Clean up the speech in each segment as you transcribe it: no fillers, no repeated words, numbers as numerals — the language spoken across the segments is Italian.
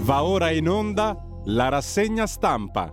Va ora in onda la rassegna stampa.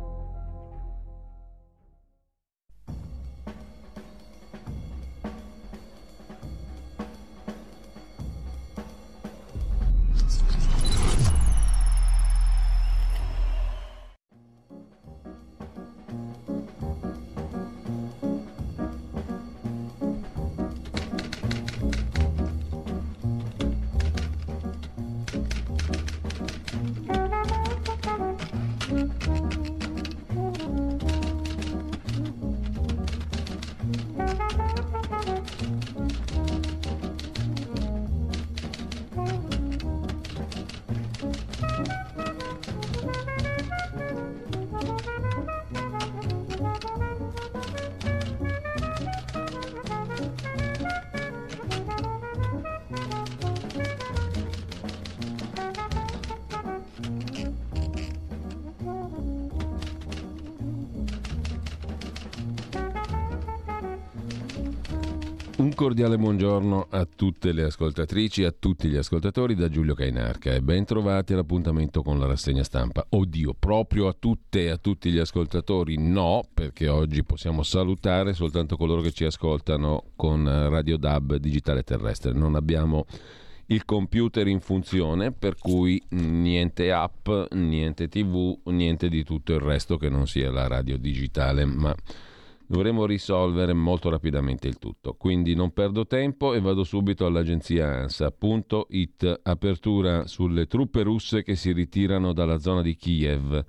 Un cordiale buongiorno a tutte le ascoltatrici e a tutti gli ascoltatori da Giulio Cainarca e ben trovati all'appuntamento con la rassegna stampa. Oddio, proprio a tutte e a tutti gli ascoltatori no, perché oggi possiamo salutare soltanto coloro che ci ascoltano con Radio DAB digitale terrestre. Non abbiamo il computer in funzione, per cui niente app, niente TV, niente di tutto il resto che non sia la radio digitale, ma dovremo risolvere molto rapidamente il tutto. Quindi non perdo tempo e vado subito all'agenzia ANSA.it. Apertura sulle truppe russe che si ritirano dalla zona di Kiev.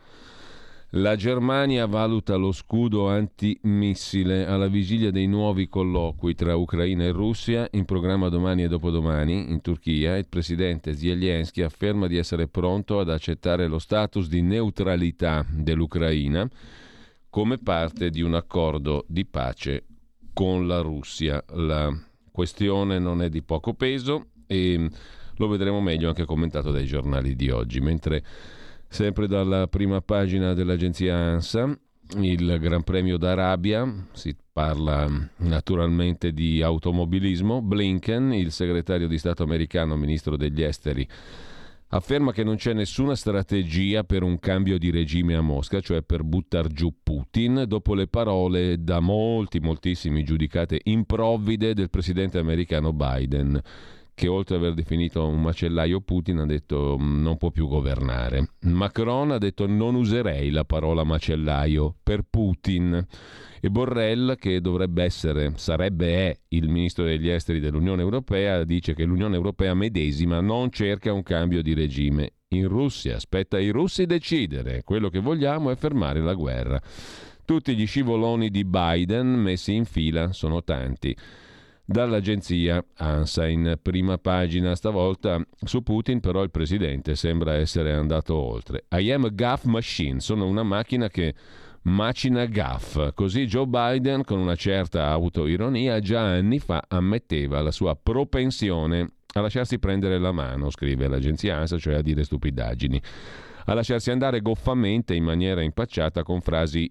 La Germania valuta lo scudo antimissile alla vigilia dei nuovi colloqui tra Ucraina e Russia, in programma domani e dopodomani in Turchia. Il presidente Zelensky afferma di essere pronto ad accettare lo status di neutralità dell'Ucraina come parte di un accordo di pace con la Russia. La questione non è di poco peso e lo vedremo meglio anche commentato dai giornali di oggi. Mentre sempre dalla prima pagina dell'agenzia ANSA, il Gran Premio d'Arabia, si parla naturalmente di automobilismo. Blinken, il segretario di Stato americano, ministro degli esteri, afferma che non c'è nessuna strategia per un cambio di regime a Mosca, cioè per buttar giù Putin, dopo le parole da moltissimi giudicate improvvide del presidente americano Biden, che oltre ad aver definito un macellaio Putin ha detto non può più governare. Macron ha detto non userei la parola macellaio per Putin. E Borrell, che sarebbe il ministro degli esteri dell'Unione Europea, dice che l'Unione Europea medesima non cerca un cambio di regime in Russia, aspetta i russi decidere, quello che vogliamo è fermare la guerra. Tutti gli scivoloni di Biden messi in fila sono tanti. Dall'agenzia ANSA in prima pagina, stavolta su Putin però il presidente sembra essere andato oltre. I am a gaff machine, sono una macchina che macina gaff. Così Joe Biden, con una certa autoironia, già anni fa ammetteva la sua propensione a lasciarsi prendere la mano, scrive l'agenzia ANSA, cioè a dire stupidaggini, a lasciarsi andare goffamente in maniera impacciata con frasi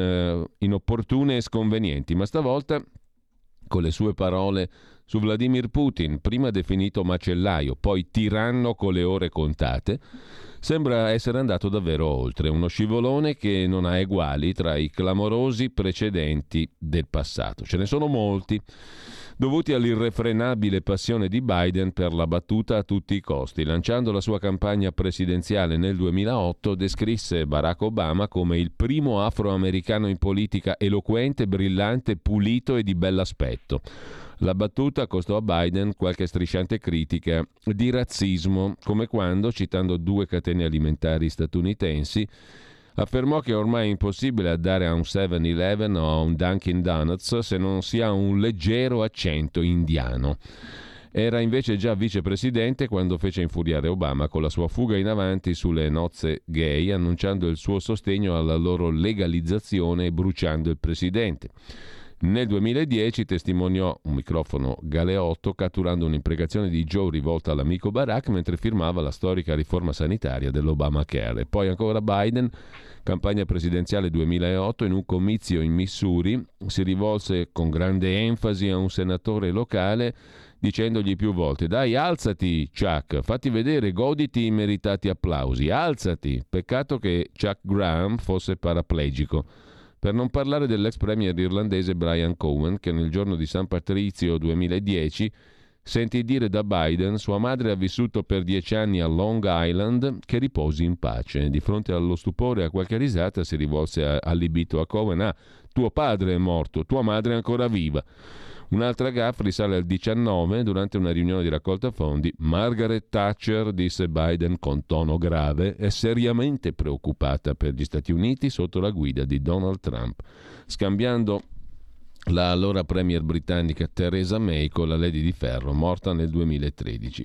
inopportune e sconvenienti, ma stavolta con le sue parole su Vladimir Putin, prima definito macellaio, poi tiranno con le ore contate, sembra essere andato davvero oltre, uno scivolone che non ha eguali tra i clamorosi precedenti del passato. Ce ne sono molti, dovuti all'irrefrenabile passione di Biden per la battuta a tutti i costi. Lanciando la sua campagna presidenziale nel 2008, descrisse Barack Obama come il primo afroamericano in politica eloquente, brillante, pulito e di bell'aspetto. La battuta costò a Biden qualche strisciante critica di razzismo, come quando, citando 2 catene alimentari statunitensi, affermò che ormai è impossibile andare a un 7-Eleven o a un Dunkin' Donuts se non si ha un leggero accento indiano. Era invece già vicepresidente quando fece infuriare Obama con la sua fuga in avanti sulle nozze gay, annunciando il suo sostegno alla loro legalizzazione e bruciando il presidente. Nel 2010 testimoniò un microfono Galeotto catturando un'imprecazione di Joe rivolta all'amico Barack mentre firmava la storica riforma sanitaria dell'Obamacare. E poi ancora Biden, campagna presidenziale 2008, in un comizio in Missouri si rivolse con grande enfasi a un senatore locale dicendogli più volte: dai, alzati Chuck, fatti vedere, goditi i meritati applausi, alzati. Peccato che Chuck Graham fosse paraplegico. Per non parlare dell'ex premier irlandese Brian Cowen, che nel giorno di San Patrizio 2010 sentì dire da Biden: sua madre ha vissuto per 10 anni a Long Island, che riposi in pace. Di fronte allo stupore e a qualche risata si rivolse allibito a Cowen: ah, tuo padre è morto, tua madre è ancora viva. Un'altra gaffe risale al 19, durante una riunione di raccolta fondi. Margaret Thatcher, disse Biden con tono grave, è seriamente preoccupata per gli Stati Uniti sotto la guida di Donald Trump, scambiando la allora premier britannica Theresa May con la Lady di Ferro, morta nel 2013.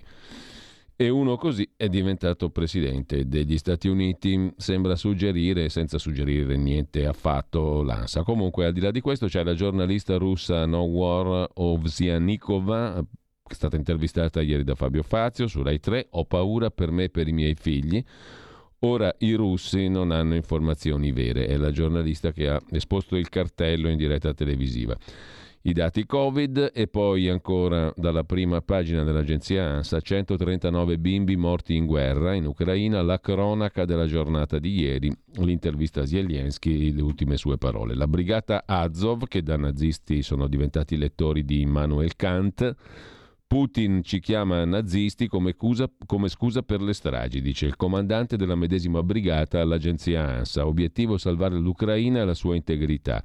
E uno così è diventato presidente degli Stati Uniti, sembra suggerire, senza suggerire niente affatto, l'ANSA. Comunque, al di là di questo, c'è la giornalista russa Nowar Ovsyanikova, che è stata intervistata ieri da Fabio Fazio su Rai 3. Ho paura per me e per i miei figli. Ora i russi non hanno informazioni vere. È la giornalista che ha esposto il cartello in diretta televisiva. I dati Covid e poi ancora dalla prima pagina dell'agenzia ANSA: 139 bimbi morti in guerra in Ucraina, la cronaca della giornata di ieri, l'intervista a Zelensky, le ultime sue parole. La brigata Azov, che da nazisti sono diventati lettori di Immanuel Kant. Putin ci chiama nazisti come scusa per le stragi, dice il comandante della medesima brigata all'agenzia ANSA. Obiettivo: salvare l'Ucraina e la sua integrità.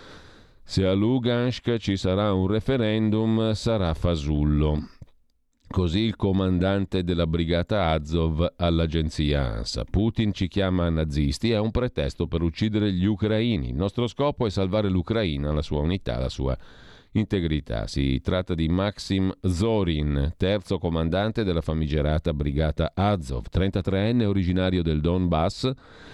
Se a Lugansk ci sarà un referendum, sarà fasullo. Così il comandante della brigata Azov all'agenzia ANSA. Putin ci chiama nazisti, è un pretesto per uccidere gli ucraini. Il nostro scopo è salvare l'Ucraina, la sua unità, la sua integrità. Si tratta di Maxim Zorin, terzo comandante della famigerata brigata Azov, 33enne, originario del Donbass.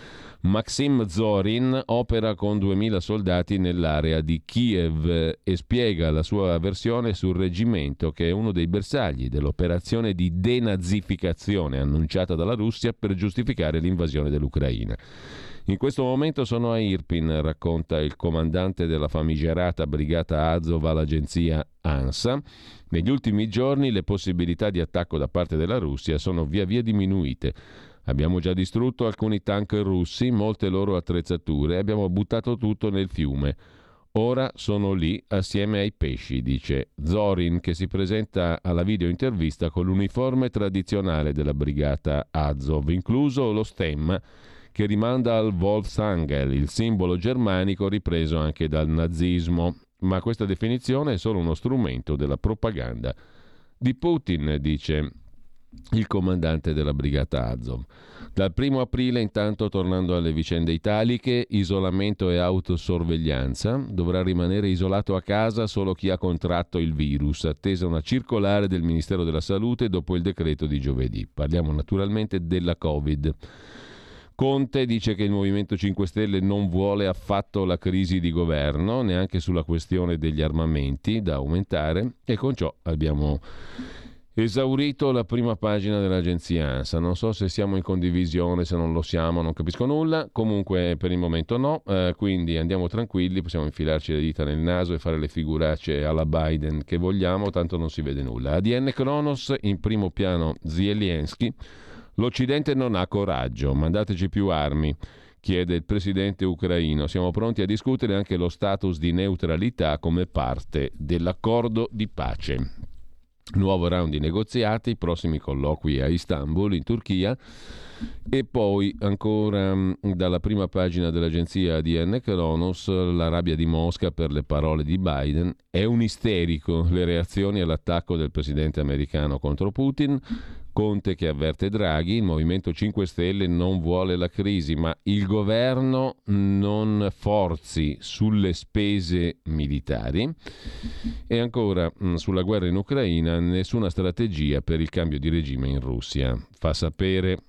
Maxim Zorin opera con 2000 soldati nell'area di Kiev e spiega la sua versione sul reggimento, che è uno dei bersagli dell'operazione di denazificazione annunciata dalla Russia per giustificare l'invasione dell'Ucraina. In questo momento sono a Irpin, racconta il comandante della famigerata brigata Azov all'agenzia ANSA. Negli ultimi giorni le possibilità di attacco da parte della Russia sono via via diminuite. Abbiamo già distrutto alcuni tank russi, molte loro attrezzature, e abbiamo buttato tutto nel fiume. Ora sono lì assieme ai pesci, dice Zorin, che si presenta alla videointervista con l'uniforme tradizionale della brigata Azov, incluso lo stemma che rimanda al Wolfsangel, il simbolo germanico ripreso anche dal nazismo. Ma questa definizione è solo uno strumento della propaganda di Putin, dice il comandante della brigata Azov. Dal 1 aprile, intanto, tornando alle vicende italiche, isolamento e autosorveglianza. Dovrà rimanere isolato a casa solo chi ha contratto il virus, attesa una circolare del Ministero della Salute dopo il decreto di giovedì. Parliamo naturalmente della Covid. Conte dice che il Movimento 5 Stelle non vuole affatto la crisi di governo, neanche sulla questione degli armamenti da aumentare, e con ciò abbiamo esaurito la prima pagina dell'agenzia ANSA. Non so se siamo in condivisione, se non lo siamo, non capisco nulla. Comunque per il momento no, quindi andiamo tranquilli, possiamo infilarci le dita nel naso e fare le figuracce alla Biden che vogliamo, tanto non si vede nulla. ADN Kronos, in primo piano Zelensky. L'Occidente non ha coraggio, mandateci più armi, chiede il presidente ucraino. Siamo pronti a discutere anche lo status di neutralità come parte dell'accordo di pace. Nuovo round di negoziati, prossimi colloqui a Istanbul, in Turchia. E poi ancora dalla prima pagina dell'agenzia ADN Kronos, la rabbia di Mosca per le parole di Biden. È un isterico, le reazioni all'attacco del presidente americano contro Putin. Conte che avverte Draghi, il Movimento 5 Stelle non vuole la crisi, ma il governo non forzi sulle spese militari. E ancora sulla guerra in Ucraina, nessuna strategia per il cambio di regime in Russia, fa sapere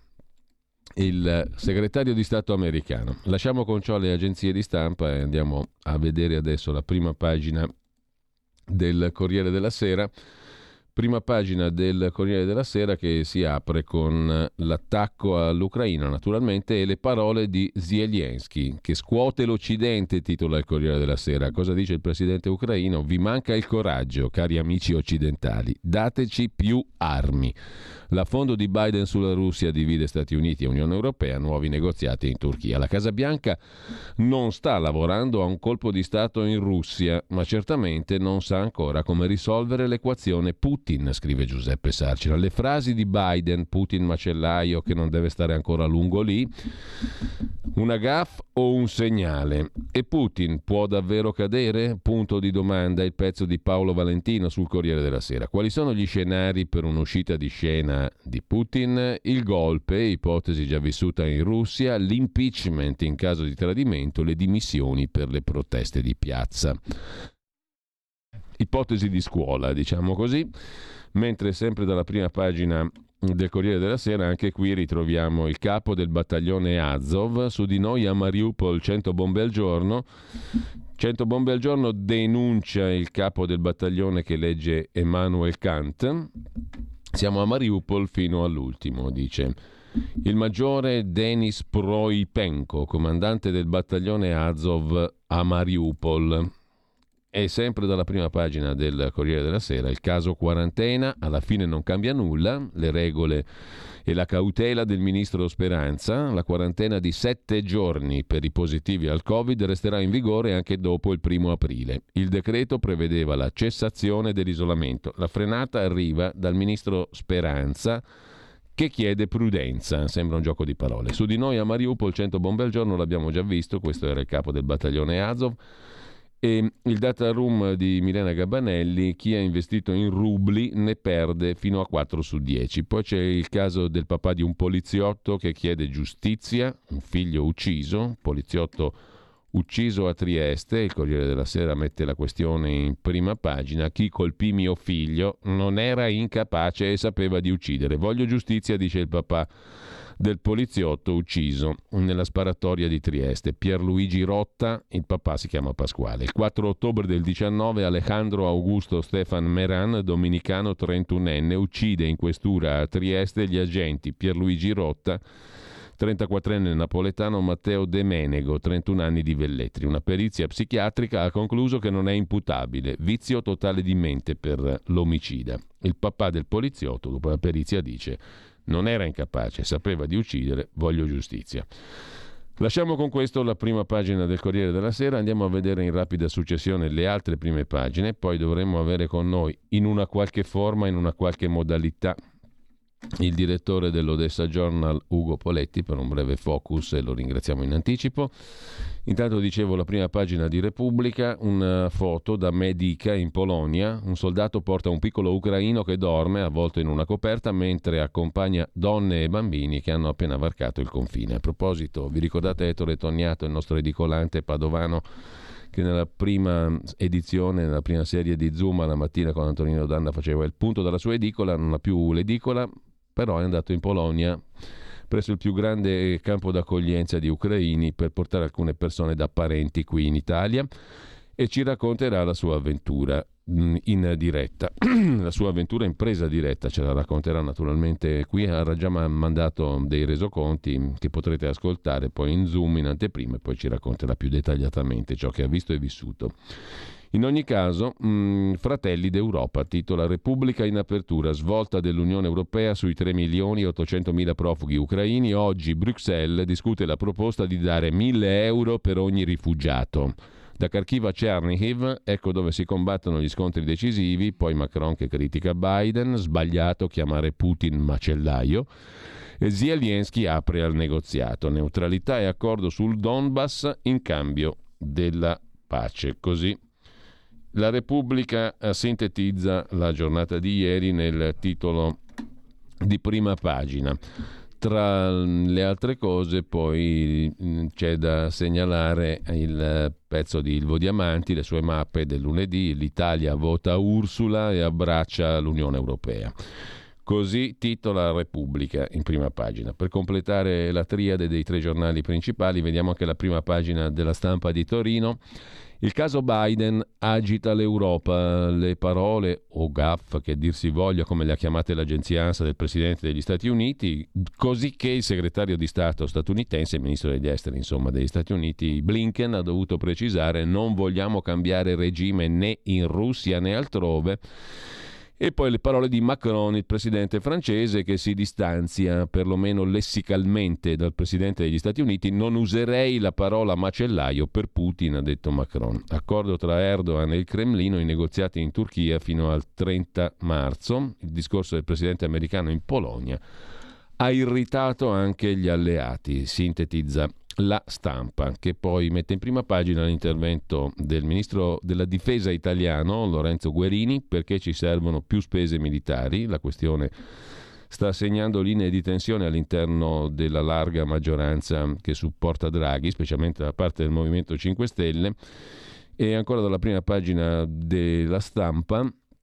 il segretario di Stato americano. Lasciamo con ciò le agenzie di stampa e andiamo a vedere adesso la prima pagina del Corriere della Sera, Prima pagina del Corriere della Sera che si apre con l'attacco all'Ucraina, naturalmente, e le parole di Zelensky, che scuote l'Occidente, titola il Corriere della Sera. Cosa dice il presidente ucraino? Vi manca il coraggio, cari amici occidentali, dateci più armi. L'affondo di Biden sulla Russia divide Stati Uniti e Unione Europea, nuovi negoziati in Turchia. La Casa Bianca non sta lavorando a un colpo di Stato in Russia, ma certamente non sa ancora come risolvere l'equazione Putin, scrive Giuseppe Sarcina. Le frasi di Biden, Putin macellaio che non deve stare ancora a lungo lì, una gaffe o un segnale? E Putin può davvero cadere? Punto di domanda il pezzo di Paolo Valentino sul Corriere della Sera. Quali sono gli scenari per un'uscita di scena di Putin? Il golpe, ipotesi già vissuta in Russia, l'impeachment in caso di tradimento, le dimissioni per le proteste di piazza. Ipotesi di scuola, diciamo così, mentre sempre dalla prima pagina del Corriere della Sera anche qui ritroviamo il capo del battaglione Azov. Su di noi a Mariupol 100 bombe al giorno. 100 bombe al giorno denuncia il capo del battaglione che legge Immanuel Kant. Siamo a Mariupol fino all'ultimo, dice il maggiore Denis Proipenko, comandante del battaglione Azov a Mariupol. E sempre dalla prima pagina del Corriere della Sera il caso quarantena, alla fine non cambia nulla, le regole e la cautela del ministro Speranza. La quarantena di 7 giorni per i positivi al Covid resterà in vigore anche dopo il 1° aprile. Il decreto prevedeva la cessazione dell'isolamento. La frenata arriva dal ministro Speranza, che chiede prudenza. Sembra un gioco di parole. Su di noi a Mariupol 100 bombe al giorno, l'abbiamo già visto, questo era il capo del battaglione Azov. E il data room di Milena Gabanelli, chi ha investito in rubli ne perde fino a 4 su 10. Poi c'è il caso del papà di un poliziotto che chiede giustizia, un figlio ucciso, poliziotto ucciso a Trieste. Il Corriere della Sera mette la questione in prima pagina: chi colpì mio figlio non era incapace e sapeva di uccidere, voglio giustizia, dice il papà del poliziotto ucciso nella sparatoria di Trieste. Pierluigi Rotta, il papà si chiama Pasquale. Il 4 ottobre del 19 Alejandro Augusto Stefan Meran, dominicano 31enne, uccide in questura a Trieste gli agenti Pierluigi Rotta, 34enne napoletano Matteo De Menego, 31 anni di Velletri. Una perizia psichiatrica ha concluso che non è imputabile, vizio totale di mente per l'omicida. Il papà del poliziotto, dopo la perizia, dice: non era incapace, sapeva di uccidere, voglio giustizia. Lasciamo con questo la prima pagina del Corriere della Sera, andiamo a vedere in rapida successione le altre prime pagine, poi dovremmo avere con noi in una qualche forma, in una qualche modalità, il direttore dell'Odessa Journal Ugo Poletti per un breve focus e lo ringraziamo in anticipo. Intanto dicevo la prima pagina di Repubblica, una foto da Medica in Polonia. Un soldato porta un piccolo ucraino che dorme avvolto in una coperta mentre accompagna donne e bambini che hanno appena varcato il confine. A proposito, vi ricordate Ettore Tognato, il nostro edicolante padovano, che nella prima edizione, nella prima serie di Zoom la mattina con Antonino Danna faceva il punto della sua edicola, non ha più l'edicola, però è andato in Polonia presso il più grande campo d'accoglienza di ucraini per portare alcune persone da parenti qui in Italia e ci racconterà la sua avventura in diretta, la sua avventura in presa diretta, ce la racconterà naturalmente qui. Ha già mandato dei resoconti che potrete ascoltare poi in Zoom in anteprima e poi ci racconterà più dettagliatamente ciò che ha visto e vissuto. In ogni caso, Fratelli d'Europa titola Repubblica in apertura, svolta dell'Unione Europea sui 3.800.000 profughi ucraini. Oggi Bruxelles discute la proposta di dare 1.000 euro per ogni rifugiato. Da Kharkiv a Chernihiv, ecco dove si combattono gli scontri decisivi. Poi Macron che critica Biden, sbagliato chiamare Putin macellaio. E Zelensky apre al negoziato, neutralità e accordo sul Donbass in cambio della pace. Così la Repubblica sintetizza la giornata di ieri nel titolo di prima pagina. Tra le altre cose poi c'è da segnalare il pezzo di Ilvo Diamanti, le sue mappe del lunedì, l'Italia vota Ursula e abbraccia l'Unione Europea. Così titola Repubblica in prima pagina. Per completare la triade dei 3 giornali principali vediamo anche la prima pagina della Stampa di Torino. Il caso Biden agita l'Europa, le parole o gaffe, che dir si voglia, come le ha chiamate l'agenzia ANSA del Presidente degli Stati Uniti, così che il segretario di Stato statunitense, il ministro degli esteri insomma degli Stati Uniti, Blinken, ha dovuto precisare: non vogliamo cambiare regime né in Russia né altrove. E poi le parole di Macron, il presidente francese, che si distanzia perlomeno lessicalmente dal presidente degli Stati Uniti. Non userei la parola macellaio per Putin, ha detto Macron. Accordo tra Erdogan e il Cremlino, i negoziati in Turchia fino al 30 marzo. Il discorso del presidente americano in Polonia ha irritato anche gli alleati, sintetizza La Stampa, che poi mette in prima pagina l'intervento del ministro della difesa italiano Lorenzo Guerini. Perché ci servono più spese militari? La questione sta segnando linee di tensione all'interno della larga maggioranza che supporta Draghi, specialmente da parte del Movimento 5 Stelle. E ancora dalla prima pagina della Stampa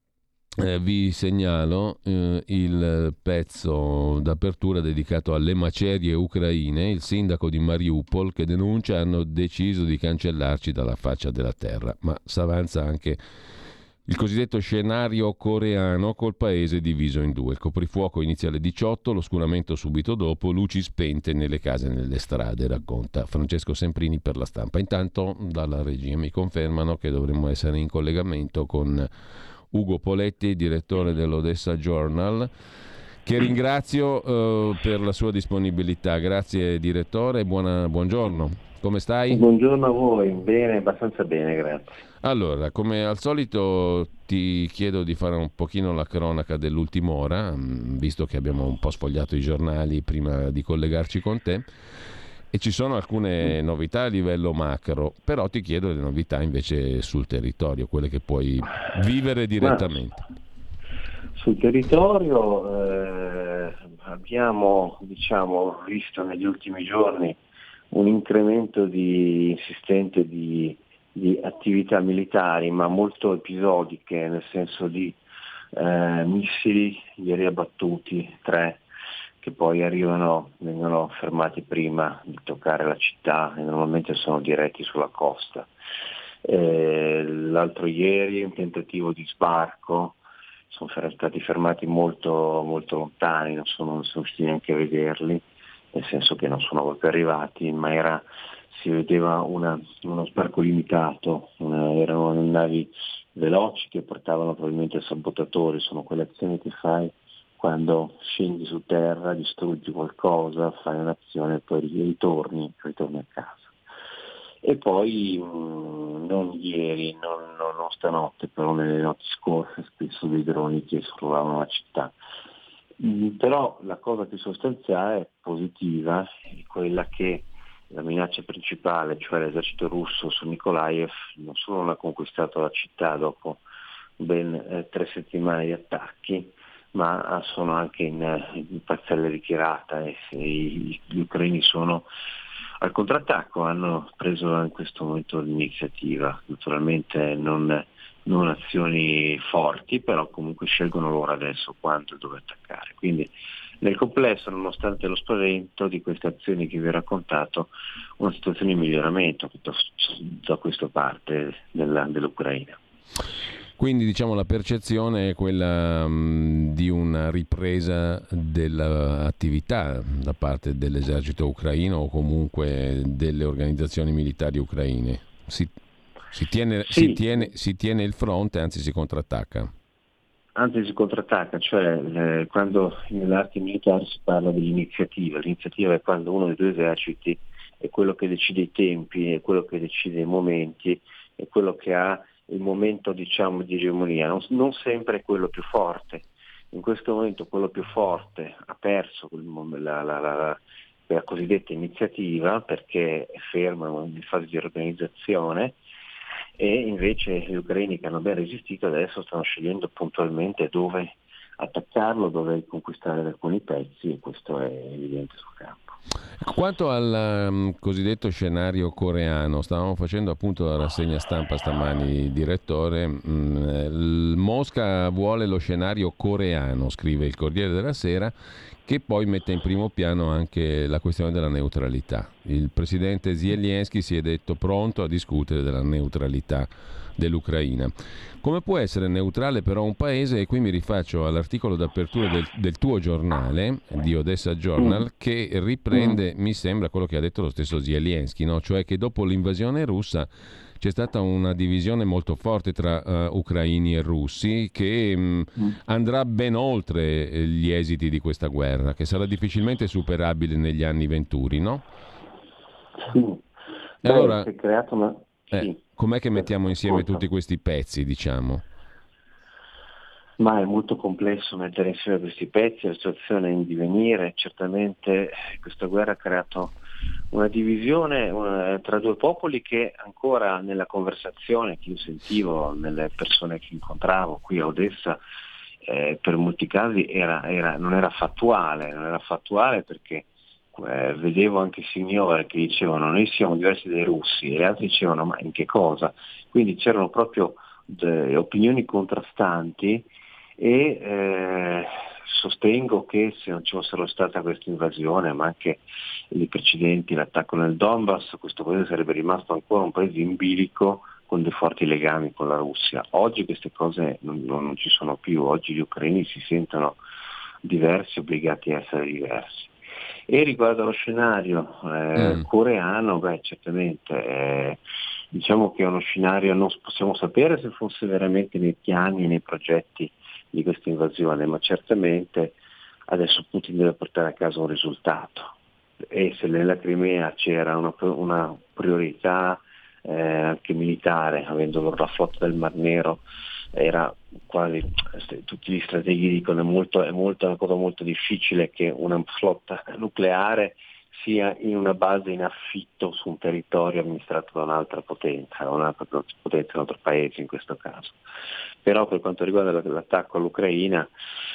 vi segnalo il pezzo d'apertura dedicato alle macerie ucraine. Il sindaco di Mariupol che denuncia: hanno deciso di cancellarci dalla faccia della terra. Ma s'avanza anche il cosiddetto scenario coreano, col paese diviso in due. Il coprifuoco inizia alle 18, l'oscuramento subito dopo, luci spente nelle case e nelle strade, racconta Francesco Semprini per La Stampa. Intanto dalla regia mi confermano che dovremmo essere in collegamento con Ugo Poletti, direttore dell'Odessa Journal, che ringrazio per la sua disponibilità. Grazie direttore, buongiorno. Come stai? Buongiorno a voi, bene, abbastanza bene, grazie. Allora, come al solito ti chiedo di fare un pochino la cronaca dell'ultima ora, visto che abbiamo un po' sfogliato i giornali prima di collegarci con te. E ci sono alcune novità a livello macro, però ti chiedo le novità invece sul territorio, quelle che puoi vivere direttamente. Sul territorio abbiamo visto negli ultimi giorni un incremento insistente di attività militari, ma molto episodiche, nel senso di missili ieri abbattuti, 3, che poi vengono fermati prima di toccare la città e normalmente sono diretti sulla costa. L'altro ieri un tentativo di sbarco, sono stati fermati molto, molto lontani, non sono riusciti neanche a vederli, nel senso che non sono proprio arrivati, ma si vedeva uno sbarco limitato, erano navi veloci che portavano probabilmente sabotatori. Sono quelle azioni che fai quando scendi su terra, distruggi qualcosa, fai un'azione e poi ritorni a casa. E poi non ieri, non stanotte, però nelle notti scorse spesso dei droni che sorvolavano la città. Però la cosa più sostanziale è positiva, è quella che la minaccia principale, cioè l'esercito russo su Mykolaiv, non solo non ha conquistato la città dopo ben 3 settimane di attacchi, ma sono anche in parziale ritirata e gli ucraini sono al contrattacco, hanno preso in questo momento l'iniziativa, naturalmente non azioni forti, però comunque scelgono loro adesso quando e dove attaccare. Quindi nel complesso, nonostante lo spavento di queste azioni che vi ho raccontato, una situazione di miglioramento da questa parte dell'Ucraina. Quindi la percezione è quella di una ripresa dell'attività da parte dell'esercito ucraino o comunque delle organizzazioni militari ucraine. Si tiene il fronte, anzi si contrattacca. Anzi si contrattacca, cioè quando nell'arte militare si parla dell'iniziativa. L'iniziativa è quando uno dei due eserciti è quello che decide i tempi, è quello che decide i momenti, è quello che ha il momento di egemonia, non sempre è quello più forte. In questo momento quello più forte ha perso la cosiddetta iniziativa perché è fermo in fase di organizzazione, e invece gli ucraini che hanno ben resistito adesso stanno scegliendo puntualmente dove attaccarlo, dove conquistare alcuni pezzi, e questo è evidente sul campo. Quanto al cosiddetto scenario coreano, stavamo facendo appunto la rassegna stampa stamani, direttore. Mosca vuole lo scenario coreano, scrive il Corriere della Sera, che poi mette in primo piano anche la questione della neutralità. il presidente Zelensky si è detto pronto a discutere della neutralità dell'Ucraina. Come può essere neutrale però un paese, e qui mi rifaccio all'articolo d'apertura del tuo giornale, di Odessa Journal, che riprende, mi sembra, quello che ha detto lo stesso Zelensky, no? Cioè che dopo l'invasione russa c'è stata una divisione molto forte tra ucraini e russi che andrà ben oltre gli esiti di questa guerra, che sarà difficilmente superabile negli anni venturi, no? Sì. E allora, si è creato una... Sì. com'è che mettiamo insieme Ascolta. tutti questi pezzi, diciamo? Ma è molto complesso mettere insieme questi pezzi, la situazione è in divenire, certamente questa guerra ha creato una divisione tra due popoli che ancora nella conversazione che io sentivo, nelle persone che incontravo qui a Odessa, per molti casi non era fattuale perché vedevo anche signore che dicevano noi siamo diversi dai russi e gli altri dicevano ma in che cosa? Quindi c'erano proprio opinioni contrastanti e sostengo che se non ci fossero stata questa invasione, ma anche le precedenti, l'attacco nel Donbass, questo paese sarebbe rimasto ancora un paese in bilico con dei forti legami con la Russia. Oggi queste cose non ci sono più, oggi gli ucraini si sentono diversi, obbligati a essere diversi. E riguardo allo scenario coreano, certamente diciamo che è uno scenario, non possiamo sapere se fosse veramente nei piani, nei progetti di questa invasione, ma certamente adesso Putin deve portare a casa un risultato e se nella Crimea c'era una priorità anche militare, avendo la flotta del Mar Nero, era quasi tutti gli strateghi dicono è una cosa molto difficile che una flotta nucleare sia in una base in affitto su un territorio amministrato da un'altra potenza, un altro paese in questo caso. Però per quanto riguarda l'attacco all'Ucraina,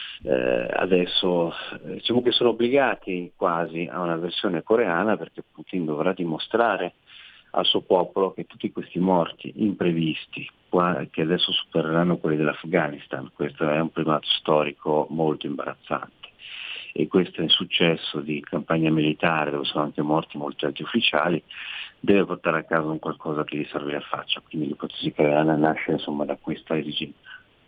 adesso diciamo che sono obbligati quasi a una versione coreana perché Putin dovrà dimostrare al suo popolo che tutti questi morti imprevisti, che adesso supereranno quelli dell'Afghanistan, questo è un primato storico molto imbarazzante. E questo insuccesso di campagna militare, dove sono anche morti molti altri ufficiali, deve portare a casa un qualcosa che gli serve a faccia. Quindi l'ipotesi coreana nasce insomma da questa esigenza.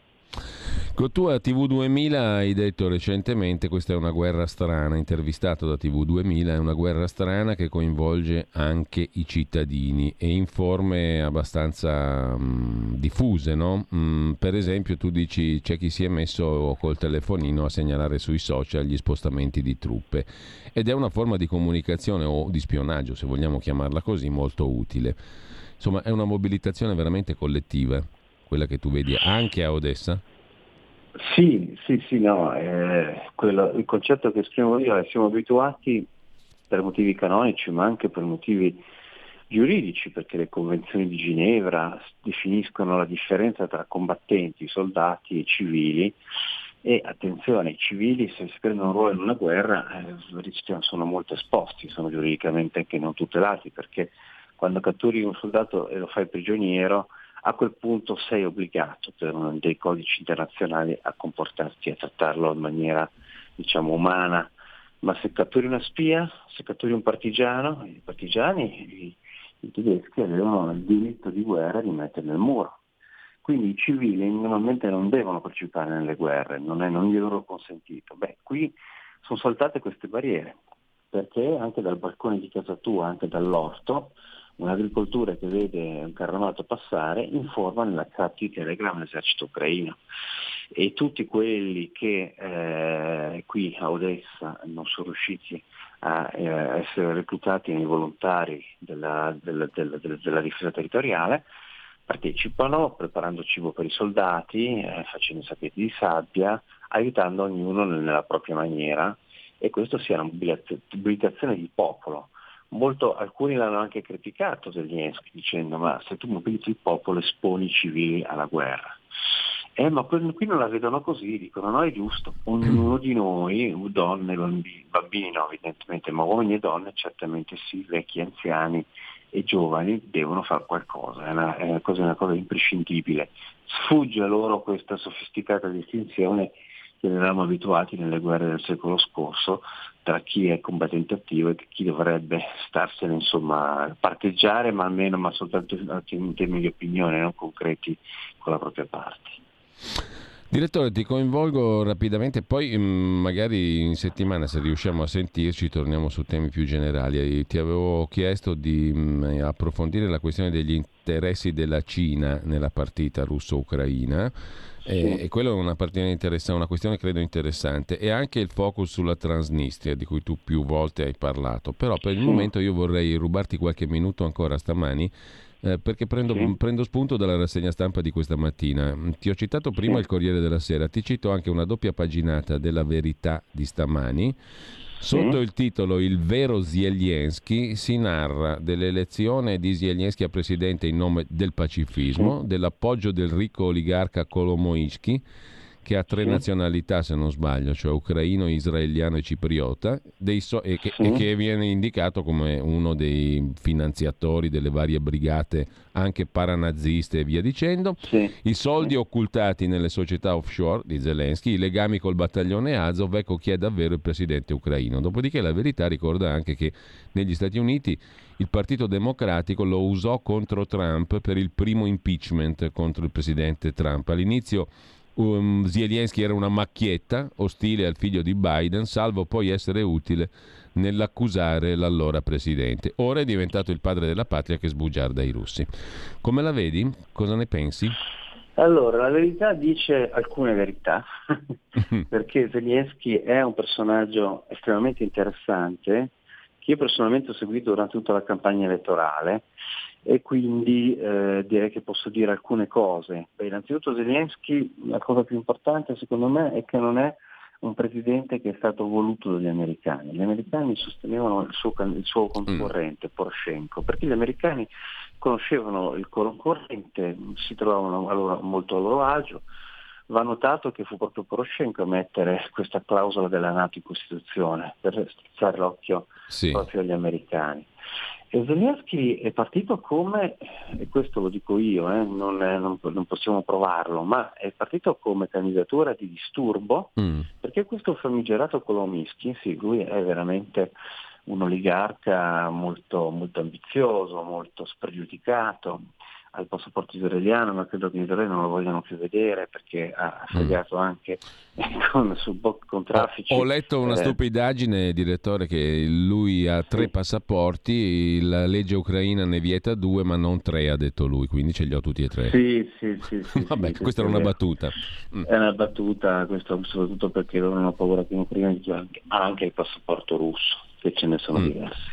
Tu a TV2000 hai detto recentemente questa è una guerra strana, intervistato da TV2000, è una guerra strana che coinvolge anche i cittadini e in forme abbastanza diffuse, no? Per esempio tu dici c'è chi si è messo col telefonino a segnalare sui social gli spostamenti di truppe ed è una forma di comunicazione o di spionaggio, se vogliamo chiamarla così, molto utile. Insomma è una mobilitazione veramente collettiva, quella che tu vedi anche a Odessa? Sì, no, il concetto che esprimo io è siamo abituati per motivi canonici ma anche per motivi giuridici, perché le convenzioni di Ginevra definiscono la differenza tra combattenti, soldati e civili e attenzione, i civili se si prendono un ruolo in una guerra sono molto esposti, sono giuridicamente anche non tutelati perché quando catturi un soldato e lo fai prigioniero a quel punto sei obbligato per uno dei codici internazionali a comportarti, a trattarlo in maniera diciamo umana, ma se catturi una spia, se catturi un partigiano, i partigiani, i tedeschi avevano il diritto di guerra di mettere nel muro. Quindi i civili normalmente non devono partecipare nelle guerre, non gli è loro consentito. Qui sono saltate queste barriere, perché anche dal balcone di casa tua, anche dall'orto, un agricoltore che vede un carro armato passare informa nella chat di Telegram l'esercito ucraino e tutti quelli che qui a Odessa non sono riusciti a essere reclutati nei volontari della difesa territoriale partecipano preparando cibo per i soldati, facendo sacchetti di sabbia, aiutando ognuno nella propria maniera e questo sia una mobilitazione di popolo. Alcuni l'hanno anche criticato Zelensky dicendo ma se tu mobiliti il popolo esponi i civili alla guerra. Ma qui non la vedono così, dicono no è giusto, ognuno di noi, donne, bambini no evidentemente, ma uomini e donne certamente sì, vecchi, anziani e giovani devono fare qualcosa, è una cosa imprescindibile. Sfugge a loro questa sofisticata distinzione che eravamo abituati nelle guerre del secolo scorso, tra chi è combattente attivo e chi dovrebbe starsene, insomma, parteggiare, ma soltanto in termini di opinione, non concreti con la propria parte. Direttore, ti coinvolgo rapidamente, poi magari in settimana, se riusciamo a sentirci, torniamo su temi più generali. Ti avevo chiesto di approfondire la questione degli interessi della Cina nella partita russo-ucraina. E quello è una partita interessante, una questione credo interessante, e anche il focus sulla Transnistria di cui tu più volte hai parlato. Però per il momento io vorrei rubarti qualche minuto ancora stamani, perché prendo spunto dalla rassegna stampa di questa mattina. Ti ho citato prima il Corriere della Sera, ti cito anche una doppia paginata della Verità di stamani. Sotto il titolo "Il vero Zelensky" si narra dell'elezione di Zelensky a presidente in nome del pacifismo, dell'appoggio del ricco oligarca Kolomoisky, che ha 3 nazionalità se non sbaglio, cioè ucraino, israeliano e cipriota, e che viene indicato come uno dei finanziatori delle varie brigate anche paranaziste e via dicendo, i soldi occultati nelle società offshore di Zelensky, i legami col battaglione Azov, ecco chi è davvero il presidente ucraino. Dopodiché la Verità ricorda anche che negli Stati Uniti il Partito Democratico lo usò contro Trump per il primo impeachment contro il presidente Trump. All'inizio Zelensky era una macchietta ostile al figlio di Biden, salvo poi essere utile nell'accusare l'allora presidente. Ora è diventato il padre della patria che sbugiarda i russi. Come la vedi? Cosa ne pensi? Allora, la Verità dice alcune verità, perché Zelensky è un personaggio estremamente interessante, che io personalmente ho seguito durante tutta la campagna elettorale, e quindi direi che posso dire alcune cose. Innanzitutto Zelensky, la cosa più importante secondo me è che non è un presidente che è stato voluto dagli americani. Gli americani sostenevano il suo concorrente Poroshenko, perché gli americani conoscevano il concorrente, si trovavano allora molto a loro agio. Va notato che fu proprio Poroshenko a mettere questa clausola della NATO in Costituzione per strizzare l'occhio proprio agli americani. E Zelensky è partito come, e questo lo dico io, non possiamo provarlo, ma è partito come candidatura di disturbo, perché questo famigerato Kolomoisky, sì, lui è veramente un oligarca molto, molto ambizioso, molto spregiudicato, ha il passaporto israeliano, ma credo che gli israeliani non lo vogliano più vedere perché ha fregato anche con traffici. Ho letto una stupidaggine, direttore, che lui ha 3 passaporti, la legge ucraina ne vieta 2 ma non 3, ha detto lui, quindi ce li ho tutti e 3. Sì. Vabbè, questa era una battuta. È una battuta, questo soprattutto perché loro hanno paura che in Ucraina ha anche il passaporto russo, che ce ne sono diversi.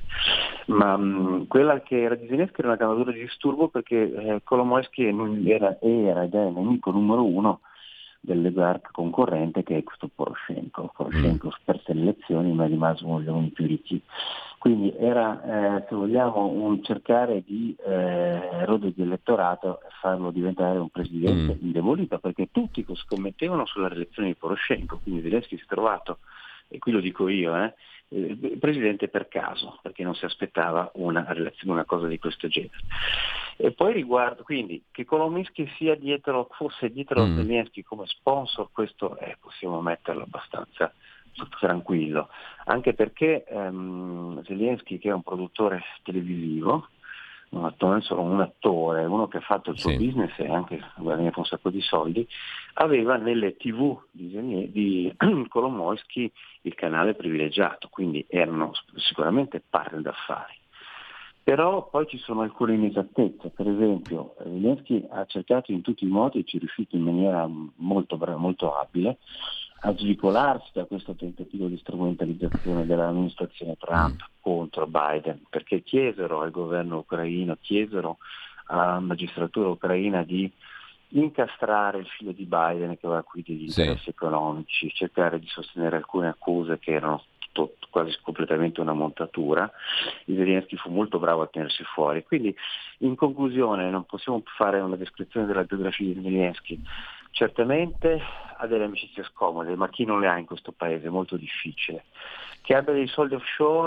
Ma quella che era di Zelensky era una candidatura di disturbo perché Kolomoisky era ed è nemico numero 1 dell'oligarca concorrente, che è questo Poroshenko. Poroshenko perse le elezioni ma è rimasto uno degli uomini più ricchi. Quindi era, se vogliamo, cercare di erodere l'elettorato e farlo diventare un presidente indebolito, perché tutti scommettevano sulla rielezione di Poroshenko, quindi Zelensky si è trovato, e qui lo dico io, il presidente per caso, perché non si aspettava una relazione, una cosa di questo genere. E poi riguardo, quindi, che Kolomoisky fosse dietro Zelensky come sponsor, questo possiamo metterlo abbastanza tranquillo, anche perché Zelensky, che è un produttore televisivo, un attore, uno che ha fatto il suo business e anche guadagnato un sacco di soldi, aveva nelle TV di Kolomoisky il canale privilegiato, quindi erano sicuramente partner d'affari. Però poi ci sono alcune inesattezze. Per esempio, Zelensky ha cercato in tutti i modi, e ci è riuscito in maniera molto abile, a svicolarsi da questo tentativo di strumentalizzazione dell'amministrazione Trump contro Biden, perché chiesero al governo ucraino, chiesero alla magistratura ucraina di incastrare il figlio di Biden che aveva qui degli interessi economici, cercare di sostenere alcune accuse che erano quasi completamente una montatura. Zelensky fu molto bravo a tenersi fuori. Quindi, in conclusione, non possiamo fare una descrizione della biografia di Zelensky. Certamente ha delle amicizie scomode, ma chi non le ha in questo paese è molto difficile. Che abbia dei soldi offshore,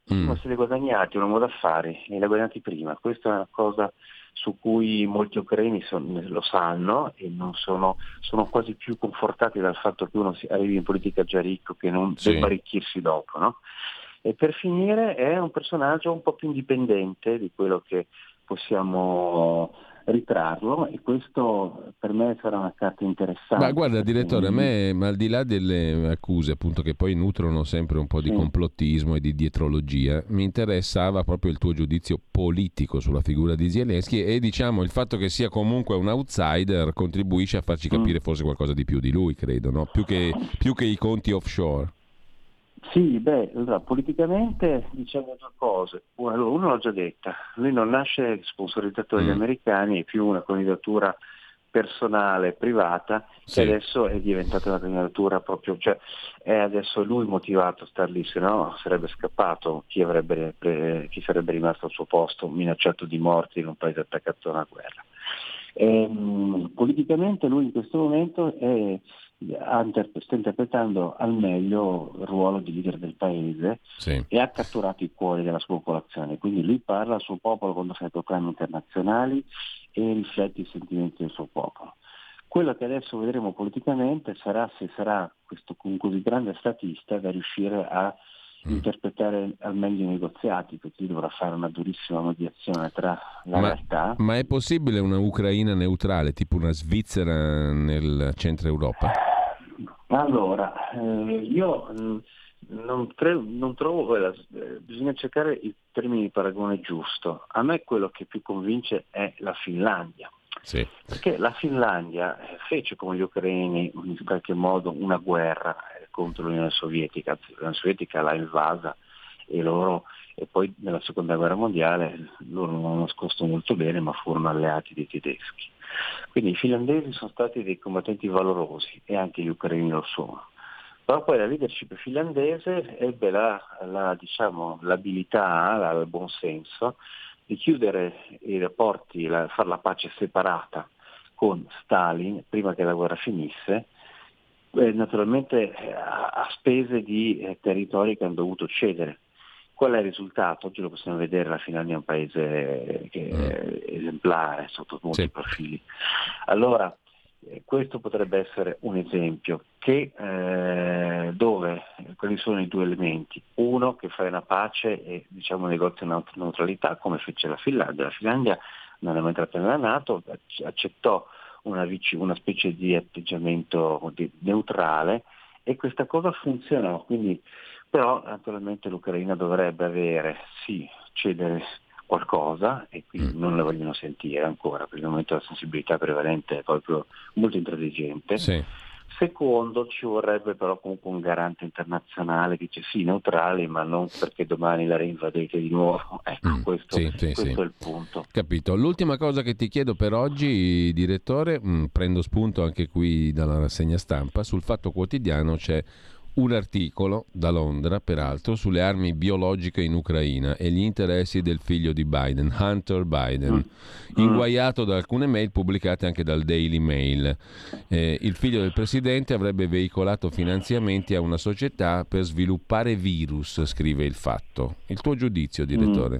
Ma se li guadagnati, è un uomo d'affari, e li ha guadagnati prima. Questa è una cosa su cui molti ucraini lo sanno e non sono quasi più confortati dal fatto che uno arrivi in politica già ricco, che non debba arricchirsi dopo, no? E per finire è un personaggio un po' più indipendente di quello che possiamo ritrarlo, e questo per me sarà una carta interessante. Ma guarda, direttore, a me, ma al di là delle accuse, appunto, che poi nutrono sempre un po' di complottismo e di dietrologia, mi interessava proprio il tuo giudizio politico sulla figura di Zelensky, e diciamo il fatto che sia comunque un outsider contribuisce a farci capire forse qualcosa di più di lui, credo, no? Più che i conti offshore. Sì, allora, politicamente diciamo due cose. Allora, uno l'ho già detta, lui non nasce sponsorizzato dagli americani, è più una candidatura personale, privata, che adesso è diventata una candidatura proprio, cioè è adesso lui motivato a star lì, se no sarebbe scappato chi sarebbe rimasto al suo posto minacciato di morte in un paese attaccato a una guerra. Politicamente lui in questo momento sta interpretando al meglio il ruolo di leader del paese e ha catturato i cuori della sua popolazione, quindi lui parla al suo popolo quando fa i proclami internazionali e riflette i sentimenti del suo popolo. Quello che adesso vedremo politicamente sarà se sarà questo un così grande statista da riuscire a interpretare al meglio i negoziati, perché lui dovrà fare una durissima mediazione tra la realtà. Ma è possibile una Ucraina neutrale, tipo una Svizzera nel centro Europa? Allora, io non trovo, bisogna cercare il termine di paragone giusto. A me quello che più convince è la Finlandia. Perché la Finlandia fece come gli ucraini in qualche modo una guerra contro l'Unione Sovietica, l'Unione Sovietica l'ha invasa e poi nella seconda guerra mondiale loro non hanno nascosto molto bene, ma furono alleati dei tedeschi. Quindi i finlandesi sono stati dei combattenti valorosi e anche gli ucraini lo sono. Però poi la leadership finlandese ebbe l'abilità, il buon senso di chiudere i rapporti, fare la pace separata con Stalin prima che la guerra finisse, naturalmente a spese di territori che hanno dovuto cedere. Qual è il risultato? Oggi lo possiamo vedere, la Finlandia è un paese che è esemplare sotto molti profili. Allora, questo potrebbe essere un esempio dove quali sono i due elementi. Uno, che fai una pace e negozia neutralità, come fece la Finlandia. La Finlandia non è mai entrata nella NATO, accettò una specie di atteggiamento neutrale e questa cosa funzionò. Quindi, però naturalmente l'Ucraina dovrebbe cedere qualcosa, e quindi non la vogliono sentire ancora, perché al momento la sensibilità prevalente è proprio molto intransigente. Secondo, ci vorrebbe però comunque un garante internazionale che dice sì, neutrali, ma non perché domani la reinvadete di nuovo. Ecco, questo è il punto. Capito. L'ultima cosa che ti chiedo per oggi, direttore, prendo spunto anche qui dalla rassegna stampa, sul Fatto Quotidiano c'è un articolo da Londra, peraltro, sulle armi biologiche in Ucraina e gli interessi del figlio di Biden, Hunter Biden, inguaiato da alcune mail pubblicate anche dal Daily Mail. Il figlio del presidente avrebbe veicolato finanziamenti a una società per sviluppare virus, scrive il Fatto. Il tuo giudizio, direttore?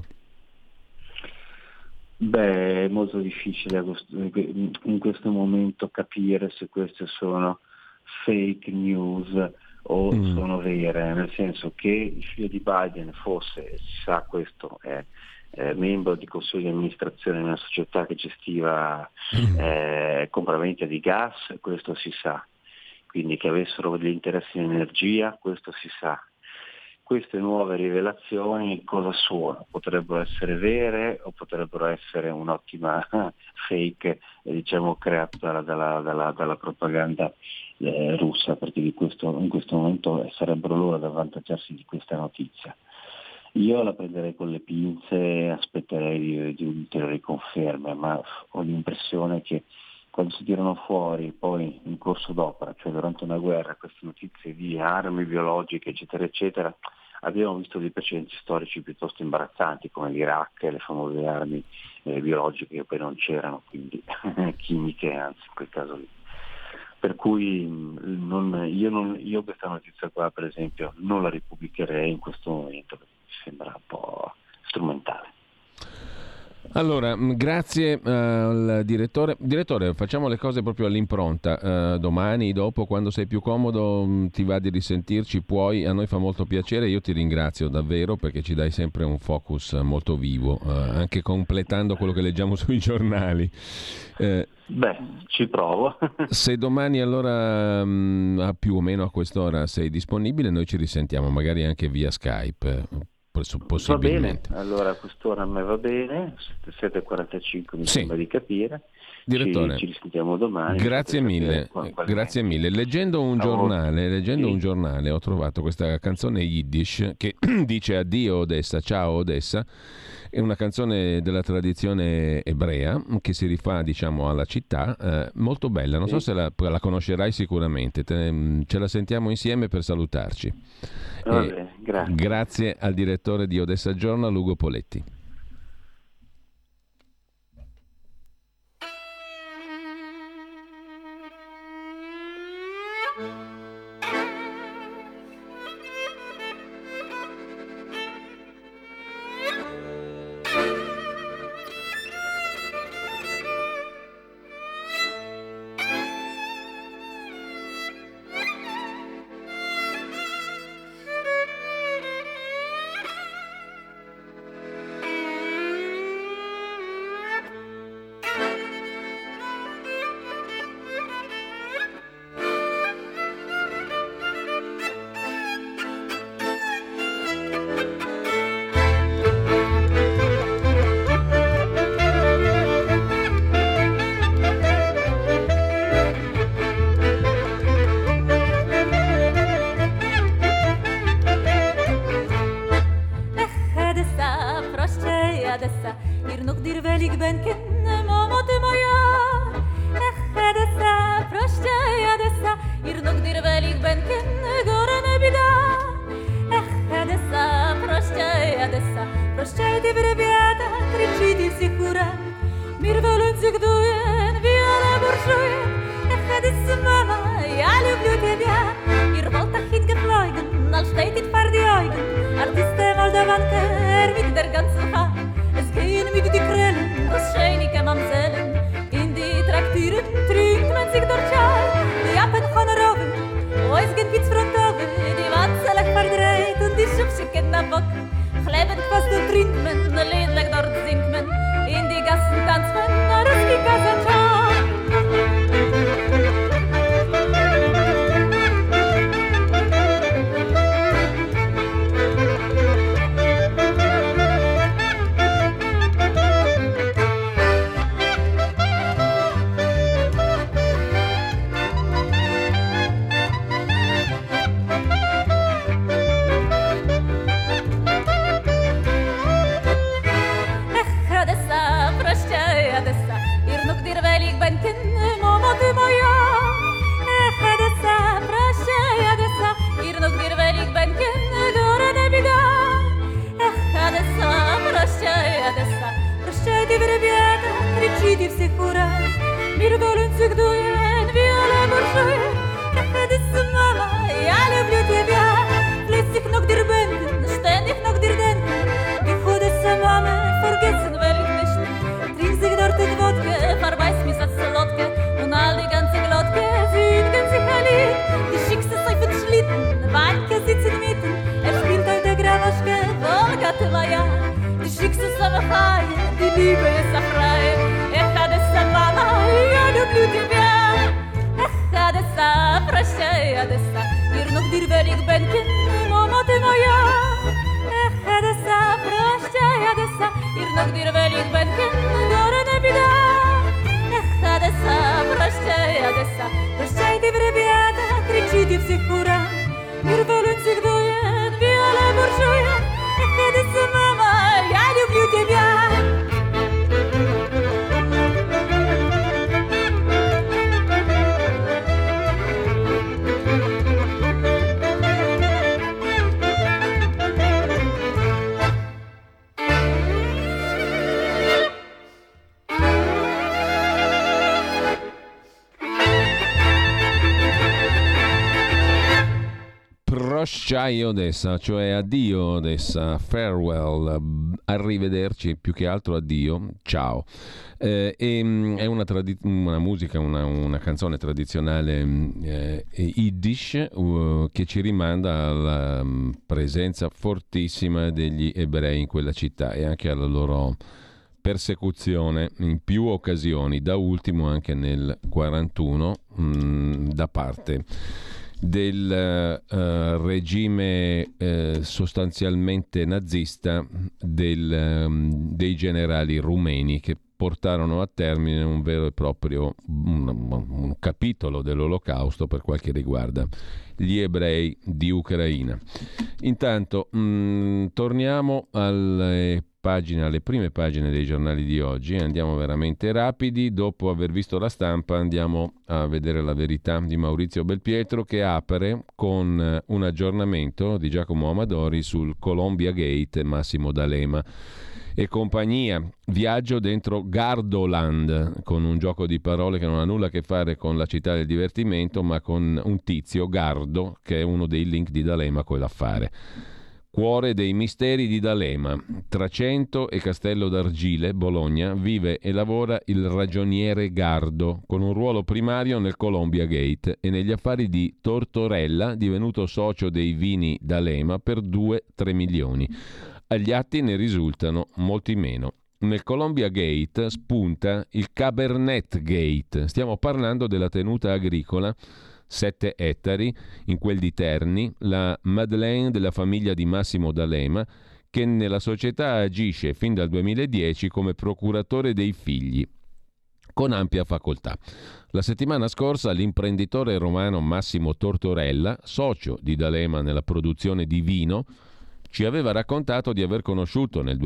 È molto difficile in questo momento capire se queste sono fake news o sono vere, nel senso che il figlio di Biden fosse, si sa, questo è membro di consiglio di amministrazione di una società che gestiva compravendita di gas, questo si sa, quindi che avessero degli interessi in energia, questo si sa. Queste nuove rivelazioni cosa sono? Potrebbero essere vere o potrebbero essere un'ottima fake, creata dalla propaganda russa, perché in questo momento sarebbero loro ad avvantaggiarsi di questa notizia. Io la prenderei con le pinze, aspetterei di ulteriori conferme, ma ho l'impressione che quando si tirano fuori poi in corso d'opera, cioè durante una guerra, queste notizie di armi biologiche eccetera eccetera, abbiamo visto dei precedenti storici piuttosto imbarazzanti, come l'Iraq e le famose armi biologiche che poi non c'erano, quindi chimiche anzi in quel caso lì. Per cui io questa notizia qua per esempio non la ripubblicherei in questo momento, sembra un po' strumentale. Allora, grazie al direttore. Direttore, facciamo le cose proprio all'impronta. Domani, dopo, quando sei più comodo, ti va di risentirci, puoi. A noi fa molto piacere. Io ti ringrazio davvero perché ci dai sempre un focus molto vivo, anche completando quello che leggiamo sui giornali. Ci provo. Se domani allora più o meno a quest'ora sei disponibile, noi ci risentiamo, magari anche via Skype. Va bene, allora a quest'ora a me va bene, 7:45 mi sembra di capire. Direttore, ci risentiamo domani. Grazie mille. Leggendo un giornale ho trovato questa canzone Yiddish che dice addio Odessa, ciao Odessa. È una canzone della tradizione ebrea che si rifà, diciamo, alla città, molto bella. Non so se la conoscerai sicuramente. Ce la sentiamo insieme per salutarci. Grazie. Grazie al direttore di Odessa Journal, Ugo Poletti. Prощai Odessa, cioè addio Odessa, farewell, arrivederci, più che altro addio, ciao. È una musica, una canzone tradizionale Yiddish che ci rimanda alla presenza fortissima degli ebrei in quella città e anche alla loro persecuzione in più occasioni, da ultimo anche nel 1941 da parte del regime sostanzialmente nazista dei generali rumeni, che portarono a termine un vero e proprio un capitolo dell'Olocausto per quel che riguarda gli ebrei di Ucraina. Intanto torniamo alle prime pagine dei giornali di oggi. Andiamo veramente rapidi. Dopo aver visto La Stampa andiamo a vedere La Verità di Maurizio Belpietro, che apre con un aggiornamento di Giacomo Amadori sul Columbia Gate, Massimo D'Alema e compagnia. Viaggio dentro Gardoland, con un gioco di parole che non ha nulla a che fare con la città del divertimento, ma con un tizio, Gardo, che è uno dei link di D'Alema con l'affare. Cuore dei misteri di D'Alema. Tra Cento e Castello d'Argile, Bologna, vive e lavora il ragioniere Gardo, con un ruolo primario nel Columbia Gate e negli affari di Tortorella, divenuto socio dei vini D'Alema per 2-3 milioni. Agli atti ne risultano molti meno. Nel Columbia Gate spunta il Cabernet Gate. Stiamo parlando della tenuta agricola, 7 ettari, in quel di Terni, la Madeleine della famiglia di Massimo D'Alema, che nella società agisce fin dal 2010 come procuratore dei figli, con ampia facoltà. La settimana scorsa l'imprenditore romano Massimo Tortorella, socio di D'Alema nella produzione di vino, ci aveva raccontato di aver conosciuto nel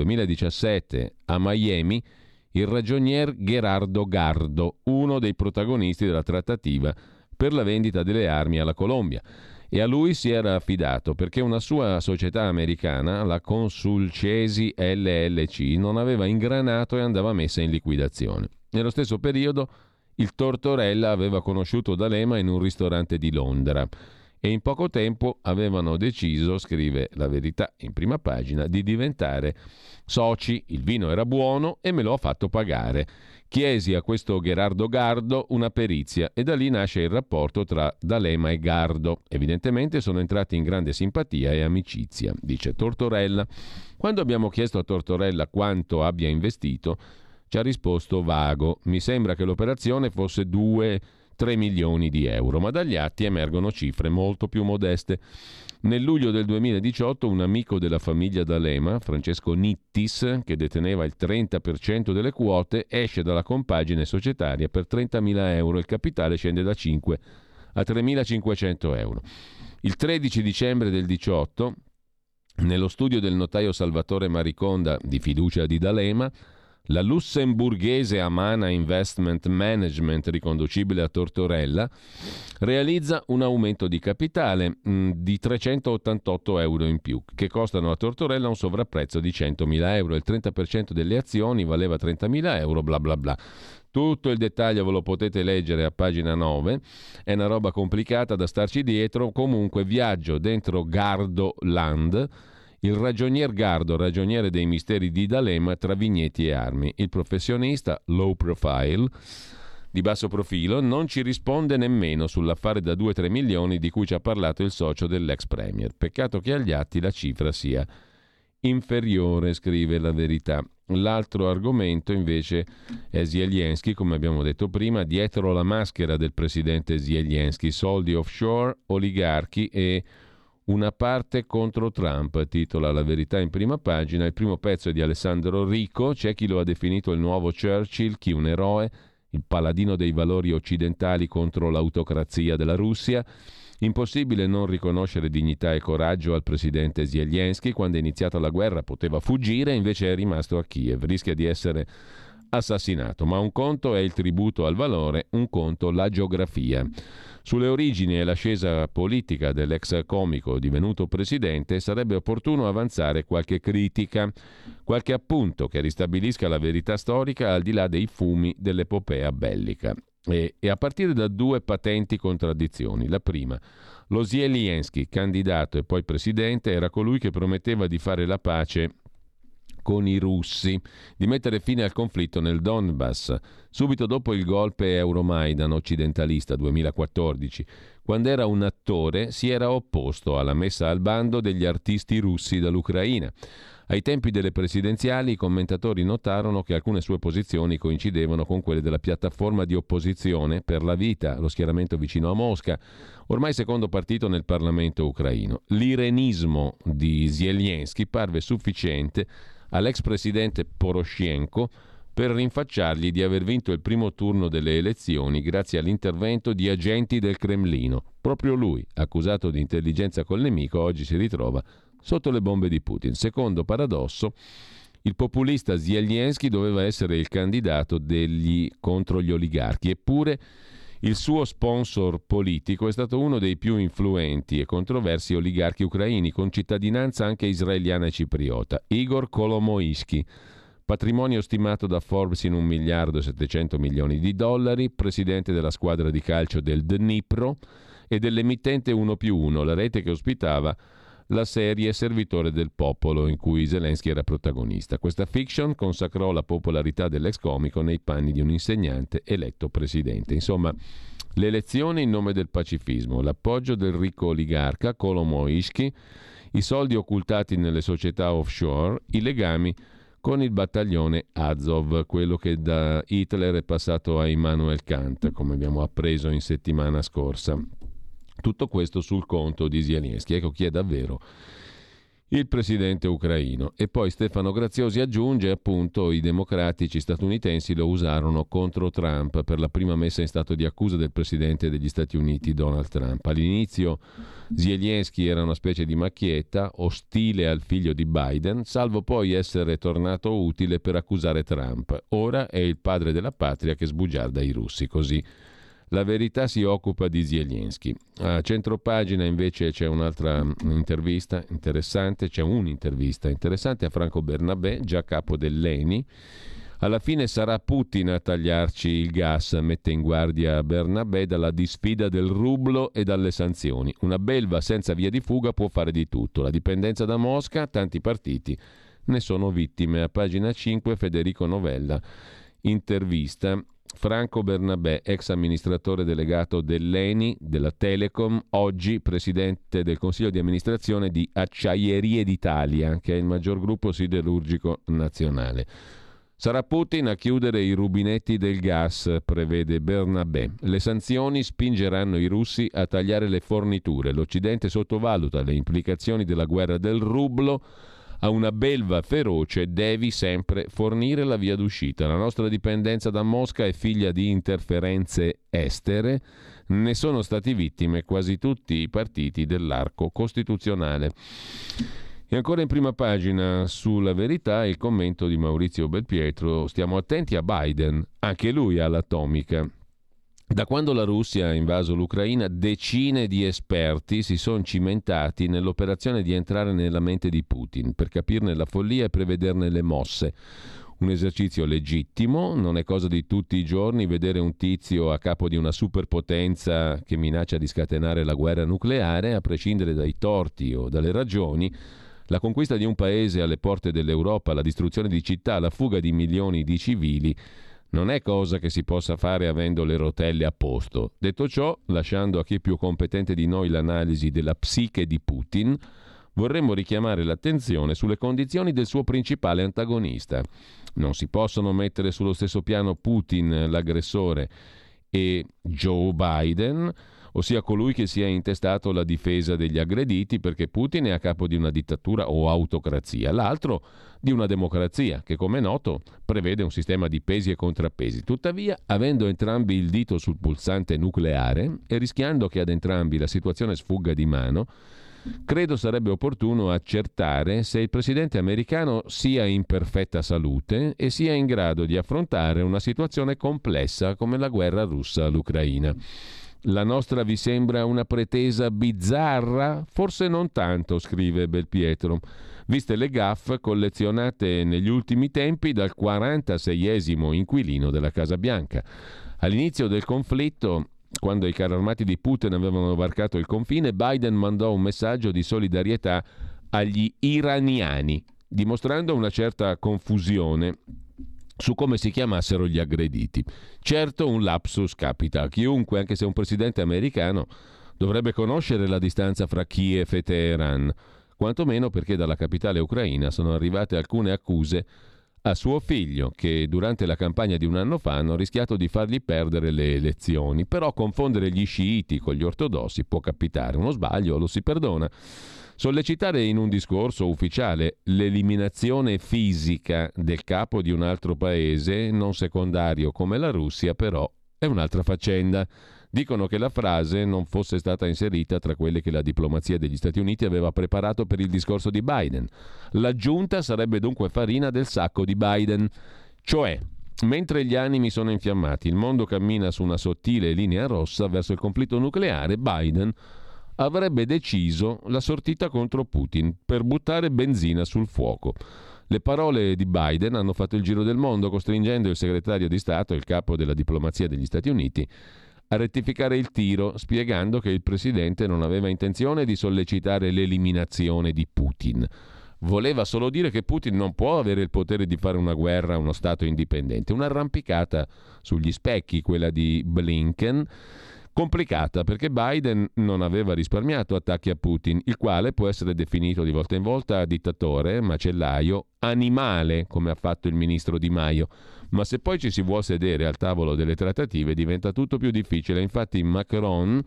2017 a Miami il ragionier Gerardo Gardo, uno dei protagonisti della trattativa per la vendita delle armi alla Colombia, e a lui si era affidato perché una sua società americana, la Consulcesi LLC, non aveva ingranato e andava messa in liquidazione. Nello stesso periodo il Tortorella aveva conosciuto D'Alema in un ristorante di Londra e in poco tempo avevano deciso, scrive La Verità in prima pagina, di diventare soci. Il vino era buono e me lo ha fatto pagare. Chiesi a questo Gerardo Gardo una perizia e da lì nasce il rapporto tra D'Alema e Gardo. Evidentemente sono entrati in grande simpatia e amicizia, dice Tortorella. Quando abbiamo chiesto a Tortorella quanto abbia investito, ci ha risposto vago. Mi sembra che l'operazione fosse 2-3 milioni di euro, ma dagli atti emergono cifre molto più modeste. Nel luglio del 2018 un amico della famiglia D'Alema, Francesco Nittis, che deteneva il 30% delle quote, esce dalla compagine societaria per 30.000 euro. Il capitale scende da 5 a 3.500 euro. Il 13 dicembre del 18, nello studio del notaio Salvatore Mariconda, di fiducia di D'Alema, la lussemburghese Amana Investment Management, riconducibile a Tortorella, realizza un aumento di capitale di 388 euro in più, che costano a Tortorella un sovrapprezzo di 100.000 euro. Il 30% delle azioni valeva 30.000 euro, bla bla bla. Tutto il dettaglio ve lo potete leggere a pagina 9, è una roba complicata da starci dietro. Comunque viaggio dentro Gardo Land, il ragionier Gardo, ragioniere dei misteri di D'Alema tra vigneti e armi. Il professionista, low profile, di basso profilo, non ci risponde nemmeno sull'affare da 2-3 milioni di cui ci ha parlato il socio dell'ex premier. Peccato che agli atti la cifra sia inferiore, scrive La Verità. L'altro argomento invece è Zelensky, come abbiamo detto prima, dietro la maschera del presidente Zelensky, soldi offshore, oligarchi e una parte contro Trump, titola La Verità in prima pagina. Il primo pezzo è di Alessandro Rico. C'è chi lo ha definito il nuovo Churchill, chi un eroe, il paladino dei valori occidentali contro l'autocrazia della Russia. Impossibile non riconoscere dignità e coraggio al presidente Zelensky. Quando è iniziata la guerra poteva fuggire, invece è rimasto a Kiev, rischia di essere assassinato. Ma un conto è il tributo al valore, un conto la geografia. Sulle origini e l'ascesa politica dell'ex comico divenuto presidente sarebbe opportuno avanzare qualche critica, qualche appunto che ristabilisca la verità storica al di là dei fumi dell'epopea bellica. e a partire da due patenti contraddizioni. La prima: lo Zelensky, candidato e poi presidente, era colui che prometteva di fare la pace con i russi, di mettere fine al conflitto nel Donbass, subito dopo il golpe Euromaidan occidentalista 2014. Quando era un attore si era opposto alla messa al bando degli artisti russi dall'Ucraina. Ai tempi delle presidenziali i commentatori notarono che alcune sue posizioni coincidevano con quelle della piattaforma di opposizione per la vita, lo schieramento vicino a Mosca, ormai secondo partito nel Parlamento ucraino. L'irenismo di Zelensky parve sufficiente all'ex presidente Poroshenko per rinfacciargli di aver vinto il primo turno delle elezioni grazie all'intervento di agenti del Cremlino. Proprio lui, accusato di intelligenza col nemico, oggi si ritrova sotto le bombe di Putin. Secondo paradosso, il populista Zelensky doveva essere il candidato contro gli oligarchi, eppure il suo sponsor politico è stato uno dei più influenti e controversi oligarchi ucraini, con cittadinanza anche israeliana e cipriota, Igor Kolomoisky, patrimonio stimato da Forbes in $1,7 miliardi, presidente della squadra di calcio del Dnipro e dell'emittente 1+1, la rete che ospitava la serie Servitore del Popolo, in cui Zelensky era protagonista. Questa fiction consacrò la popolarità dell'ex comico nei panni di un insegnante eletto presidente. Insomma, le elezioni in nome del pacifismo, l'appoggio del ricco oligarca Kolomoisky, i soldi occultati nelle società offshore, i legami con il battaglione Azov, quello che da Hitler è passato a Immanuel Kant, come abbiamo appreso in settimana scorsa. Tutto questo sul conto di Zelensky. Ecco chi è davvero il presidente ucraino. E poi Stefano Graziosi aggiunge, appunto, i democratici statunitensi lo usarono contro Trump per la prima messa in stato di accusa del presidente degli Stati Uniti Donald Trump. All'inizio Zelensky era una specie di macchietta, ostile al figlio di Biden, salvo poi essere tornato utile per accusare Trump. Ora è il padre della patria che sbugiarda i russi, così La Verità si occupa di Zelensky. A centropagina invece c'è un'altra intervista interessante, a Franco Bernabé, già capo dell'ENI. Alla fine sarà Putin a tagliarci il gas, mette in guardia Bernabé dalla disfida del rublo e dalle sanzioni. Una belva senza via di fuga può fare di tutto. La dipendenza da Mosca, tanti partiti ne sono vittime. A pagina 5 Federico Novella intervista Franco Bernabé, ex amministratore delegato dell'ENI, della Telecom, oggi presidente del Consiglio di amministrazione di Acciaierie d'Italia, che è il maggior gruppo siderurgico nazionale. Sarà Putin a chiudere i rubinetti del gas, prevede Bernabé. Le sanzioni spingeranno i russi a tagliare le forniture. L'Occidente sottovaluta le implicazioni della guerra del rublo. A una belva feroce devi sempre fornire la via d'uscita. La nostra dipendenza da Mosca è figlia di interferenze estere. Ne sono stati vittime quasi tutti i partiti dell'arco costituzionale. E ancora in prima pagina sulla Verità il commento di Maurizio Belpietro. Stiamo attenti a Biden, anche lui ha l'atomica. Da quando la Russia ha invaso l'Ucraina, decine di esperti si sono cimentati nell'operazione di entrare nella mente di Putin per capirne la follia e prevederne le mosse. Un esercizio legittimo, non è cosa di tutti i giorni vedere un tizio a capo di una superpotenza che minaccia di scatenare la guerra nucleare, a prescindere dai torti o dalle ragioni. La conquista di un paese alle porte dell'Europa, la distruzione di città, la fuga di milioni di civili non è cosa che si possa fare avendo le rotelle a posto. Detto ciò, lasciando a chi è più competente di noi l'analisi della psiche di Putin, vorremmo richiamare l'attenzione sulle condizioni del suo principale antagonista. Non si possono mettere sullo stesso piano Putin, l'aggressore, e Joe Biden, ossia colui che si è intestato la difesa degli aggrediti, perché Putin è a capo di una dittatura o autocrazia, l'altro di una democrazia che, come è noto, prevede un sistema di pesi e contrappesi. Tuttavia, avendo entrambi il dito sul pulsante nucleare e rischiando che ad entrambi la situazione sfugga di mano, credo sarebbe opportuno accertare se il presidente americano sia in perfetta salute e sia in grado di affrontare una situazione complessa come la guerra russa all'Ucraina. La nostra vi sembra una pretesa bizzarra? Forse non tanto, scrive Belpietro, viste le gaffe collezionate negli ultimi tempi dal 46esimo inquilino della Casa Bianca. All'inizio del conflitto, quando i carri armati di Putin avevano varcato il confine, Biden mandò un messaggio di solidarietà agli iraniani, dimostrando una certa confusione su come si chiamassero gli aggrediti. Certo, un lapsus capita a chiunque, anche se un presidente americano dovrebbe conoscere la distanza fra Kiev e Teheran, quantomeno perché dalla capitale ucraina sono arrivate alcune accuse a suo figlio, che durante la campagna di un anno fa hanno rischiato di fargli perdere le elezioni. Però confondere gli sciiti con gli ortodossi può capitare, uno sbaglio lo si perdona. Sollecitare in un discorso ufficiale l'eliminazione fisica del capo di un altro paese, non secondario come la Russia, però è un'altra faccenda. Dicono che la frase non fosse stata inserita tra quelle che la diplomazia degli Stati Uniti aveva preparato per il discorso di Biden. L'aggiunta sarebbe dunque farina del sacco di Biden. Cioè, mentre gli animi sono infiammati, il mondo cammina su una sottile linea rossa verso il conflitto nucleare, Biden avrebbe deciso la sortita contro Putin per buttare benzina sul fuoco. Le parole di Biden hanno fatto il giro del mondo, costringendo il segretario di Stato, il capo della diplomazia degli Stati Uniti, a rettificare il tiro, spiegando che il presidente non aveva intenzione di sollecitare l'eliminazione di Putin. Voleva solo dire che Putin non può avere il potere di fare una guerra a uno Stato indipendente. Un'arrampicata sugli specchi, quella di Blinken, complicata perché Biden non aveva risparmiato attacchi a Putin, il quale può essere definito di volta in volta dittatore, macellaio, animale, come ha fatto il ministro Di Maio. Ma se poi ci si vuol sedere al tavolo delle trattative diventa tutto più difficile. Infatti Macron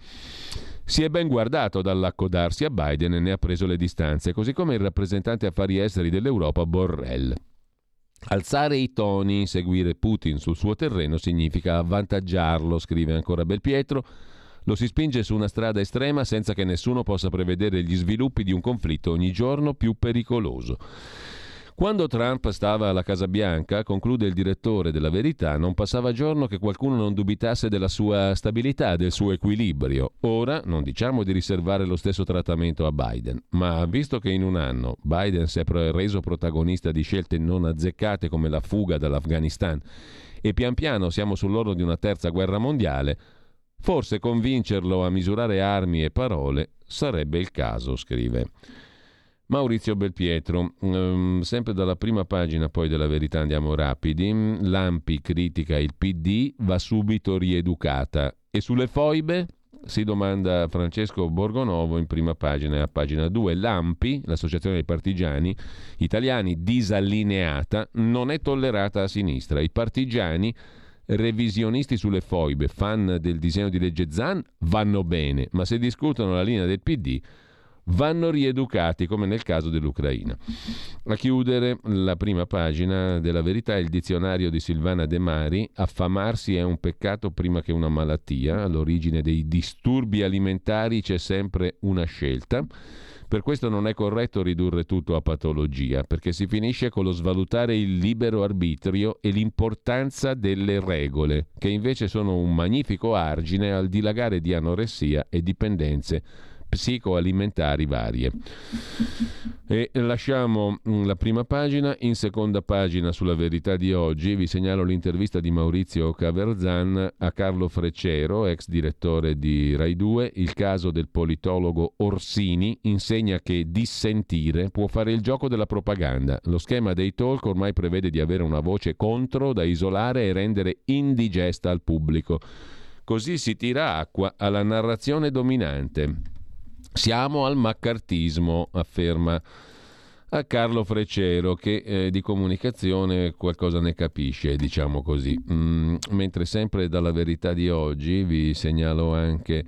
si è ben guardato dall'accodarsi a Biden e ne ha preso le distanze, così come il rappresentante affari esteri dell'Europa Borrell. Alzare i toni, seguire Putin sul suo terreno significa avvantaggiarlo, scrive ancora Belpietro. Lo si spinge su una strada estrema senza che nessuno possa prevedere gli sviluppi di un conflitto ogni giorno più pericoloso. Quando Trump stava alla Casa Bianca, conclude il direttore della Verità, non passava giorno che qualcuno non dubitasse della sua stabilità, del suo equilibrio. Ora non diciamo di riservare lo stesso trattamento a Biden, ma visto che in un anno Biden si è reso protagonista di scelte non azzeccate come la fuga dall'Afghanistan e pian piano siamo sull'orlo di una terza guerra mondiale, forse convincerlo a misurare armi e parole sarebbe il caso, scrive Maurizio Belpietro. Sempre dalla prima pagina poi della Verità andiamo rapidi. L'ANPI critica il PD, va subito rieducata. E sulle foibe? Si domanda Francesco Borgonovo in prima pagina e a pagina 2. L'ANPI, l'Associazione dei Partigiani Italiani disallineata, non è tollerata a sinistra. I partigiani revisionisti sulle foibe, fan del disegno di legge Zan, vanno bene, ma se discutono la linea del PD vanno rieducati, come nel caso dell'Ucraina. A chiudere la prima pagina della Verità il dizionario di Silvana De Mari. Affamarsi è un peccato prima che una malattia. All'origine dei disturbi alimentari c'è sempre una scelta. Per questo non è corretto ridurre tutto a patologia, perché si finisce con lo svalutare il libero arbitrio e l'importanza delle regole, che invece sono un magnifico argine al dilagare di anoressia e dipendenze psicoalimentari varie. E lasciamo la prima pagina. In seconda pagina sulla Verità di oggi vi segnalo l'intervista di Maurizio Caverzan a Carlo Freccero, ex direttore di Rai 2. Il caso del politologo Orsini insegna che dissentire può fare il gioco della propaganda. Lo schema dei talk ormai prevede di avere una voce contro da isolare e rendere indigesta al pubblico. Così si tira acqua alla narrazione dominante. Siamo al maccartismo, afferma a Carlo Freccero, che di comunicazione qualcosa ne capisce, diciamo così. Mentre sempre dalla Verità di oggi vi segnalo anche,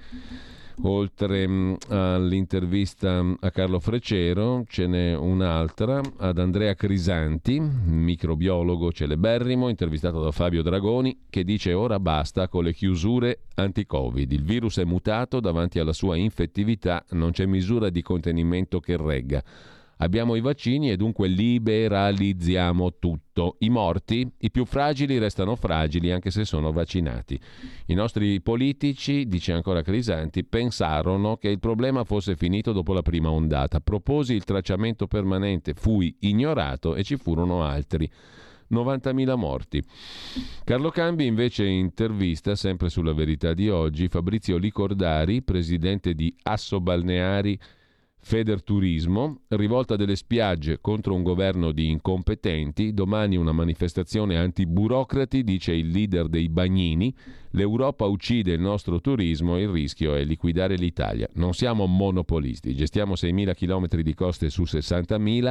oltre all'intervista a Carlo Freccero, ce n'è un'altra ad Andrea Crisanti, microbiologo celeberrimo, intervistato da Fabio Dragoni, che dice: ora basta con le chiusure anti-Covid, il virus è mutato, davanti alla sua infettività non c'è misura di contenimento che regga. Abbiamo i vaccini e dunque liberalizziamo tutto. I morti, i più fragili restano fragili anche se sono vaccinati. I nostri politici, dice ancora Crisanti, pensarono che il problema fosse finito dopo la prima ondata. Proposi il tracciamento permanente, fui ignorato e ci furono altri 90.000 morti. Carlo Cambi invece intervista, sempre sulla Verità di oggi, Fabrizio Licordari, presidente di Assobalneari Federturismo, rivolta delle spiagge contro un governo di incompetenti, domani una manifestazione anti-burocrati, dice il leader dei bagnini, l'Europa uccide il nostro turismo e il rischio è liquidare l'Italia. Non siamo monopolisti, gestiamo 6.000 km di coste su 60.000,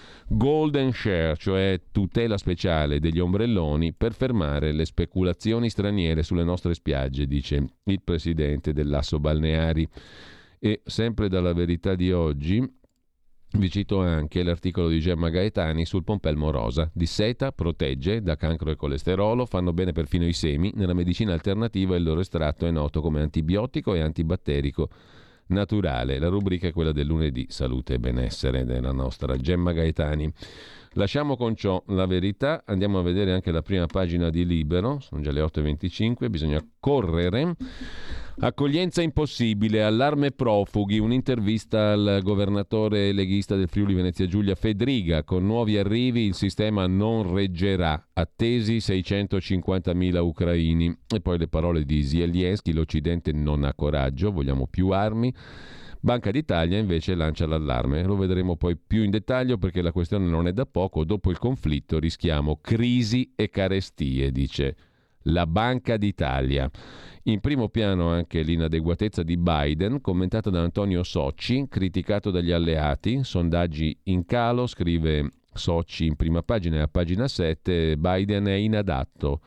golden share, cioè tutela speciale degli ombrelloni per fermare le speculazioni straniere sulle nostre spiagge, dice il presidente dell'Assobalneari. E sempre dalla Verità di oggi vi cito anche l'articolo di Gemma Gaetani sul pompelmo rosa. Disseta, protegge da cancro e colesterolo, fanno bene perfino i semi. Nella medicina alternativa il loro estratto è noto come antibiotico e antibatterico naturale. La rubrica è quella del lunedì, salute e benessere, della nostra Gemma Gaetani. Lasciamo con ciò la Verità, andiamo a vedere anche la prima pagina di Libero, sono già le 8.25, bisogna correre. Accoglienza impossibile, allarme profughi, un'intervista al governatore leghista del Friuli Venezia Giulia Fedriga, con nuovi arrivi il sistema non reggerà, attesi 650.000 ucraini. E poi le parole di Zelensky, l'Occidente non ha coraggio, vogliamo più armi. Banca d'Italia invece lancia l'allarme, lo vedremo poi più in dettaglio perché la questione non è da poco, dopo il conflitto rischiamo crisi e carestie, dice la Banca d'Italia. In primo piano anche l'inadeguatezza di Biden, commentata da Antonio Socci, criticato dagli alleati, sondaggi in calo, scrive Socci in prima pagina e a pagina 7, Biden è inadatto,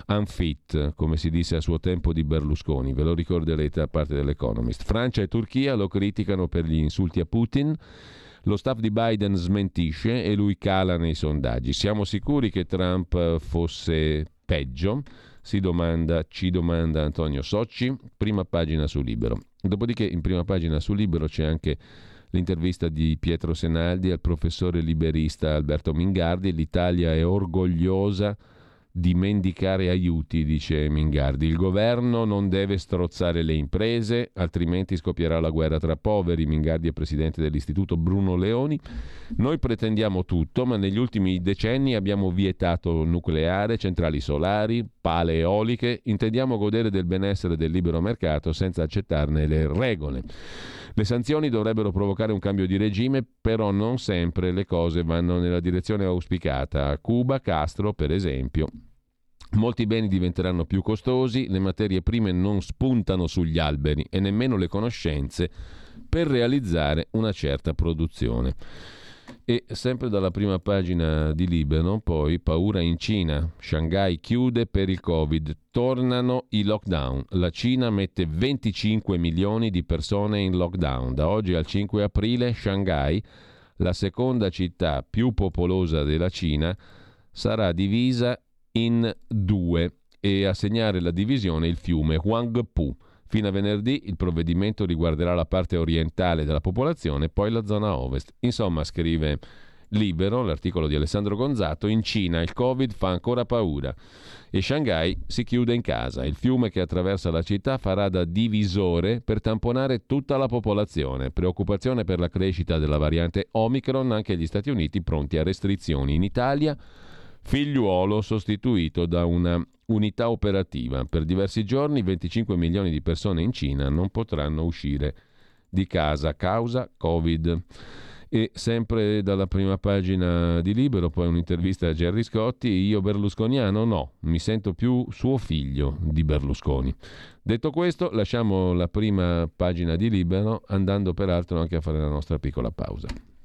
unfit, come si disse a suo tempo di Berlusconi, ve lo ricorderete da parte dell'Economist. Francia e Turchia lo criticano per gli insulti a Putin, lo staff di Biden smentisce e lui cala nei sondaggi. Siamo sicuri che Trump fosse peggio? Ci domanda Antonio Socci, prima pagina su Libero. Dopodiché in prima pagina su Libero c'è anche l'intervista di Pietro Senaldi al professore liberista Alberto Mingardi. L'Italia è orgogliosa di mendicare aiuti, dice Mingardi. Il governo non deve strozzare le imprese, altrimenti scoppierà la guerra tra poveri. Mingardi è presidente dell'Istituto Bruno Leoni. Noi pretendiamo tutto, ma negli ultimi decenni abbiamo vietato nucleare, centrali solari, pale eoliche. Intendiamo godere del benessere del libero mercato senza accettarne le regole. Le sanzioni dovrebbero provocare un cambio di regime, però non sempre le cose vanno nella direzione auspicata. A Cuba, Castro, per esempio, molti beni diventeranno più costosi, le materie prime non spuntano sugli alberi e nemmeno le conoscenze per realizzare una certa produzione. E sempre dalla prima pagina di Libero, poi paura in Cina, Shanghai chiude per il Covid, tornano i lockdown, la Cina mette 25 milioni di persone in lockdown, da oggi al 5 aprile Shanghai, la seconda città più popolosa della Cina, sarà divisa in due e a segnare la divisione il fiume Huangpu. Fino a venerdì il provvedimento riguarderà la parte orientale della popolazione, poi la zona ovest. Insomma, scrive Libero, l'articolo di Alessandro Gonzato, in Cina il Covid fa ancora paura e Shanghai si chiude in casa. Il fiume che attraversa la città farà da divisore per tamponare tutta la popolazione. Preoccupazione per la crescita della variante Omicron, anche gli Stati Uniti pronti a restrizioni. In Italia, figliuolo sostituito da una unità operativa. Per diversi giorni 25 milioni di persone in Cina non potranno uscire di casa causa Covid. E sempre dalla prima pagina di Libero, poi un'intervista a Gerry Scotti, io berlusconiano no, mi sento più suo figlio di Berlusconi. Detto questo, lasciamo la prima pagina di Libero, andando peraltro anche a fare la nostra piccola pausa.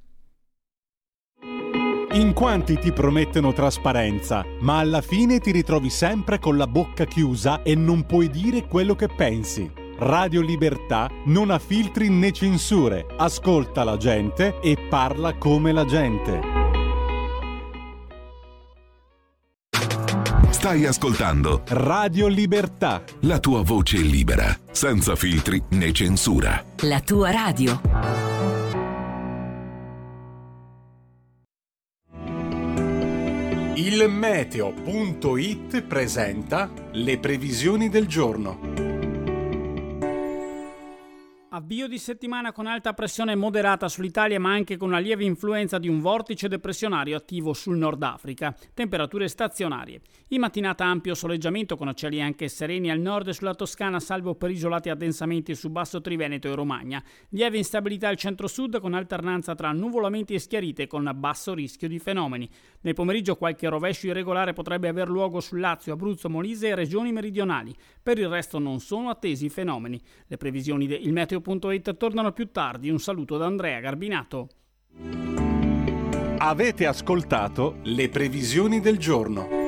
In quanti ti promettono trasparenza, ma alla fine ti ritrovi sempre con la bocca chiusa e non puoi dire quello che pensi. Radio Libertà non ha filtri né censure, ascolta la gente e parla come la gente. Stai ascoltando Radio Libertà, la tua voce libera, senza filtri né censura. La tua radio. Il meteo.it presenta le previsioni del giorno. Avvio di settimana con alta pressione moderata sull'Italia, ma anche con una lieve influenza di un vortice depressionario attivo sul Nord Africa. Temperature stazionarie. In mattinata ampio soleggiamento con cieli anche sereni al nord e sulla Toscana, salvo per isolati addensamenti su Basso Triveneto e Romagna. Lieve instabilità al centro-sud con alternanza tra nuvolamenti e schiarite con basso rischio di fenomeni. Nel pomeriggio qualche rovescio irregolare potrebbe aver luogo sul Lazio, Abruzzo, Molise e regioni meridionali. Per il resto non sono attesi fenomeni. Le previsioni del meteo.it tornano più tardi. Un saluto da Andrea Garbinato. Avete ascoltato le previsioni del giorno.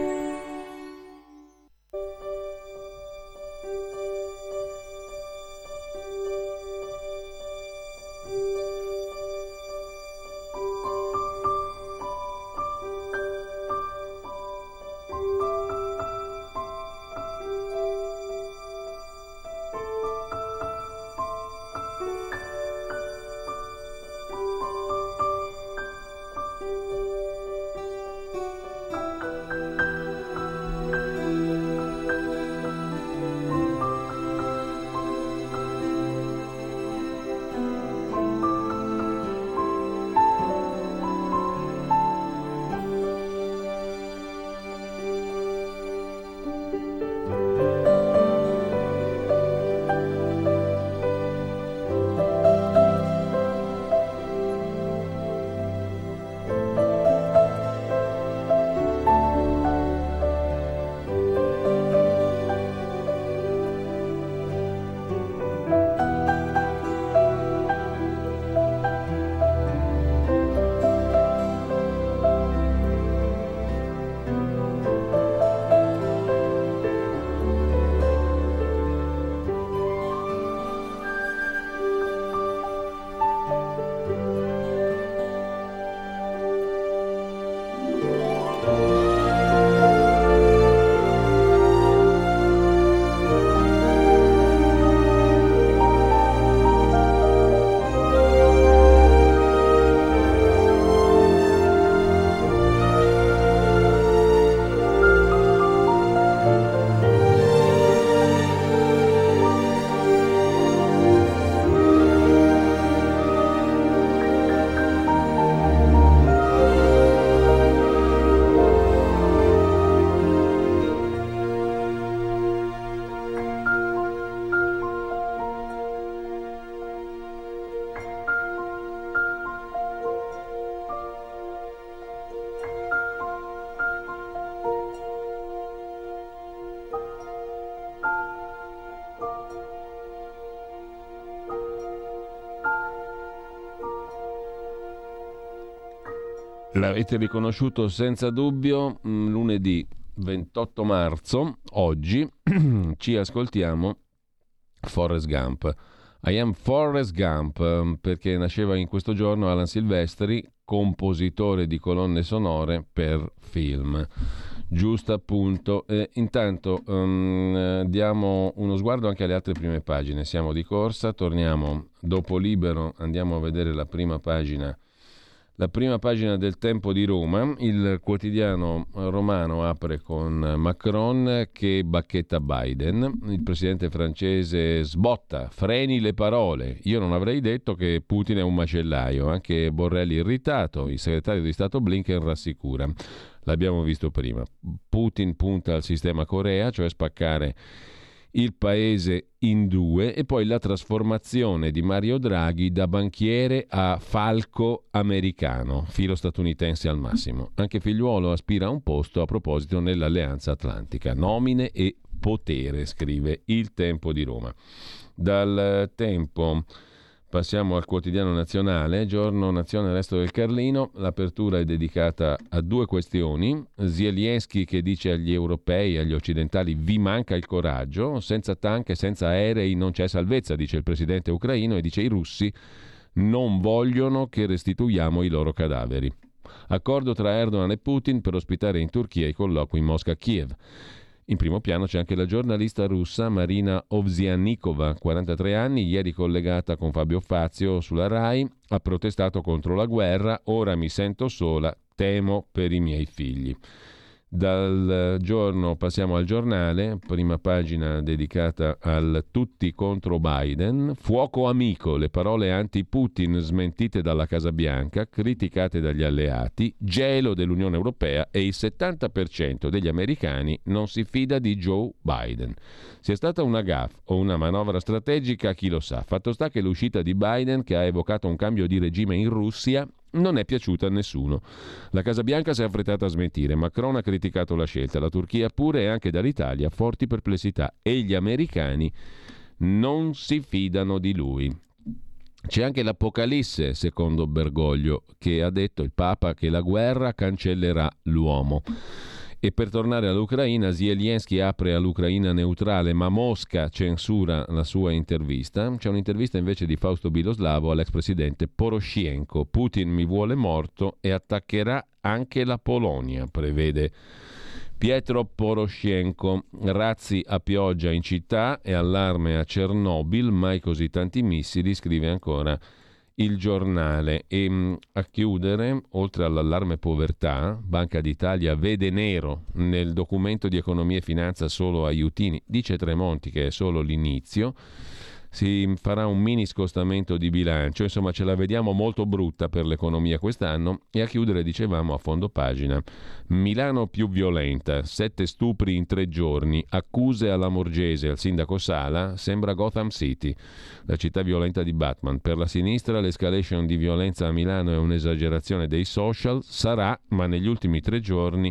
L'avete riconosciuto senza dubbio, lunedì 28 marzo, oggi, ci ascoltiamo Forrest Gump. I am Forrest Gump, perché nasceva in questo giorno Alan Silvestri, compositore di colonne sonore per film. Giusto appunto. Intanto diamo uno sguardo anche alle altre prime pagine. Siamo di corsa, torniamo dopo Libero, andiamo a vedere la prima pagina. La prima pagina del Tempo di Roma, il quotidiano romano apre con Macron che bacchetta Biden, il presidente francese sbotta, freni le parole, io non avrei detto che Putin è un macellaio, anche Borrell irritato, il segretario di Stato Blinken rassicura, l'abbiamo visto prima, Putin punta al sistema Corea, cioè spaccare il paese in due, e poi la trasformazione di Mario Draghi da banchiere a falco americano, filo statunitense al massimo. Anche Figliuolo aspira a un posto a proposito nell'Alleanza Atlantica. Nomine e potere, scrive il Tempo di Roma. Dal Tempo passiamo al quotidiano nazionale, Giorno, Nazione, Resto del Carlino. L'apertura è dedicata a due questioni. Zelensky che dice agli europei, agli occidentali, vi manca il coraggio, senza tank e senza aerei non c'è salvezza, dice il presidente ucraino, e dice i russi non vogliono che restituiamo i loro cadaveri. Accordo tra Erdogan e Putin per ospitare in Turchia i colloqui Mosca-Kiev. In primo piano c'è anche la giornalista russa Marina Ovsiannikova, 43 anni, ieri collegata con Fabio Fazio sulla Rai, ha protestato contro la guerra, ora mi sento sola, temo per i miei figli. Dal giorno passiamo al giornale, prima pagina dedicata al tutti contro Biden, fuoco amico, le parole anti-Putin smentite dalla Casa Bianca, criticate dagli alleati, gelo dell'Unione Europea e il 70% degli americani non si fida di Joe Biden. Sia stata una gaffe o una manovra strategica, chi lo sa. Fatto sta che l'uscita di Biden, che ha evocato un cambio di regime in Russia, non è piaciuta a nessuno. La Casa Bianca si è affrettata a smentire, Macron ha criticato la scelta, la Turchia pure, e anche dall'Italia forti perplessità, e gli americani non si fidano di lui. C'è anche l'Apocalisse, secondo Bergoglio, che ha detto il Papa che la guerra cancellerà l'uomo. E per tornare all'Ucraina, Zelensky apre all'Ucraina neutrale, ma Mosca censura la sua intervista. C'è un'intervista invece di Fausto Biloslavo all'ex presidente Poroshenko. Putin mi vuole morto e attaccherà anche la Polonia, prevede Pietro Poroshenko. Razzi a pioggia in città e allarme a Chernobyl, mai così tanti missili, scrive ancora il giornale. E a chiudere, oltre all'allarme povertà, Banca d'Italia vede nero nel documento di economia e finanza solo aiutini, dice Tremonti che è solo l'inizio, si farà un mini scostamento di bilancio, insomma ce la vediamo molto brutta per l'economia quest'anno. E a chiudere, dicevamo a fondo pagina, Milano più violenta, 7 stupri in 3 giorni, accuse alla Morgese e al sindaco Sala, sembra Gotham City, la città violenta di Batman. Per la sinistra l'escalation di violenza a Milano è un'esagerazione dei social, sarà, ma negli ultimi 3 giorni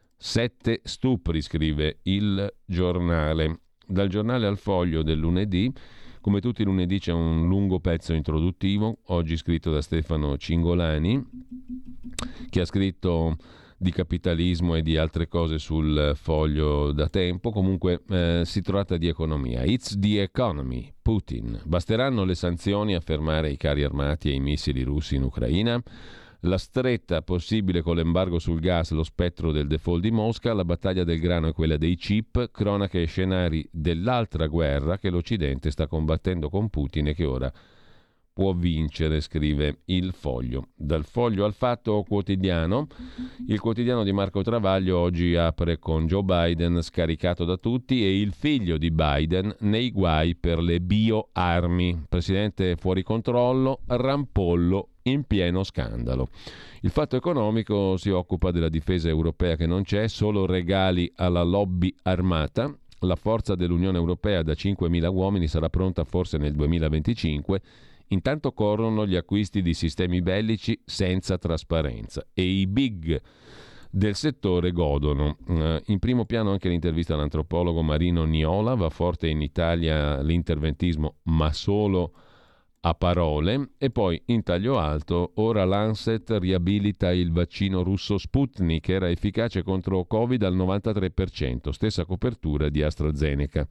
7 stupri, scrive il giornale. Dal giornale al Foglio del lunedì, come tutti i lunedì c'è un lungo pezzo introduttivo, oggi scritto da Stefano Cingolani, che ha scritto di capitalismo e di altre cose sul Foglio da tempo. Comunque si tratta di economia. It's the economy, Putin. Basteranno le sanzioni a fermare i carri armati e i missili russi in Ucraina? La stretta possibile con l'embargo sul gas, lo spettro del default di Mosca, la battaglia del grano e quella dei chip, cronache e scenari dell'altra guerra che l'Occidente sta combattendo con Putin e che ora può vincere, scrive il Foglio. Dal Foglio al Fatto Quotidiano, il quotidiano di Marco Travaglio oggi apre con Joe Biden scaricato da tutti e il figlio di Biden nei guai per le bioarmi. Presidente fuori controllo, rampollo in pieno scandalo. Il Fatto Economico si occupa della difesa europea che non c'è, solo regali alla lobby armata. La forza dell'Unione Europea da 5.000 uomini sarà pronta forse nel 2025. Intanto corrono gli acquisti di sistemi bellici senza trasparenza e i big del settore godono. In primo piano anche l'intervista all'antropologo Marino Niola. Va forte in Italia l'interventismo, ma solo a parole. E poi in taglio alto, ora Lancet riabilita il vaccino russo Sputnik, che era efficace contro Covid al 93%, stessa copertura di AstraZeneca.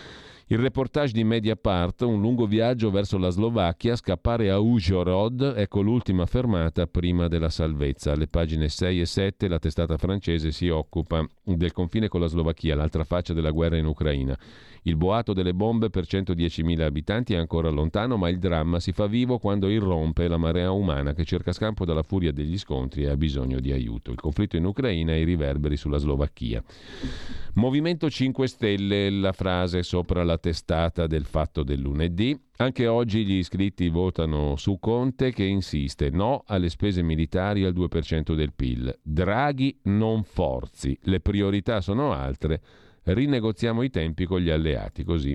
Il reportage di Mediapart, un lungo viaggio verso la Slovacchia, scappare a Užhorod, ecco l'ultima fermata prima della salvezza. Alle pagine 6 e 7 la testata francese si occupa del confine con la Slovacchia, l'altra faccia della guerra in Ucraina. Il boato delle bombe per 110.000 abitanti è ancora lontano, ma il dramma si fa vivo quando irrompe la marea umana che cerca scampo dalla furia degli scontri e ha bisogno di aiuto. Il conflitto in Ucraina e i riverberi sulla Slovacchia. Movimento 5 Stelle, la frase sopra la testata del Fatto del lunedì. Anche oggi gli iscritti votano su Conte che insiste no alle spese militari al 2% del PIL. Draghi non forzi, le priorità sono altre. Rinegoziamo i tempi con gli alleati, così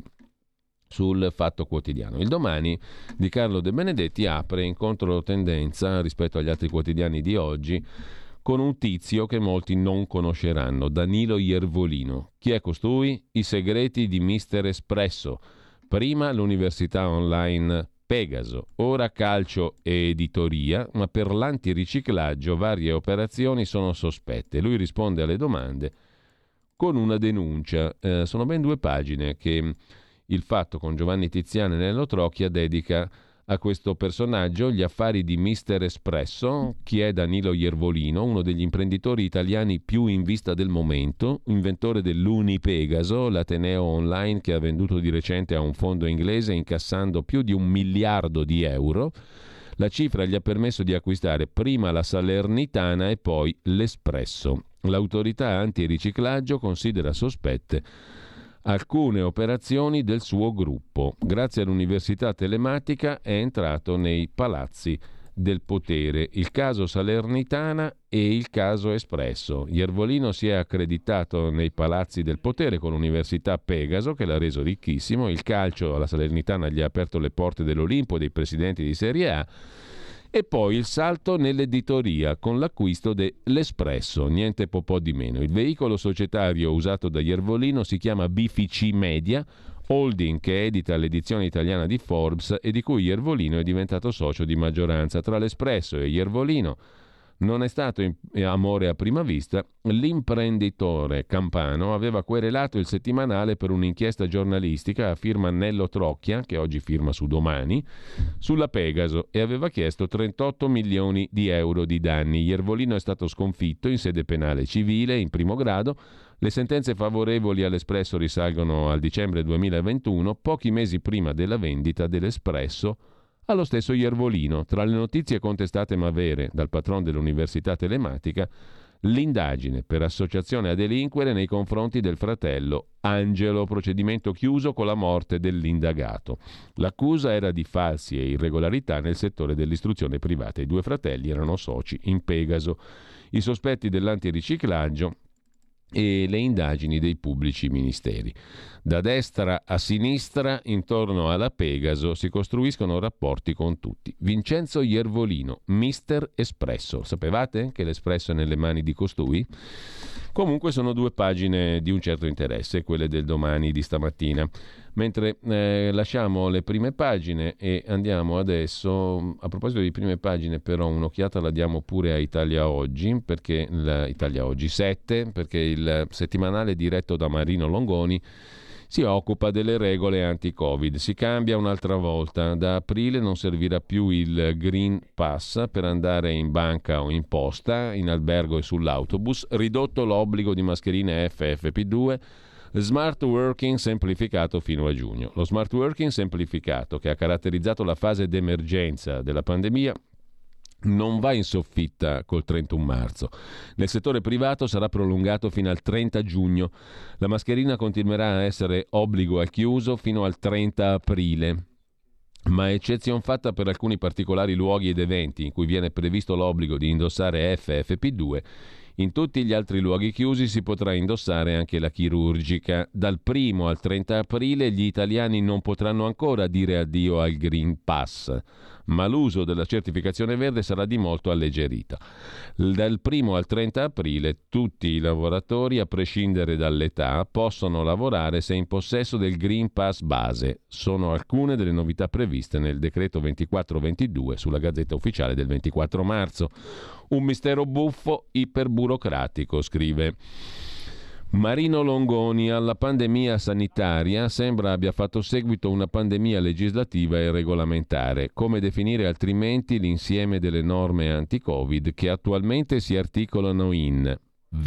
sul Fatto Quotidiano. Il Domani di Carlo De Benedetti apre in controtendenza rispetto agli altri quotidiani di oggi con un tizio che molti non conosceranno, Danilo Iervolino. Chi è costui? I segreti di Mister Espresso. Prima l'università online Pegaso, ora calcio e editoria, ma per l'antiriciclaggio varie operazioni sono sospette. Lui risponde alle domande con una denuncia. Sono ben 2 pagine che il Fatto con Giovanni Tiziano e Nello Trocchia dedica a questo personaggio, gli affari di Mister Espresso. Chi è Danilo Iervolino? Uno degli imprenditori italiani più in vista del momento, inventore dell'Unipegaso, l'ateneo online che ha venduto di recente a un fondo inglese incassando più di 1 miliardo di euro. La cifra gli ha permesso di acquistare prima la Salernitana e poi l'Espresso. L'autorità antiriciclaggio considera sospette alcune operazioni del suo gruppo. Grazie all'università telematica è entrato nei palazzi del potere. Il caso Salernitana e il caso Espresso. Iervolino si è accreditato nei palazzi del potere con l'università Pegaso, che l'ha reso ricchissimo. Il calcio alla Salernitana gli ha aperto le porte dell'Olimpo, dei presidenti di Serie A. E poi il salto nell'editoria con l'acquisto dell'Espresso, niente po' di meno. Il veicolo societario usato da Iervolino si chiama BFC Media, holding che edita l'edizione italiana di Forbes e di cui Iervolino è diventato socio di maggioranza. Tra l'Espresso e Iervolino non è stato amore a prima vista. L'imprenditore campano aveva querelato il settimanale per un'inchiesta giornalistica a firma Nello Trocchia, che oggi firma su Domani, sulla Pegaso, e aveva chiesto 38 milioni di euro di danni. Iervolino è stato sconfitto in sede penale civile in primo grado. Le sentenze favorevoli all'Espresso risalgono al dicembre 2021, pochi mesi prima della vendita dell'Espresso allo stesso Iervolino. Tra le notizie contestate ma vere dal patron dell'università telematica, l'indagine per associazione a delinquere nei confronti del fratello Angelo, procedimento chiuso con la morte dell'indagato. L'accusa era di falsi e irregolarità nel settore dell'istruzione privata. I due fratelli erano soci in Pegaso. I sospetti dell'antiriciclaggio e le indagini dei pubblici ministeri. Da destra a sinistra, intorno alla Pegaso, si costruiscono rapporti con tutti. Vincenzo Iervolino, Mister Espresso. Sapevate che l'Espresso è nelle mani di costui? Comunque sono due pagine di un certo interesse, quelle del Domani di stamattina. Mentre lasciamo le prime pagine e andiamo adesso, a proposito di prime pagine però un'occhiata la diamo pure a Italia Oggi, perché Italia Oggi 7, perché il settimanale diretto da Marino Longoni si occupa delle regole anti-Covid. Si cambia un'altra volta. Da aprile non servirà più il Green Pass per andare in banca o in posta, in albergo e sull'autobus. Ridotto l'obbligo di mascherine FFP2. Smart working semplificato fino a giugno. Lo smart working semplificato, che ha caratterizzato la fase d'emergenza della pandemia, non va in soffitta col 31 marzo. Nel settore privato sarà prolungato fino al 30 giugno. La mascherina continuerà a essere obbligo al chiuso fino al 30 aprile. Ma eccezion fatta per alcuni particolari luoghi ed eventi in cui viene previsto l'obbligo di indossare FFP2, in tutti gli altri luoghi chiusi si potrà indossare anche la chirurgica. Dal 1 al 30 aprile gli italiani non potranno ancora dire addio al Green Pass, ma l'uso della certificazione verde sarà di molto alleggerita. Dal 1 al 30 aprile tutti i lavoratori, a prescindere dall'età, possono lavorare se in possesso del Green Pass base. Sono alcune delle novità previste nel decreto 2422 sulla Gazzetta Ufficiale del 24 marzo. Un mistero buffo, iperburocratico, scrive Marino Longoni. Alla pandemia sanitaria sembra abbia fatto seguito una pandemia legislativa e regolamentare. Come definire altrimenti l'insieme delle norme anti-Covid che attualmente si articolano in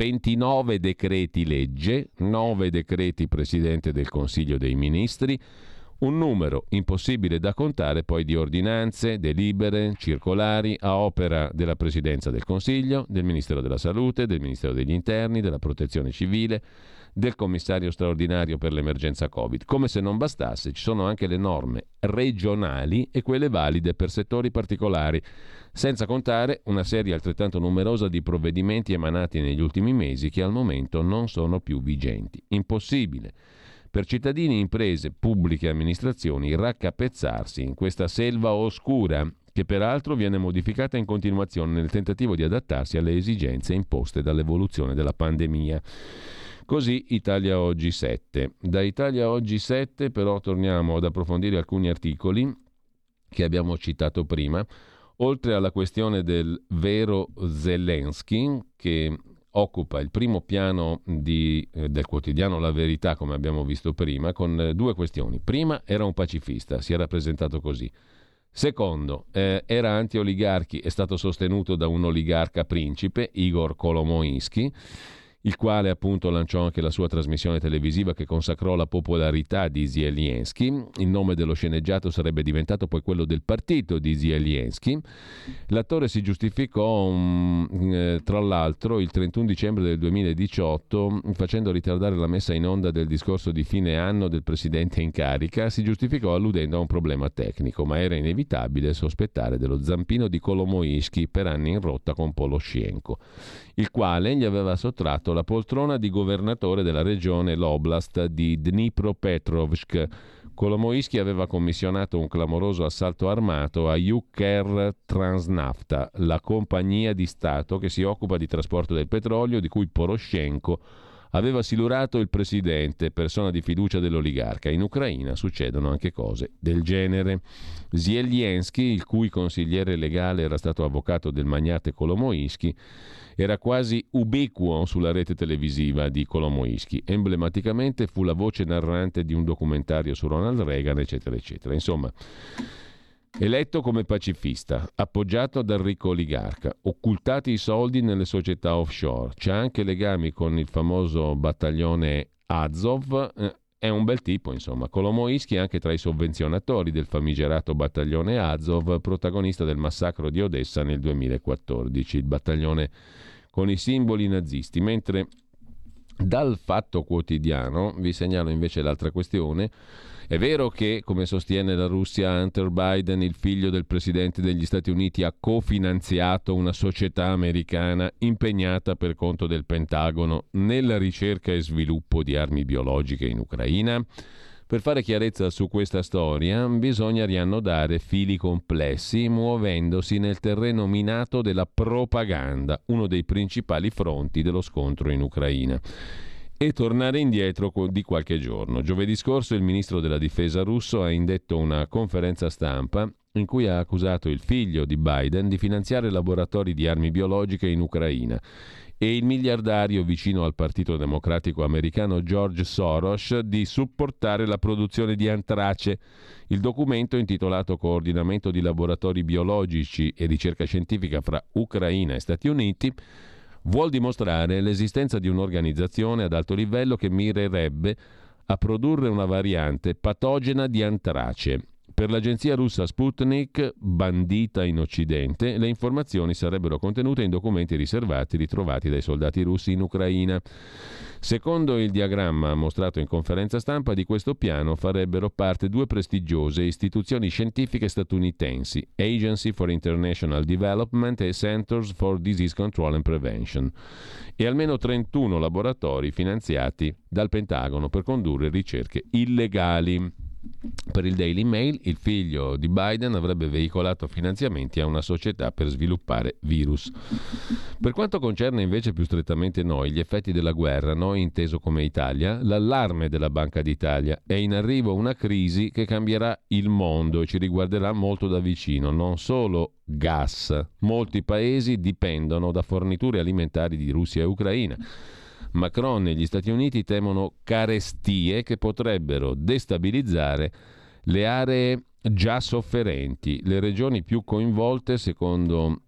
29 decreti legge, 9 decreti Presidente del Consiglio dei Ministri, un numero impossibile da contare poi di ordinanze, delibere, circolari a opera della Presidenza del Consiglio, del Ministero della Salute, del Ministero degli Interni, della Protezione Civile, del Commissario straordinario per l'emergenza Covid. Come se non bastasse, ci sono anche le norme regionali e quelle valide per settori particolari, senza contare una serie altrettanto numerosa di provvedimenti emanati negli ultimi mesi che al momento non sono più vigenti. Impossibile per cittadini, imprese, pubbliche amministrazioni raccapezzarsi in questa selva oscura che peraltro viene modificata in continuazione nel tentativo di adattarsi alle esigenze imposte dall'evoluzione della pandemia. Così Italia Oggi 7. Da Italia Oggi 7 però torniamo ad approfondire alcuni articoli che abbiamo citato prima, oltre alla questione del vero Zelensky, che occupa il primo piano del quotidiano La Verità, come abbiamo visto prima, con due questioni. Prima, era un pacifista, si era presentato così. Secondo, era anti-oligarchi, è stato sostenuto da un oligarca principe, Igor Kolomoisky. il quale appunto lanciò anche la sua trasmissione televisiva che consacrò la popolarità di Zelensky. Il nome dello sceneggiato sarebbe diventato poi quello del partito di Zelensky. L'attore si giustificò tra l'altro il 31 dicembre del 2018 facendo ritardare la messa in onda del discorso di fine anno del presidente in carica. Si giustificò alludendo a un problema tecnico, ma era inevitabile sospettare dello zampino di Kolomoisky, per anni in rotta con Poroshenko, il quale gli aveva sottratto la poltrona di governatore della regione, l'oblast di Dnipropetrovsk. Kolomoisky aveva commissionato un clamoroso assalto armato a Ukrtransnafta, la compagnia di Stato che si occupa di trasporto del petrolio, di cui Poroshenko aveva silurato il presidente, persona di fiducia dell'oligarca. In Ucraina succedono anche cose del genere. Zelensky, il cui consigliere legale era stato avvocato del magnate Kolomoisky, era quasi ubiquo sulla rete televisiva di Kolomoisky. Emblematicamente fu la voce narrante di un documentario su Ronald Reagan, eccetera, eccetera. Insomma, eletto come pacifista, appoggiato dal ricco oligarca, occultati i soldi nelle società offshore, c'ha anche legami con il famoso battaglione Azov, è un bel tipo, insomma. Kolomoisky è anche tra i sovvenzionatori del famigerato battaglione Azov, protagonista del massacro di Odessa nel 2014, il battaglione con i simboli nazisti. Mentre dal Fatto Quotidiano vi segnalo invece l'altra questione. È vero che, come sostiene la Russia, Hunter Biden, il figlio del presidente degli Stati Uniti, ha cofinanziato una società americana impegnata per conto del Pentagono nella ricerca e sviluppo di armi biologiche in Ucraina? Per fare chiarezza su questa storia bisogna riannodare fili complessi muovendosi nel terreno minato della propaganda, uno dei principali fronti dello scontro in Ucraina. E tornare indietro di qualche giorno. Giovedì scorso il ministro della difesa russo ha indetto una conferenza stampa in cui ha accusato il figlio di Biden di finanziare laboratori di armi biologiche in Ucraina e il miliardario vicino al Partito Democratico americano George Soros di supportare la produzione di antrace. Il documento, intitolato Coordinamento di laboratori biologici e ricerca scientifica fra Ucraina e Stati Uniti, vuol dimostrare l'esistenza di un'organizzazione ad alto livello che mirerebbe a produrre una variante patogena di antrace. Per l'agenzia russa Sputnik, bandita in Occidente, le informazioni sarebbero contenute in documenti riservati ritrovati dai soldati russi in Ucraina. Secondo il diagramma mostrato in conferenza stampa, di questo piano farebbero parte due prestigiose istituzioni scientifiche statunitensi, Agency for International Development e Centers for Disease Control and Prevention, e almeno 31 laboratori finanziati dal Pentagono per condurre ricerche illegali. Per il Daily Mail, il figlio di Biden avrebbe veicolato finanziamenti a una società per sviluppare virus. Per quanto concerne invece più strettamente noi, gli effetti della guerra, noi inteso come Italia, l'allarme della Banca d'Italia: è in arrivo una crisi che cambierà il mondo e ci riguarderà molto da vicino. Non solo gas, molti paesi dipendono da forniture alimentari di Russia e Ucraina. Macron e gli Stati Uniti temono carestie che potrebbero destabilizzare le aree già sofferenti. Le regioni più coinvolte, secondo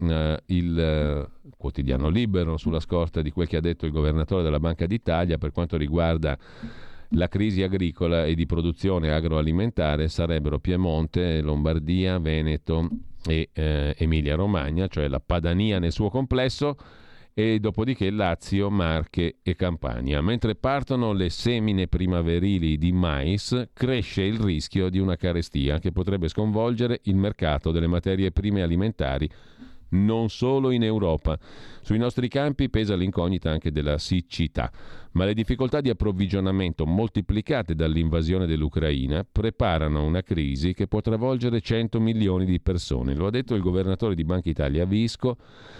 il quotidiano Libero, sulla scorta di quel che ha detto il governatore della Banca d'Italia per quanto riguarda la crisi agricola e di produzione agroalimentare, sarebbero Piemonte, Lombardia, Veneto e Emilia-Romagna, cioè la Padania nel suo complesso, e dopodiché Lazio, Marche e Campania. Mentre partono le semine primaverili di mais, cresce il rischio di una carestia che potrebbe sconvolgere il mercato delle materie prime alimentari non solo in Europa. Sui nostri campi pesa l'incognita anche della siccità, ma le difficoltà di approvvigionamento moltiplicate dall'invasione dell'Ucraina preparano una crisi che può travolgere 100 milioni di persone. Lo ha detto il governatore di Banca Italia Visco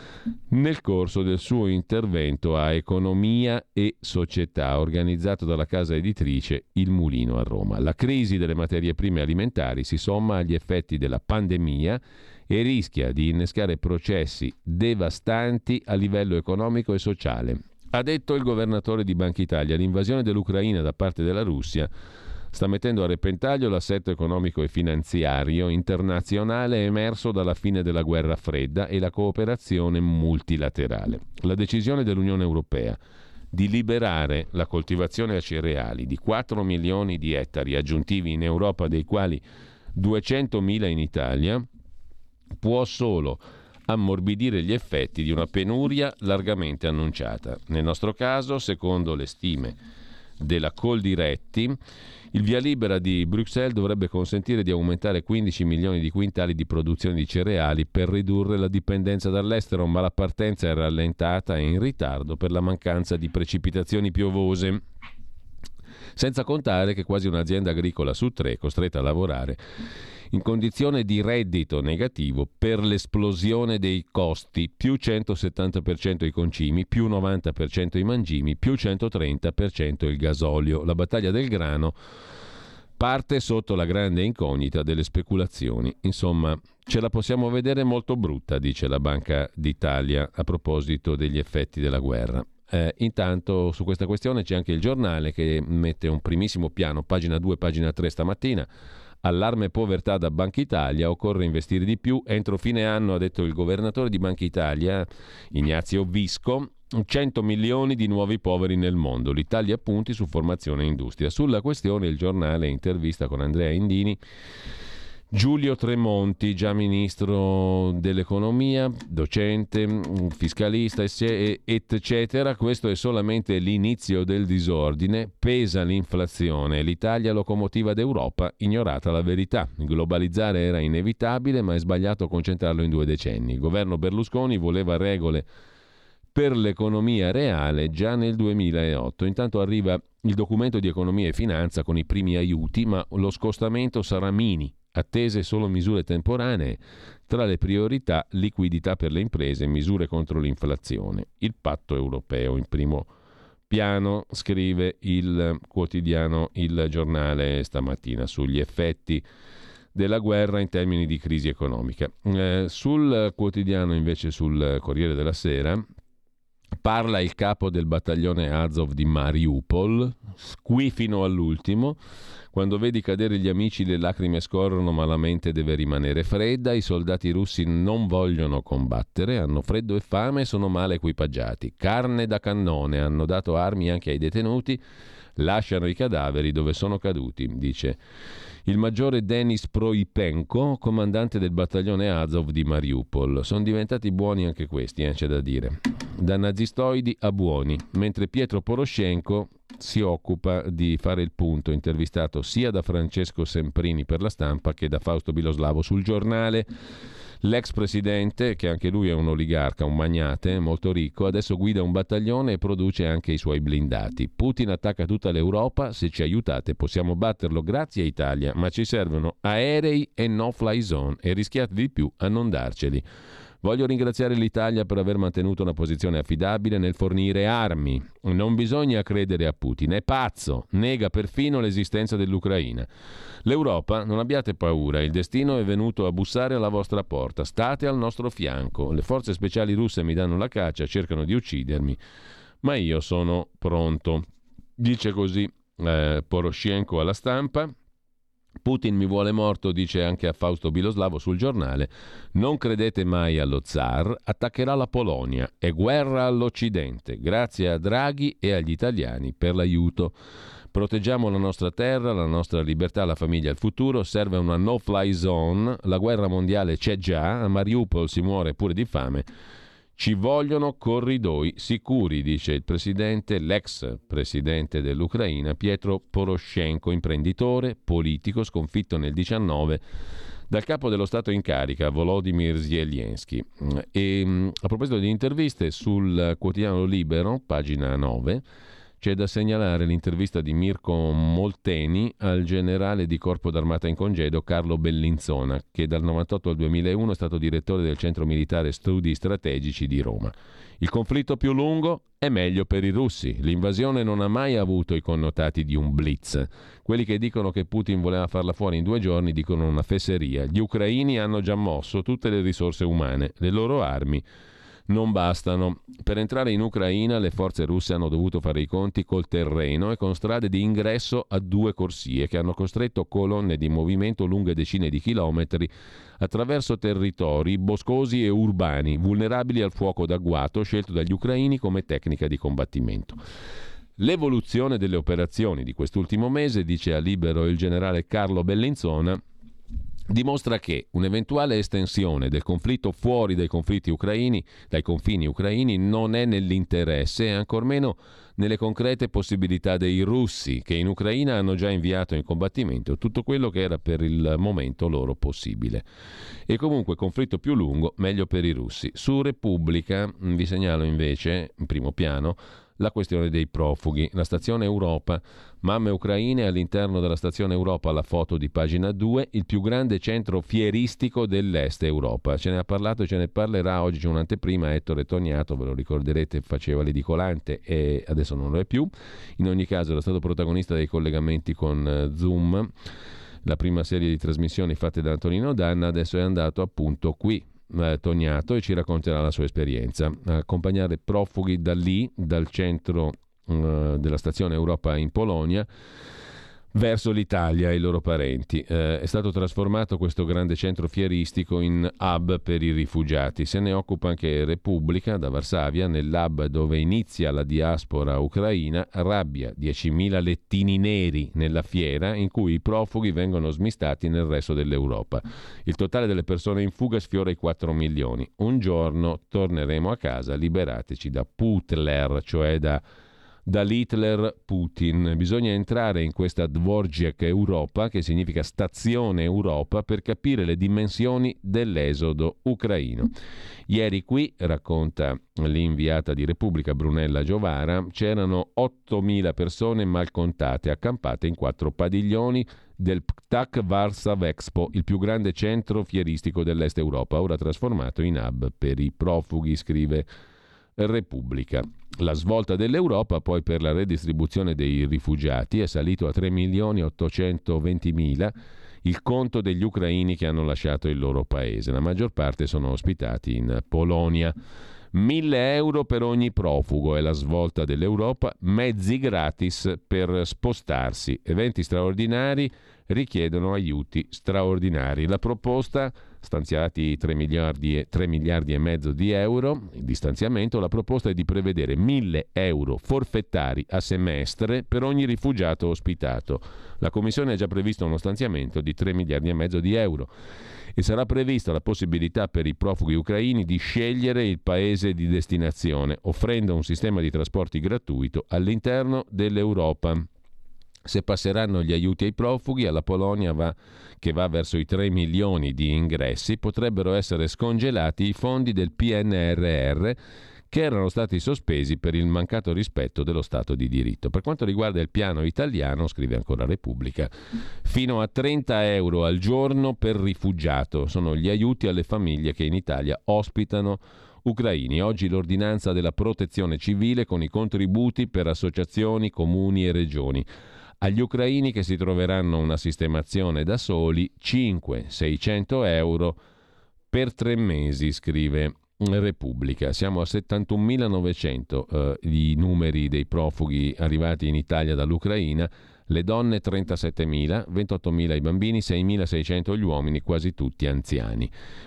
nel corso del suo intervento a Economia e Società, organizzato dalla casa editrice Il Mulino a Roma. La crisi delle materie prime alimentari si somma agli effetti della pandemia e rischia di innescare processi devastanti a livello economico e sociale. Ha detto il governatore di Banca Italia: l'invasione dell'Ucraina da parte della Russia sta mettendo a repentaglio l'assetto economico e finanziario internazionale emerso dalla fine della guerra fredda e la cooperazione multilaterale. La decisione dell'Unione Europea di liberare la coltivazione a cereali di 4 milioni di ettari aggiuntivi in Europa, dei quali 200.000 in Italia, può solo ammorbidire gli effetti di una penuria largamente annunciata. Nel nostro caso, secondo le stime della Coldiretti, il via libera di Bruxelles dovrebbe consentire di aumentare 15 milioni di quintali di produzione di cereali per ridurre la dipendenza dall'estero, ma la partenza è rallentata e in ritardo per la mancanza di precipitazioni piovose. Senza contare che quasi un'azienda agricola su 3 è costretta a lavorare in condizione di reddito negativo per l'esplosione dei costi, più 170% i concimi, più 90% i mangimi, più 130% il gasolio. La battaglia del grano parte sotto la grande incognita delle speculazioni. Insomma, ce la possiamo vedere molto brutta, dice la Banca d'Italia a proposito degli effetti della guerra. Intanto su questa questione c'è anche il Giornale che mette un primissimo piano, pagina 2, pagina 3 stamattina. Allarme povertà da Banca Italia, occorre investire di più. Entro fine anno, ha detto il governatore di Banca Italia, Ignazio Visco, 100 milioni di nuovi poveri nel mondo. L'Italia punti su formazione e industria. Sulla questione il Giornale intervista con Andrea Indini Giulio Tremonti, già ministro dell'economia, docente, fiscalista, eccetera. Questo è solamente l'inizio del disordine. Pesa l'inflazione. L'Italia locomotiva d'Europa, ignorata la verità. Globalizzare era inevitabile, ma è sbagliato concentrarlo in 2 decenni. Il governo Berlusconi voleva regole per l'economia reale già nel 2008. Intanto arriva il documento di economia e finanza con i primi aiuti, ma lo scostamento sarà mini. Attese solo misure temporanee, tra le priorità liquidità per le imprese e misure contro l'inflazione. Il patto europeo in primo piano, scrive il quotidiano Il Giornale stamattina, sugli effetti della guerra in termini di crisi economica. Sul quotidiano invece, sul Corriere della Sera, parla il capo del battaglione Azov di Mariupol, qui fino all'ultimo. Quando vedi cadere gli amici le lacrime scorrono, ma la mente deve rimanere fredda. I soldati russi non vogliono combattere, hanno freddo e fame, sono male equipaggiati. Carne da cannone, hanno dato armi anche ai detenuti, lasciano i cadaveri dove sono caduti, dice il maggiore Denis Proipenko, comandante del battaglione Azov di Mariupol. Sono diventati buoni anche questi, c'è da dire. Da nazistoidi a buoni, mentre Pietro Poroshenko si occupa di fare il punto, intervistato sia da Francesco Semprini per La Stampa che da Fausto Biloslavo sul Giornale. L'ex presidente, che anche lui è un oligarca, un magnate molto ricco, adesso guida un battaglione e produce anche i suoi blindati. Putin attacca tutta l'Europa, se ci aiutate possiamo batterlo, grazie a Italia, ma ci servono aerei e no-fly zone e rischiate di più a non darceli. Voglio ringraziare l'Italia per aver mantenuto una posizione affidabile nel fornire armi. Non bisogna credere a Putin, è pazzo, nega perfino l'esistenza dell'Ucraina. L'Europa, non abbiate paura, il destino è venuto a bussare alla vostra porta, state al nostro fianco. Le forze speciali russe mi danno la caccia, cercano di uccidermi, ma io sono pronto. Dice così Poroshenko alla Stampa. Putin mi vuole morto, dice anche a Fausto Biloslavo sul Giornale. Non credete mai allo zar, attaccherà la Polonia. È guerra all'Occidente. Grazie a Draghi e agli italiani per l'aiuto. Proteggiamo la nostra terra, la nostra libertà, la famiglia, il futuro. Serve una no-fly zone. La guerra mondiale c'è già. A Mariupol si muore pure di fame. Ci vogliono corridoi sicuri, dice il presidente, l'ex presidente dell'Ucraina, Pietro Poroshenko, imprenditore, politico, sconfitto nel 19 dal capo dello Stato in carica, Volodymyr Zelensky. E a proposito di interviste, sul quotidiano Libero, pagina 9, c'è da segnalare l'intervista di Mirko Molteni al generale di Corpo d'Armata in congedo Carlo Bellinzona, che dal 1998 al 2001 è stato direttore del Centro Militare Studi Strategici di Roma. Il conflitto più lungo è meglio per i russi. L'invasione non ha mai avuto i connotati di un blitz. Quelli che dicono che Putin voleva farla fuori in 2 giorni dicono una fesseria. Gli ucraini hanno già mosso tutte le risorse umane, le loro armi non bastano. Per entrare in Ucraina le forze russe hanno dovuto fare i conti col terreno e con strade di ingresso a 2 corsie che hanno costretto colonne di movimento lunghe decine di chilometri attraverso territori boscosi e urbani, vulnerabili al fuoco d'agguato scelto dagli ucraini come tecnica di combattimento. L'evoluzione delle operazioni di quest'ultimo mese, dice a Libero il generale Carlo Bellinzona, dimostra che un'eventuale estensione del conflitto fuori dai confini ucraini non è nell'interesse e ancor meno nelle concrete possibilità dei russi, che in Ucraina hanno già inviato in combattimento tutto quello che era per il momento loro possibile. E comunque conflitto più lungo, meglio per i russi. Su Repubblica vi segnalo invece, in primo piano, la questione dei profughi. La stazione Europa, mamme ucraine all'interno della stazione Europa, la foto di pagina 2, il più grande centro fieristico dell'Est Europa. Ce ne ha parlato e ce ne parlerà oggi, c'è un'anteprima, Ettore Tognato, ve lo ricorderete, faceva l'edicolante e adesso non lo è più. In ogni caso era stato protagonista dei collegamenti con Zoom, la prima serie di trasmissioni fatte da Antonino Danna, adesso è andato appunto qui Tognato e ci racconterà la sua esperienza. Accompagnare profughi da lì, dal centro della stazione Europa in Polonia, verso l'Italia e i loro parenti. È stato trasformato questo grande centro fieristico in hub per i rifugiati. Se ne occupa anche Repubblica da Varsavia, nell'hub dove inizia la diaspora ucraina, rabbia 10.000 lettini neri nella fiera in cui i profughi vengono smistati nel resto dell'Europa. Il totale delle persone in fuga sfiora i 4 milioni. Un giorno torneremo a casa liberateci da Putler, cioè dall'Hitler Putin. Bisogna entrare in questa Dvorak Europa, che significa stazione Europa, per capire le dimensioni dell'esodo ucraino. Ieri qui, racconta l'inviata di Repubblica Brunella Giovara, c'erano 8.000 persone malcontate, accampate in 4 padiglioni del Ptak Warsaw Expo, il più grande centro fieristico dell'Est Europa, ora trasformato in hub per i profughi, scrive Repubblica. La svolta dell'Europa poi per la redistribuzione dei rifugiati è salito a 3.820.000 il conto degli ucraini che hanno lasciato il loro paese. La maggior parte sono ospitati in Polonia. 1.000 euro per ogni profugo è la svolta dell'Europa, mezzi gratis per spostarsi. Eventi straordinari richiedono aiuti straordinari. La proposta, stanziati 3 miliardi e mezzo di euro di stanziamento, la proposta è di prevedere 1.000 euro forfettari a semestre per ogni rifugiato ospitato. La Commissione ha già previsto uno stanziamento di 3 miliardi e mezzo di euro e sarà prevista la possibilità per i profughi ucraini di scegliere il paese di destinazione, offrendo un sistema di trasporti gratuito all'interno dell'Europa. Se passeranno gli aiuti ai profughi, alla Polonia che va verso i 3 milioni di ingressi, potrebbero essere scongelati i fondi del PNRR che erano stati sospesi per il mancato rispetto dello Stato di diritto. Per quanto riguarda il piano italiano, scrive ancora Repubblica, fino a 30 euro al giorno per rifugiato sono gli aiuti alle famiglie che in Italia ospitano ucraini. Oggi l'ordinanza della protezione civile con i contributi per associazioni, comuni e regioni. Agli ucraini che si troveranno una sistemazione da soli, 500-600 euro per 3 mesi, scrive Repubblica. Siamo a 71.900 i numeri dei profughi arrivati in Italia dall'Ucraina, le donne 37.000, 28.000 i bambini, 6.600 gli uomini, quasi tutti anziani.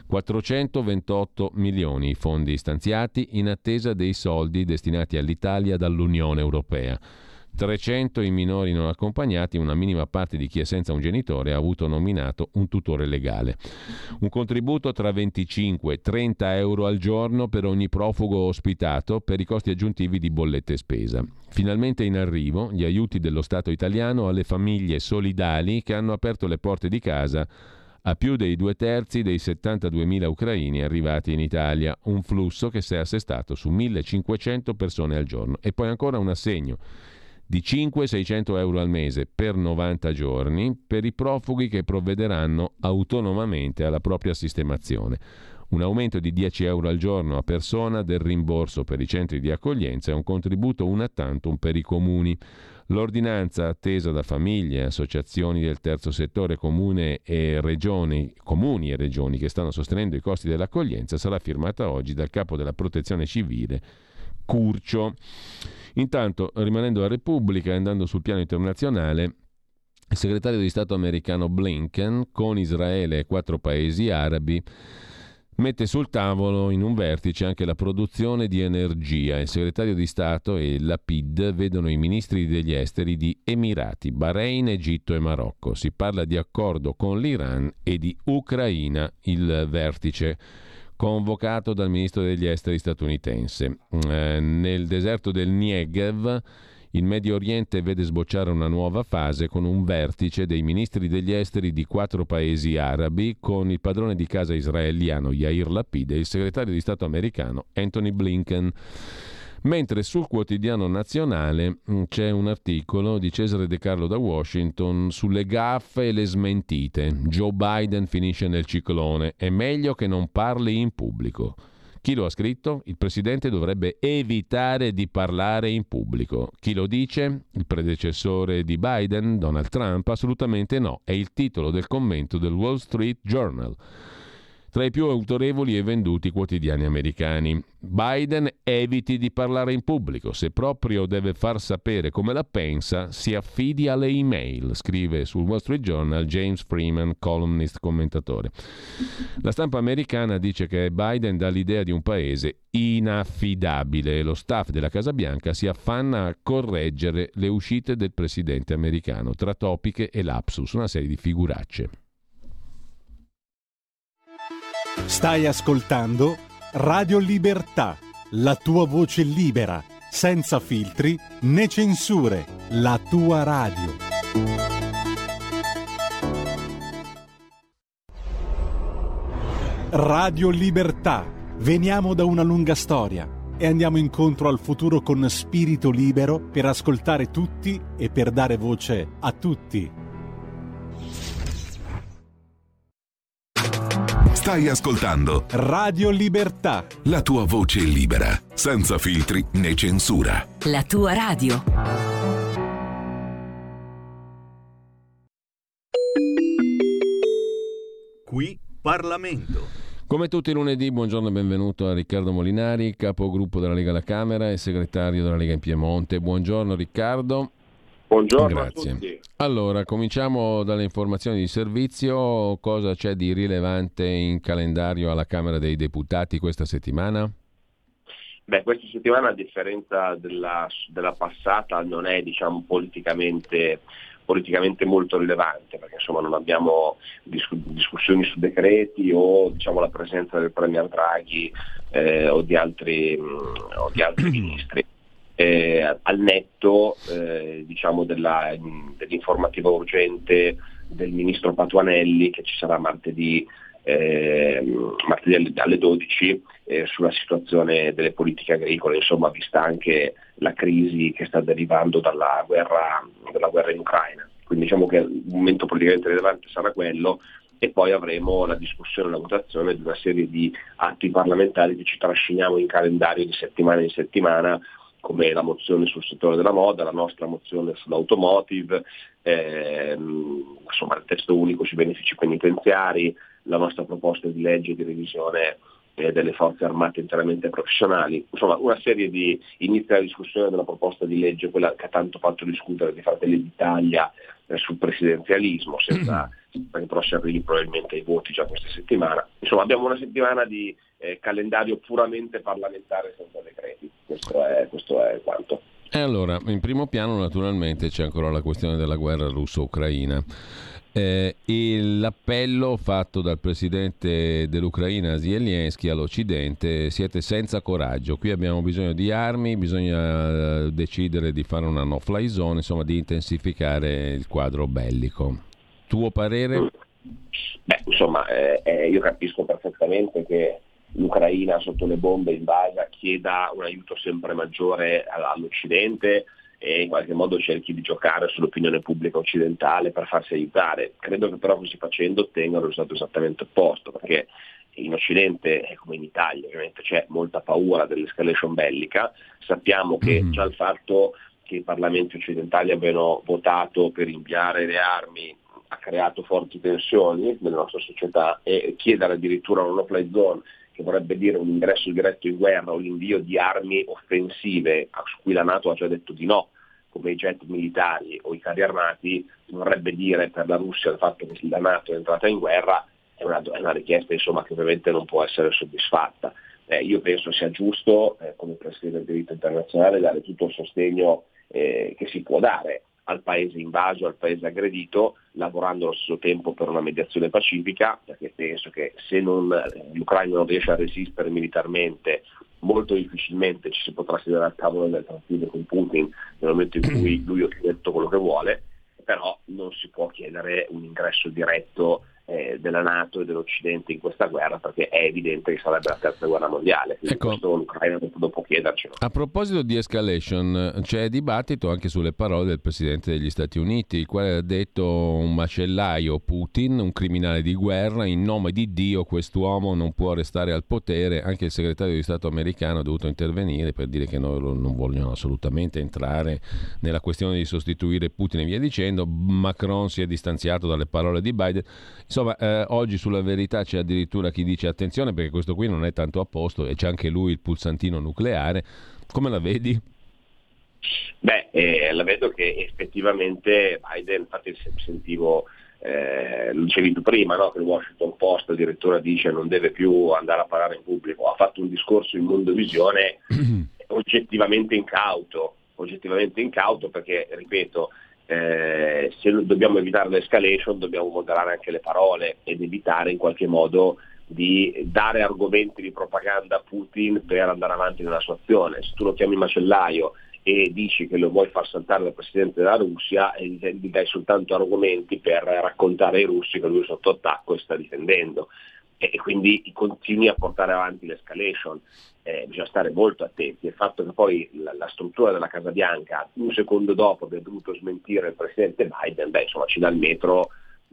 428 milioni i fondi stanziati in attesa dei soldi destinati all'Italia dall'Unione Europea. 300 i minori non accompagnati, una minima parte di chi è senza un genitore ha avuto nominato un tutore legale. Un contributo tra 25 e 30 euro al giorno per ogni profugo ospitato per i costi aggiuntivi di bollette e spesa. Finalmente in arrivo gli aiuti dello Stato italiano alle famiglie solidali che hanno aperto le porte di casa a più dei 2/3 dei 72.000 ucraini arrivati in Italia, un flusso che si è assestato su 1.500 persone al giorno. E poi ancora un assegno di 500-600 euro al mese per 90 giorni per i profughi che provvederanno autonomamente alla propria sistemazione. un aumento di 10 euro al giorno a persona del rimborso per i centri di accoglienza e un contributo una tantum per i comuni. L'ordinanza, attesa da famiglie, associazioni del terzo settore, comuni e regioni che stanno sostenendo i costi dell'accoglienza, sarà firmata oggi dal capo della Protezione Civile, Curcio. Intanto, rimanendo a Repubblica e andando sul piano internazionale, il segretario di Stato americano Blinken, con Israele e 4 paesi arabi, mette sul tavolo in un vertice anche la produzione di energia. Il segretario di Stato e Lapid vedono i ministri degli esteri di Emirati, Bahrain, Egitto e Marocco. Si parla di accordo con l'Iran e di Ucraina, il vertice convocato dal ministro degli esteri statunitense. Nel deserto del Negev il Medio Oriente vede sbocciare una nuova fase con un vertice dei ministri degli esteri di 4 paesi arabi con il padrone di casa israeliano Yair Lapid e il segretario di Stato americano Anthony Blinken. Mentre sul quotidiano nazionale c'è un articolo di Cesare De Carlo da Washington sulle gaffe e le smentite. Joe Biden finisce nel ciclone, è meglio che non parli in pubblico. Chi lo ha scritto? Il presidente dovrebbe evitare di parlare in pubblico. Chi lo dice? Il predecessore di Biden, Donald Trump? Assolutamente no. È il titolo del commento del Wall Street Journal, tra i più autorevoli e venduti quotidiani americani. Biden eviti di parlare in pubblico. Se proprio deve far sapere come la pensa, si affidi alle email, scrive sul Wall Street Journal James Freeman, columnist commentatore. La stampa americana dice che Biden dà l'idea di un paese inaffidabile e lo staff della Casa Bianca si affanna a correggere le uscite del presidente americano tra topiche e lapsus, una serie di figuracce. Stai ascoltando Radio Libertà, la tua voce libera, senza filtri né censure, la tua radio. Radio Libertà, veniamo da una lunga storia e andiamo incontro al futuro con spirito libero per ascoltare tutti e per dare voce a tutti. Stai ascoltando Radio Libertà, la tua voce libera, senza filtri né censura. La tua radio. Qui Parlamento. Come tutti i lunedì, buongiorno e benvenuto a Riccardo Molinari, capogruppo della Lega alla Camera e segretario della Lega in Piemonte. Buongiorno Riccardo. Buongiorno. Grazie. A tutti. Allora, cominciamo dalle informazioni di servizio. Cosa c'è di rilevante in calendario alla Camera dei Deputati questa settimana? Beh, questa settimana, a differenza della passata, non è politicamente molto rilevante, perché insomma non abbiamo discussioni su decreti o la presenza del Premier Draghi o di altri ministri. Al netto dell'informativa urgente del ministro Patuanelli, che ci sarà martedì alle 12 sulla situazione delle politiche agricole, insomma, vista anche la crisi che sta derivando dalla guerra in Ucraina. Quindi diciamo che il momento politicamente rilevante sarà quello, e poi avremo la discussione e la votazione di una serie di atti parlamentari che ci trasciniamo in calendario di settimana in settimana, come la mozione sul settore della moda, la nostra mozione sull'automotive, insomma il testo unico sui benefici penitenziari, la nostra proposta di legge di revisione delle forze armate interamente professionali, insomma una serie di inizia la discussione della proposta di legge, quella che ha tanto fatto discutere di Fratelli d'Italia sul presidenzialismo, senza che però si arrivi probabilmente ai voti già questa settimana. Insomma abbiamo una settimana di calendario puramente parlamentare senza decreti, questo è quanto. E allora, in primo piano naturalmente c'è ancora la questione della guerra russo-ucraina. L'appello fatto dal presidente dell'Ucraina Zelensky all'Occidente: siete senza coraggio, qui abbiamo bisogno di armi, bisogna decidere di fare una no-fly zone, insomma di intensificare il quadro bellico. Tuo parere? Beh, insomma, io capisco perfettamente che l'Ucraina sotto le bombe invasa chieda un aiuto sempre maggiore all'Occidente, e in qualche modo cerchi di giocare sull'opinione pubblica occidentale per farsi aiutare. Credo che però così facendo ottengano il risultato esattamente opposto, perché in Occidente, come in Italia, ovviamente c'è molta paura dell'escalation bellica. Sappiamo che già il fatto che i parlamenti occidentali abbiano votato per inviare le armi ha creato forti tensioni nella nostra società, e chiedere addirittura una no-fly zone, che vorrebbe dire un ingresso diretto in guerra o l'invio di armi offensive su cui la NATO ha già detto di no, come i jet militari o i carri armati, vorrebbe dire per la Russia il fatto che la NATO è entrata in guerra, è una richiesta insomma che ovviamente non può essere soddisfatta. Io penso sia giusto, come Presidente del diritto internazionale, dare tutto il sostegno che si può dare al paese invaso, al paese aggredito, lavorando allo stesso tempo per una mediazione pacifica, perché penso che se l'Ucraina non riesce a resistere militarmente, molto difficilmente ci si potrà sedere al tavolo delle trattative con Putin nel momento in cui lui ha detto quello che vuole, però non si può chiedere un ingresso diretto della NATO e dell'Occidente in questa guerra, perché è evidente che sarebbe la terza guerra mondiale, quindi questo l'Ucraina non può chiedercelo. A proposito di escalation, c'è dibattito anche sulle parole del Presidente degli Stati Uniti, il quale ha detto: un macellaio Putin, un criminale di guerra, in nome di Dio quest'uomo non può restare al potere. Anche il segretario di Stato americano ha dovuto intervenire per dire che non vogliono assolutamente entrare nella questione di sostituire Putin e via dicendo. Macron si è distanziato dalle parole di Biden. Insomma, oggi sulla Verità c'è addirittura chi dice attenzione perché questo qui non è tanto a posto, e c'è anche lui il pulsantino nucleare. Come la vedi? La vedo che effettivamente Biden, infatti sentivo, lo dicevi tu prima, no? Che il Washington Post addirittura dice non deve più andare a parlare in pubblico, ha fatto un discorso in Mondovisione oggettivamente incauto perché, ripeto, se dobbiamo evitare l'escalation dobbiamo moderare anche le parole ed evitare in qualche modo di dare argomenti di propaganda a Putin per andare avanti nella sua azione. Se tu lo chiami macellaio e dici che lo vuoi far saltare dal Presidente della Russia, e gli dai soltanto argomenti per raccontare ai russi che lui è sotto attacco e sta difendendo, e quindi continui a portare avanti l'escalation. Bisogna stare molto attenti. Il fatto che poi la struttura della Casa Bianca un secondo dopo abbia dovuto smentire il Presidente Biden, ci dà il metro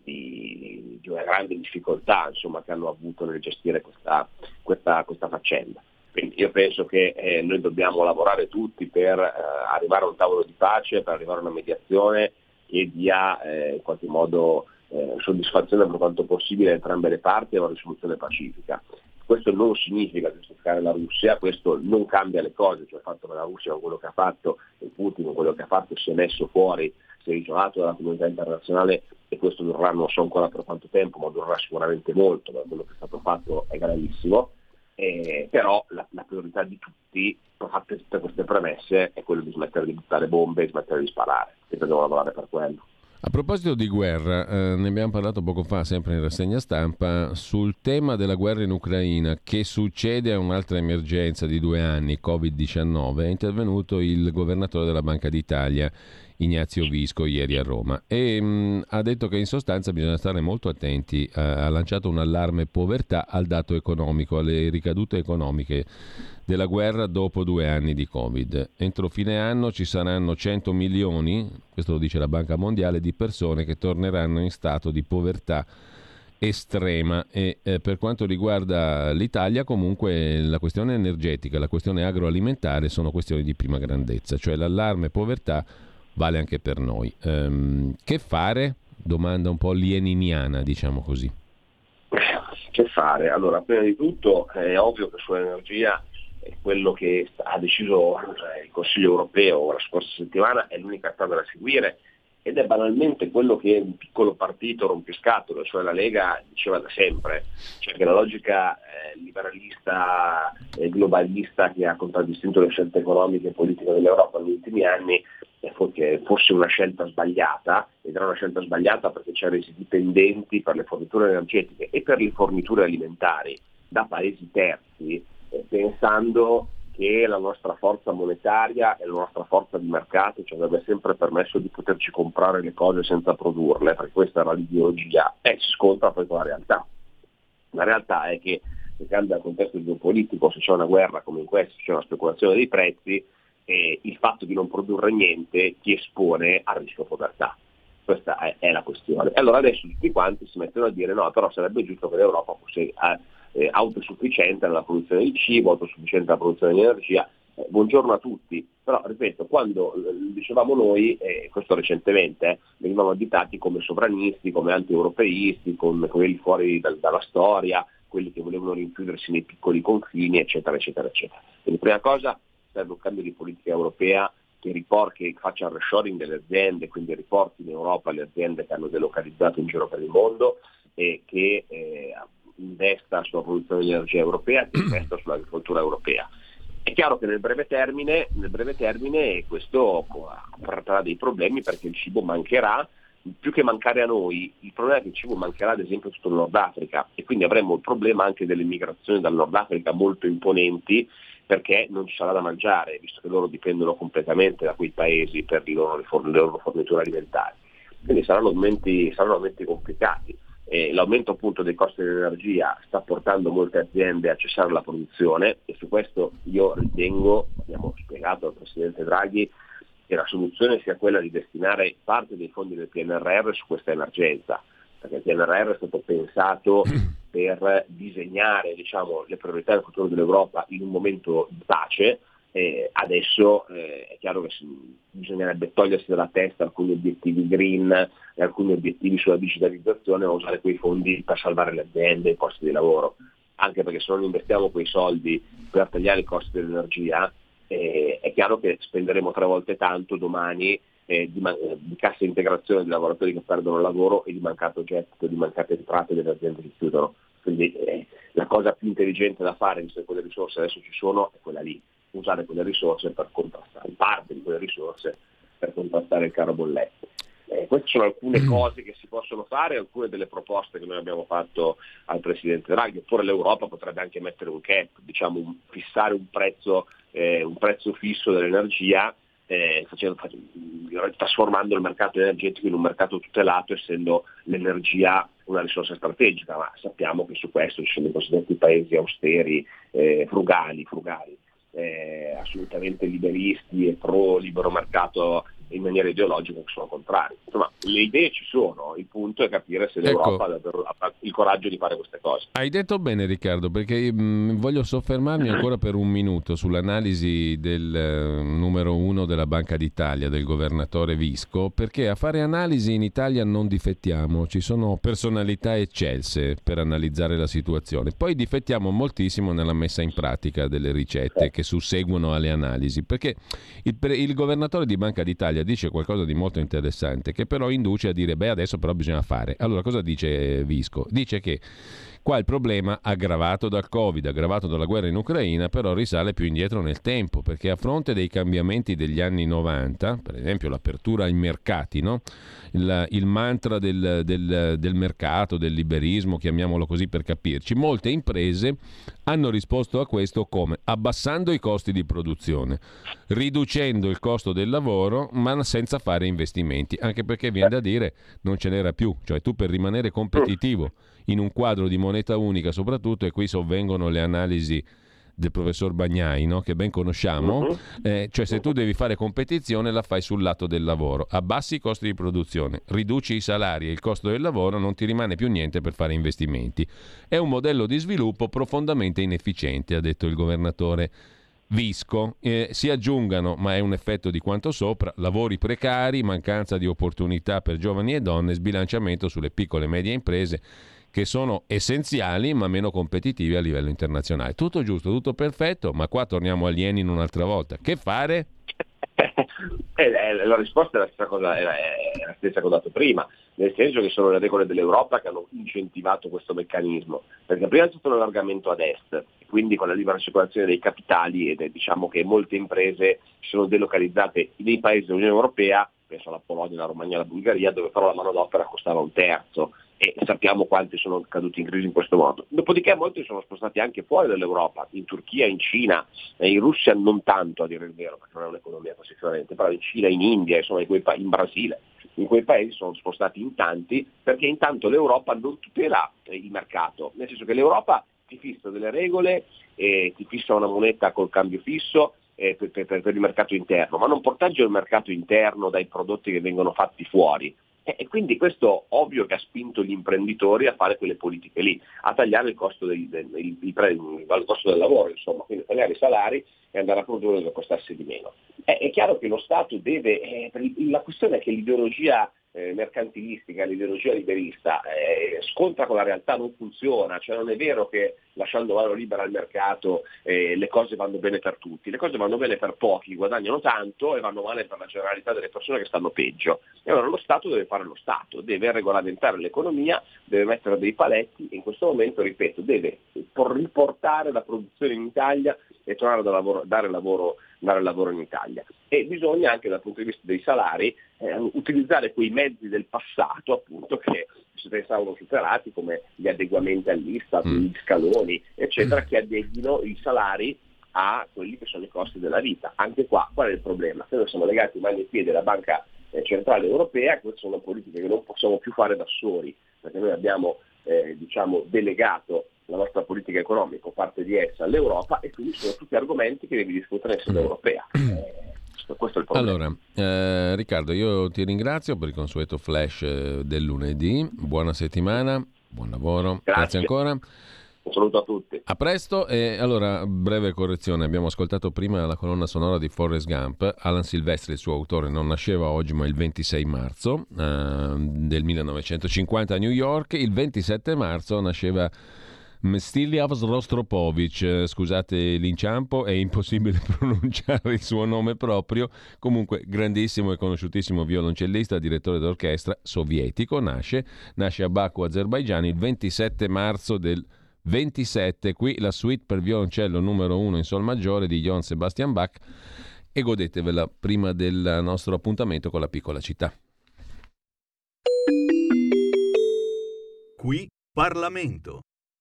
di una grande difficoltà che hanno avuto nel gestire questa faccenda. Quindi io penso che noi dobbiamo lavorare tutti per arrivare a un tavolo di pace, per arrivare a una mediazione che dia in qualche modo soddisfazione per quanto possibile a entrambe le parti e a una risoluzione pacifica. Questo non significa giustificare la Russia, questo non cambia le cose, cioè il fatto che la Russia con quello che ha fatto e Putin con quello che ha fatto si è messo fuori, si è isolato dalla comunità internazionale, e questo durerà non so ancora per quanto tempo, ma durerà sicuramente molto, perché quello che è stato fatto è gravissimo. Però la priorità di tutti, fatte tutte queste premesse, è quello di smettere di buttare bombe e smettere di sparare, e dobbiamo lavorare per quello. A proposito di guerra, ne abbiamo parlato poco fa, sempre in rassegna stampa, sul tema della guerra in Ucraina, che succede a un'altra emergenza di 2 anni, Covid-19, è intervenuto il governatore della Banca d'Italia, Ignazio Visco, ieri a Roma, e ha detto che in sostanza bisogna stare molto attenti. Ha lanciato un allarme povertà al dato economico, alle ricadute economiche della guerra dopo 2 anni di Covid. Entro fine anno ci saranno 100 milioni, questo lo dice la Banca Mondiale, di persone che torneranno in stato di povertà estrema, e per quanto riguarda l'Italia comunque la questione energetica, la questione agroalimentare sono questioni di prima grandezza, cioè l'allarme povertà vale anche per noi. Che fare? Domanda un po' leniniana, diciamo così. Che fare? Allora, prima di tutto è ovvio che sull'energia quello che ha deciso il Consiglio europeo la scorsa settimana è l'unica strada da seguire, ed è banalmente quello che un piccolo partito rompiscatole, cioè la Lega, diceva da sempre, cioè che la logica liberalista e globalista che ha contraddistinto le scelte economiche e politiche dell'Europa negli ultimi anni fosse una scelta sbagliata, ed era una scelta sbagliata perché ci ha resi dipendenti per le forniture energetiche e per le forniture alimentari da paesi terzi, pensando che la nostra forza monetaria e la nostra forza di mercato ci avrebbe sempre permesso di poterci comprare le cose senza produrle, perché questa era l'ideologia, e si scontra poi con la realtà. La realtà è che se cambia il contesto geopolitico, se c'è una guerra come in questo, se c'è una speculazione dei prezzi, il fatto di non produrre niente ti espone al rischio povertà. Questa è la questione. Allora adesso tutti quanti si mettono a dire no, però sarebbe giusto che l'Europa fosse autosufficiente nella produzione di cibo, autosufficiente nella produzione di energia. Buongiorno a tutti, però ripeto, quando dicevamo noi, questo recentemente, venivamo additati come sovranisti, come anti-europeisti, come quelli fuori dalla storia, quelli che volevano rinchiudersi nei piccoli confini, eccetera, eccetera, eccetera. Quindi prima cosa serve un cambio di politica europea che faccia il reshoring delle aziende, quindi riporti in Europa le aziende che hanno delocalizzato in giro per il mondo e che investa sulla produzione di energia europea, che investa sull'agricoltura europea. È chiaro che nel breve termine questo porterà dei problemi, perché il cibo mancherà, più che mancare a noi, il problema è che il cibo mancherà ad esempio tutto il Nord Africa, e quindi avremo il problema anche delle migrazioni dal Nord Africa molto imponenti, perché non ci sarà da mangiare, visto che loro dipendono completamente da quei paesi per le loro forniture alimentari. Quindi saranno momenti complicati. L'aumento appunto dei costi dell'energia sta portando molte aziende a cessare la produzione, e su questo io ritengo, abbiamo spiegato al Presidente Draghi, che la soluzione sia quella di destinare parte dei fondi del PNRR su questa emergenza, perché il PNRR è stato pensato per disegnare, le priorità del futuro dell'Europa in un momento di pace. Adesso è chiaro che bisognerebbe togliersi dalla testa alcuni obiettivi green e alcuni obiettivi sulla digitalizzazione, ma usare quei fondi per salvare le aziende e i posti di lavoro, anche perché se non investiamo quei soldi per tagliare i costi dell'energia, è chiaro che spenderemo 3 volte tanto domani di cassa integrazione dei lavoratori che perdono il lavoro e di mancato gettito, di mancate entrate delle aziende che chiudono. Quindi la cosa più intelligente da fare, visto che quelle risorse adesso ci sono, è quella lì, usare quelle risorse per contrastare, parte di quelle risorse per contrastare il caro bollette. Queste sono alcune cose che si possono fare, alcune delle proposte che noi abbiamo fatto al Presidente Draghi. Oppure l'Europa potrebbe anche mettere un cap, fissare un prezzo fisso dell'energia, trasformando il mercato energetico in un mercato tutelato, essendo l'energia una risorsa strategica, ma sappiamo che su questo ci sono i cosiddetti paesi austeri, frugali, assolutamente liberisti e pro libero mercato in maniera ideologica, che sono contrari. Insomma, le idee ci sono, il punto è capire se l'Europa ha il coraggio di fare queste cose. Hai detto bene, Riccardo, perché voglio soffermarmi ancora per un minuto sull'analisi del numero 1 della Banca d'Italia, del governatore Visco, perché a fare analisi in Italia non difettiamo, ci sono personalità eccelse per analizzare la situazione, poi difettiamo moltissimo nella messa in pratica delle ricette che susseguono alle analisi, perché il governatore di Banca d'Italia dice qualcosa di molto interessante, che però induce a dire adesso però bisogna fare. Allora cosa dice Visco? Dice che qua il problema, aggravato dal Covid, aggravato dalla guerra in Ucraina, però risale più indietro nel tempo, perché a fronte dei cambiamenti degli anni 90, per esempio l'apertura ai mercati, no? Il mantra del mercato, del liberismo, chiamiamolo così per capirci, molte imprese hanno risposto a questo come abbassando i costi di produzione, riducendo il costo del lavoro, ma senza fare investimenti, anche perché viene da dire non ce n'era più, cioè tu per rimanere competitivo in un quadro di moneta unica soprattutto, e qui sovvengono le analisi del professor Bagnai, no? Che ben conosciamo, cioè se tu devi fare competizione la fai sul lato del lavoro, abbassi i costi di produzione, riduci i salari e il costo del lavoro, non ti rimane più niente per fare investimenti. È un modello di sviluppo profondamente inefficiente, ha detto il governatore Visco. Si aggiungano, ma è un effetto di quanto sopra, lavori precari, mancanza di opportunità per giovani e donne, sbilanciamento sulle piccole e medie imprese che sono essenziali ma meno competitivi a livello internazionale. Tutto giusto, tutto perfetto, ma qua torniamo agli Lenin un'altra volta. Che fare? La risposta è la stessa cosa, è la stessa che ho dato prima, nel senso che sono le regole dell'Europa che hanno incentivato questo meccanismo, perché prima c'è stato un allargamento ad est, quindi con la libera circolazione dei capitali, ed diciamo che molte imprese si sono delocalizzate nei paesi dell'Unione Europea, penso alla Polonia, alla Romagna, alla Bulgaria, dove però la manodopera costava un terzo, e sappiamo quanti sono caduti in crisi in questo modo. Dopodiché molti sono spostati anche fuori dall'Europa, in Turchia, in Cina, in Russia non tanto a dire il vero, perché non è un'economia così fiorente, però in Cina, in India, insomma in Brasile, in quei paesi sono spostati in tanti, perché intanto l'Europa non tutela il mercato, nel senso che l'Europa ti fissa delle regole, ti fissa una moneta col cambio fisso, per il mercato interno, ma non protegge il mercato interno dai prodotti che vengono fatti fuori. E quindi questo ovvio che ha spinto gli imprenditori a fare quelle politiche lì, a tagliare il costo il costo del lavoro, insomma, quindi tagliare i salari e andare a produrre dove costarsi di meno. È chiaro che lo Stato deve, la questione è che l'ideologia mercantilistica, l'ideologia liberista scontra con la realtà, non funziona, cioè non è vero che lasciando mano libera al mercato le cose vanno bene per tutti, le cose vanno bene per pochi, guadagnano tanto, e vanno male per la generalità delle persone che stanno peggio. E allora lo Stato deve fare lo Stato, deve regolamentare l'economia, deve mettere dei paletti e in questo momento, ripeto, deve riportare la produzione in Italia e tornare a dare lavoro in Italia. E bisogna anche dal punto di vista dei salari utilizzare quei mezzi del passato, appunto, che si pensavano superati, come gli adeguamenti all'Istat, gli scaloni, eccetera, che adeguino i salari a quelli che sono i costi della vita. Anche qua, qual è il problema? Se noi siamo legati mani e piedi alla Banca Centrale Europea, queste sono politiche che non possiamo più fare da soli, perché noi abbiamo delegato la nostra politica economica, parte di essa, all'Europa, e quindi sono tutti argomenti che devi discutere in sede europea. Questo è il problema. Allora, Riccardo, io ti ringrazio per il consueto flash del lunedì. Buona settimana, buon lavoro. Grazie ancora. Un saluto a tutti. A presto. E allora, breve correzione, abbiamo ascoltato prima la colonna sonora di Forrest Gump. Alan Silvestri, il suo autore, non nasceva oggi ma il 26 marzo del 1950 a New York. Il 27 marzo nasceva Mstislav Rostropovich, scusate l'inciampo, è impossibile pronunciare il suo nome proprio, comunque grandissimo e conosciutissimo violoncellista, direttore d'orchestra sovietico, nasce a Baku, Azerbaigian, il 27 marzo del 27. Qui la suite per violoncello numero 1 in sol maggiore di Johann Sebastian Bach, e godetevela prima del nostro appuntamento con la piccola città. Qui Parlamento.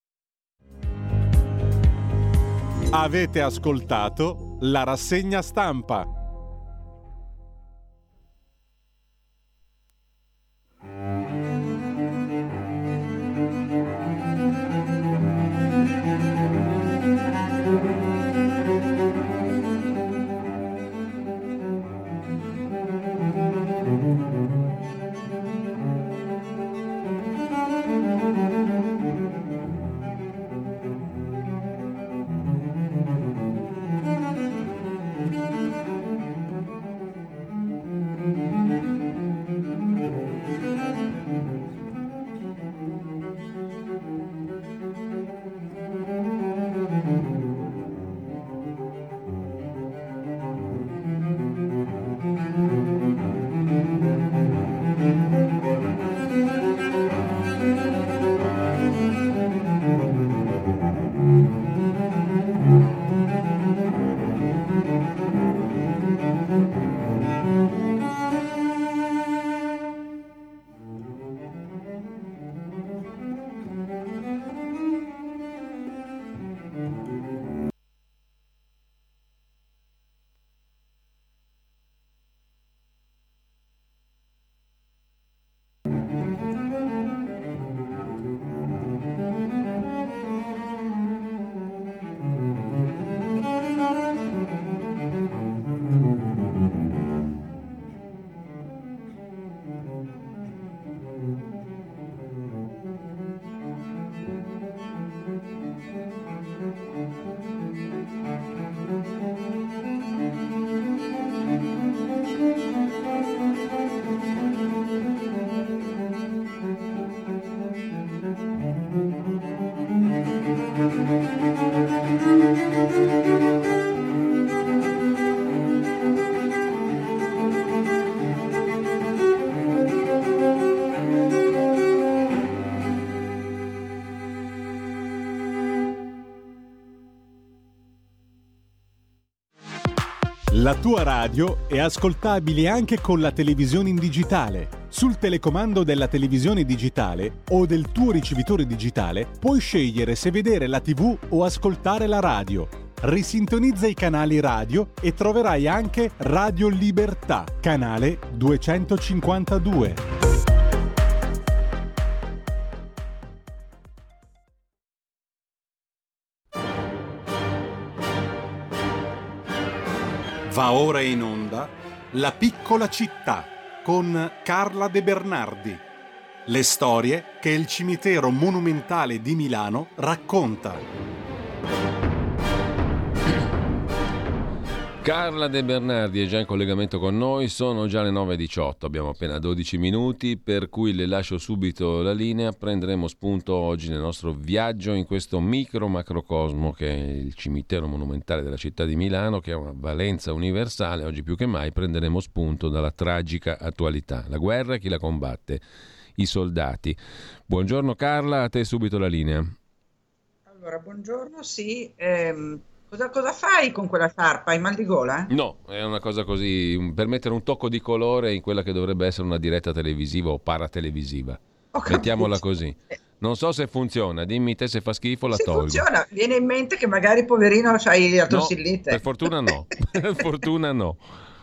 Avete ascoltato la rassegna stampa. La tua radio è ascoltabile anche con la televisione in digitale. Sul telecomando della televisione digitale o del tuo ricevitore digitale puoi scegliere se vedere la TV o ascoltare la radio. Risintonizza i canali radio e troverai anche Radio Libertà, canale 252. Va ora in onda La piccola città con Carla De Bernardi. Le storie che il cimitero monumentale di Milano racconta. Carla De Bernardi è già in collegamento con noi, sono già le 9:18, abbiamo appena 12 minuti, per cui le lascio subito la linea. Prenderemo spunto oggi nel nostro viaggio in questo macrocosmo che è il cimitero monumentale della città di Milano, che ha una valenza universale. Oggi più che mai prenderemo spunto dalla tragica attualità. La guerra, chi la combatte? I soldati. Buongiorno Carla, a te subito la linea. Allora, buongiorno, sì. Cosa fai con quella sciarpa? Hai mal di gola? No, è una cosa così, per mettere un tocco di colore in quella che dovrebbe essere una diretta televisiva o paratelevisiva. Mettiamola così. Non so se funziona, dimmi te se fa schifo, la tolgo. Funziona, viene in mente che magari poverino c'hai la tonsillite. No, per fortuna no, per fortuna no.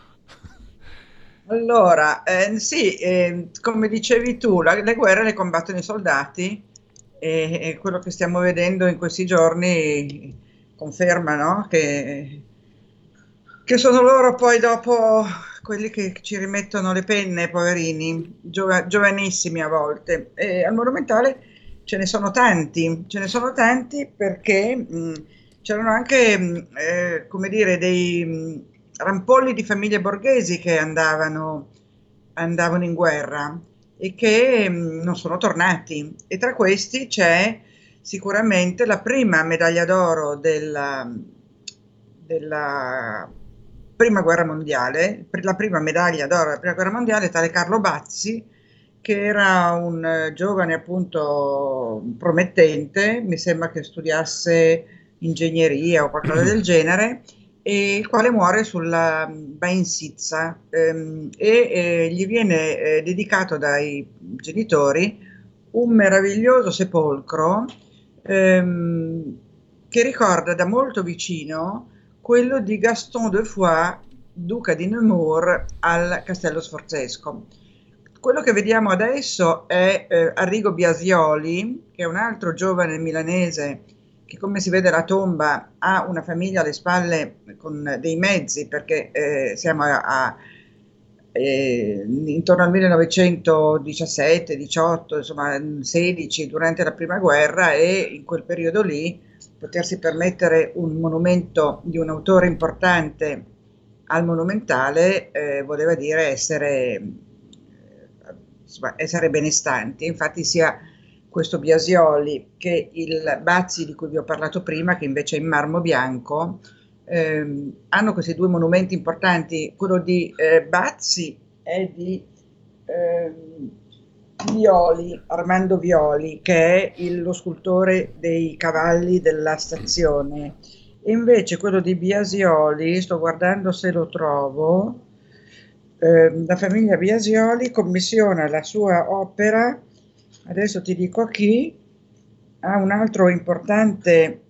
Allora, come dicevi tu, le guerre le combattono i soldati e quello che stiamo vedendo in questi giorni conferma, no? Che sono loro poi dopo quelli che ci rimettono le penne, poverini, giovanissimi a volte. E al Monumentale ce ne sono tanti perché c'erano anche, come dire, dei rampolli di famiglie borghesi che andavano in guerra e che non sono tornati. E tra questi c'è sicuramente la prima medaglia d'oro della prima guerra mondiale, la prima medaglia d'oro della prima guerra mondiale, tale Carlo Bazzi, che era un giovane appunto promettente, mi sembra che studiasse ingegneria o qualcosa del genere, e il quale muore sulla Bainsizza e gli viene dedicato dai genitori un meraviglioso sepolcro che ricorda da molto vicino quello di Gaston de Foix, duca di Nemours, al Castello Sforzesco. Quello che vediamo adesso è Arrigo Biasioli, che è un altro giovane milanese che, come si vede la tomba, ha una famiglia alle spalle con dei mezzi, perché siamo intorno al 1917, 18, insomma 16, durante la prima guerra, e in quel periodo lì potersi permettere un monumento di un autore importante al Monumentale voleva dire essere benestanti. Infatti sia questo Biasioli che il Bazzi di cui vi ho parlato prima, che invece è in marmo bianco, hanno questi due monumenti importanti. Quello di Bazzi è di Violi, Armando Violi, che è lo scultore dei cavalli della stazione, e invece quello di Biasioli, sto guardando se lo trovo, la famiglia Biasioli commissiona la sua opera, adesso ti dico a chi, a un altro importante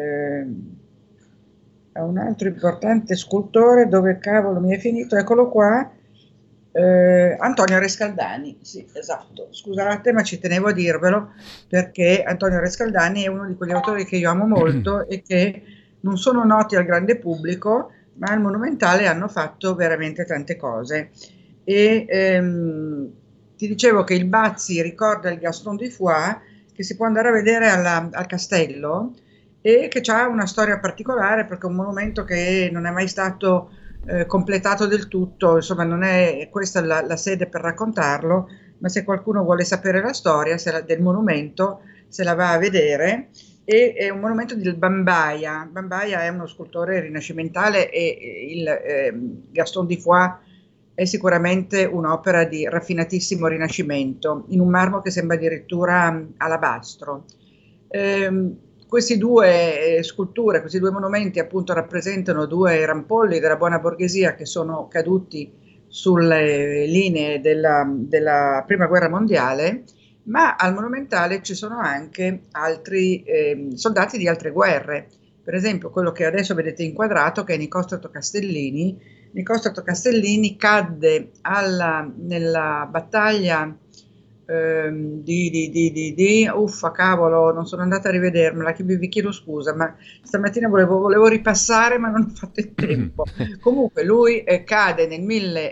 scultore, dove cavolo mi è finito, eccolo qua, Antonio Rescaldani, sì, esatto, scusate ma ci tenevo a dirvelo, perché Antonio Rescaldani è uno di quegli autori che io amo molto e che non sono noti al grande pubblico, ma al Monumentale hanno fatto veramente tante cose. E ti dicevo che il Bazzi ricorda il Gaston de Foix, che si può andare a vedere al castello, e che ha una storia particolare, perché è un monumento che non è mai stato completato del tutto, insomma non è questa la sede per raccontarlo, ma se qualcuno vuole sapere la storia del monumento se la va a vedere. E è un monumento del Bambaia. Bambaia è uno scultore rinascimentale e il Gaston de Foix è sicuramente un'opera di raffinatissimo rinascimento, in un marmo che sembra addirittura alabastro. Questi due sculture, questi due monumenti appunto rappresentano due rampolli della buona borghesia che sono caduti sulle linee della prima guerra mondiale, ma al Monumentale ci sono anche altri soldati di altre guerre. Per esempio quello che adesso vedete inquadrato, che è Nicostrato Castellini. Nicostrato Castellini cadde nella battaglia uffa cavolo, non sono andata a rivedermela, vi chiedo scusa, ma stamattina volevo ripassare ma non ho fatto il tempo. Comunque lui cade nel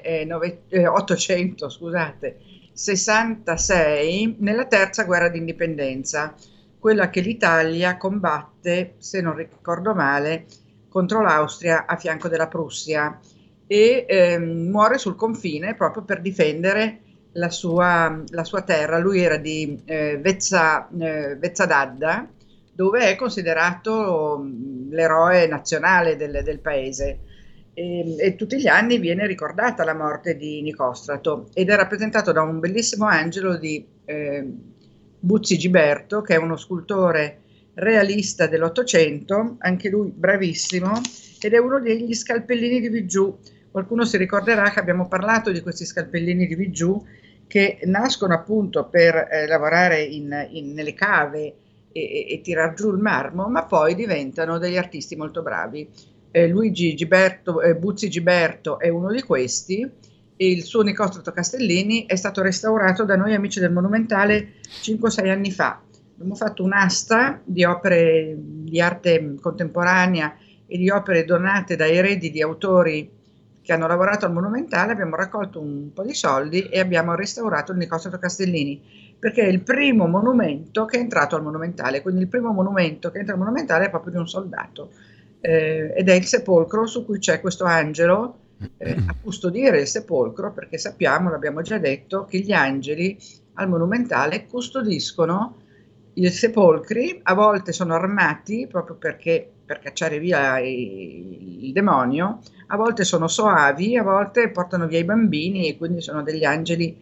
1866 nella terza guerra d'indipendenza, quella che l'Italia combatte, se non ricordo male, contro l'Austria a fianco della Prussia, e muore sul confine proprio per difendere la sua terra. Lui era di Vezzadadda, dove è considerato l'eroe nazionale del paese, e tutti gli anni viene ricordata la morte di Nicostrato ed è rappresentato da un bellissimo angelo di Buzzi Giberto, che è uno scultore realista dell'Ottocento, anche lui bravissimo, ed è uno degli scalpellini di Vigiù. Qualcuno si ricorderà che abbiamo parlato di questi scalpellini di Vigiù, che nascono appunto per lavorare nelle cave e tirar giù il marmo, ma poi diventano degli artisti molto bravi. Buzzi Giberto è uno di questi, e il suo Nicostrato Castellini è stato restaurato da noi amici del Monumentale 5-6 anni fa. Abbiamo fatto un'asta di opere di arte contemporanea e di opere donate da eredi di autori che hanno lavorato al Monumentale. Abbiamo raccolto un po' di soldi e abbiamo restaurato il Nicostrato Castellini, perché è il primo monumento che è entrato al Monumentale, quindi il primo monumento che entra al Monumentale è proprio di un soldato, ed è il sepolcro su cui c'è questo angelo a custodire il sepolcro, perché sappiamo, l'abbiamo già detto, che gli angeli al Monumentale custodiscono i sepolcri, a volte sono armati proprio per cacciare via il demonio, a volte sono soavi, a volte portano via i bambini, e quindi sono degli angeli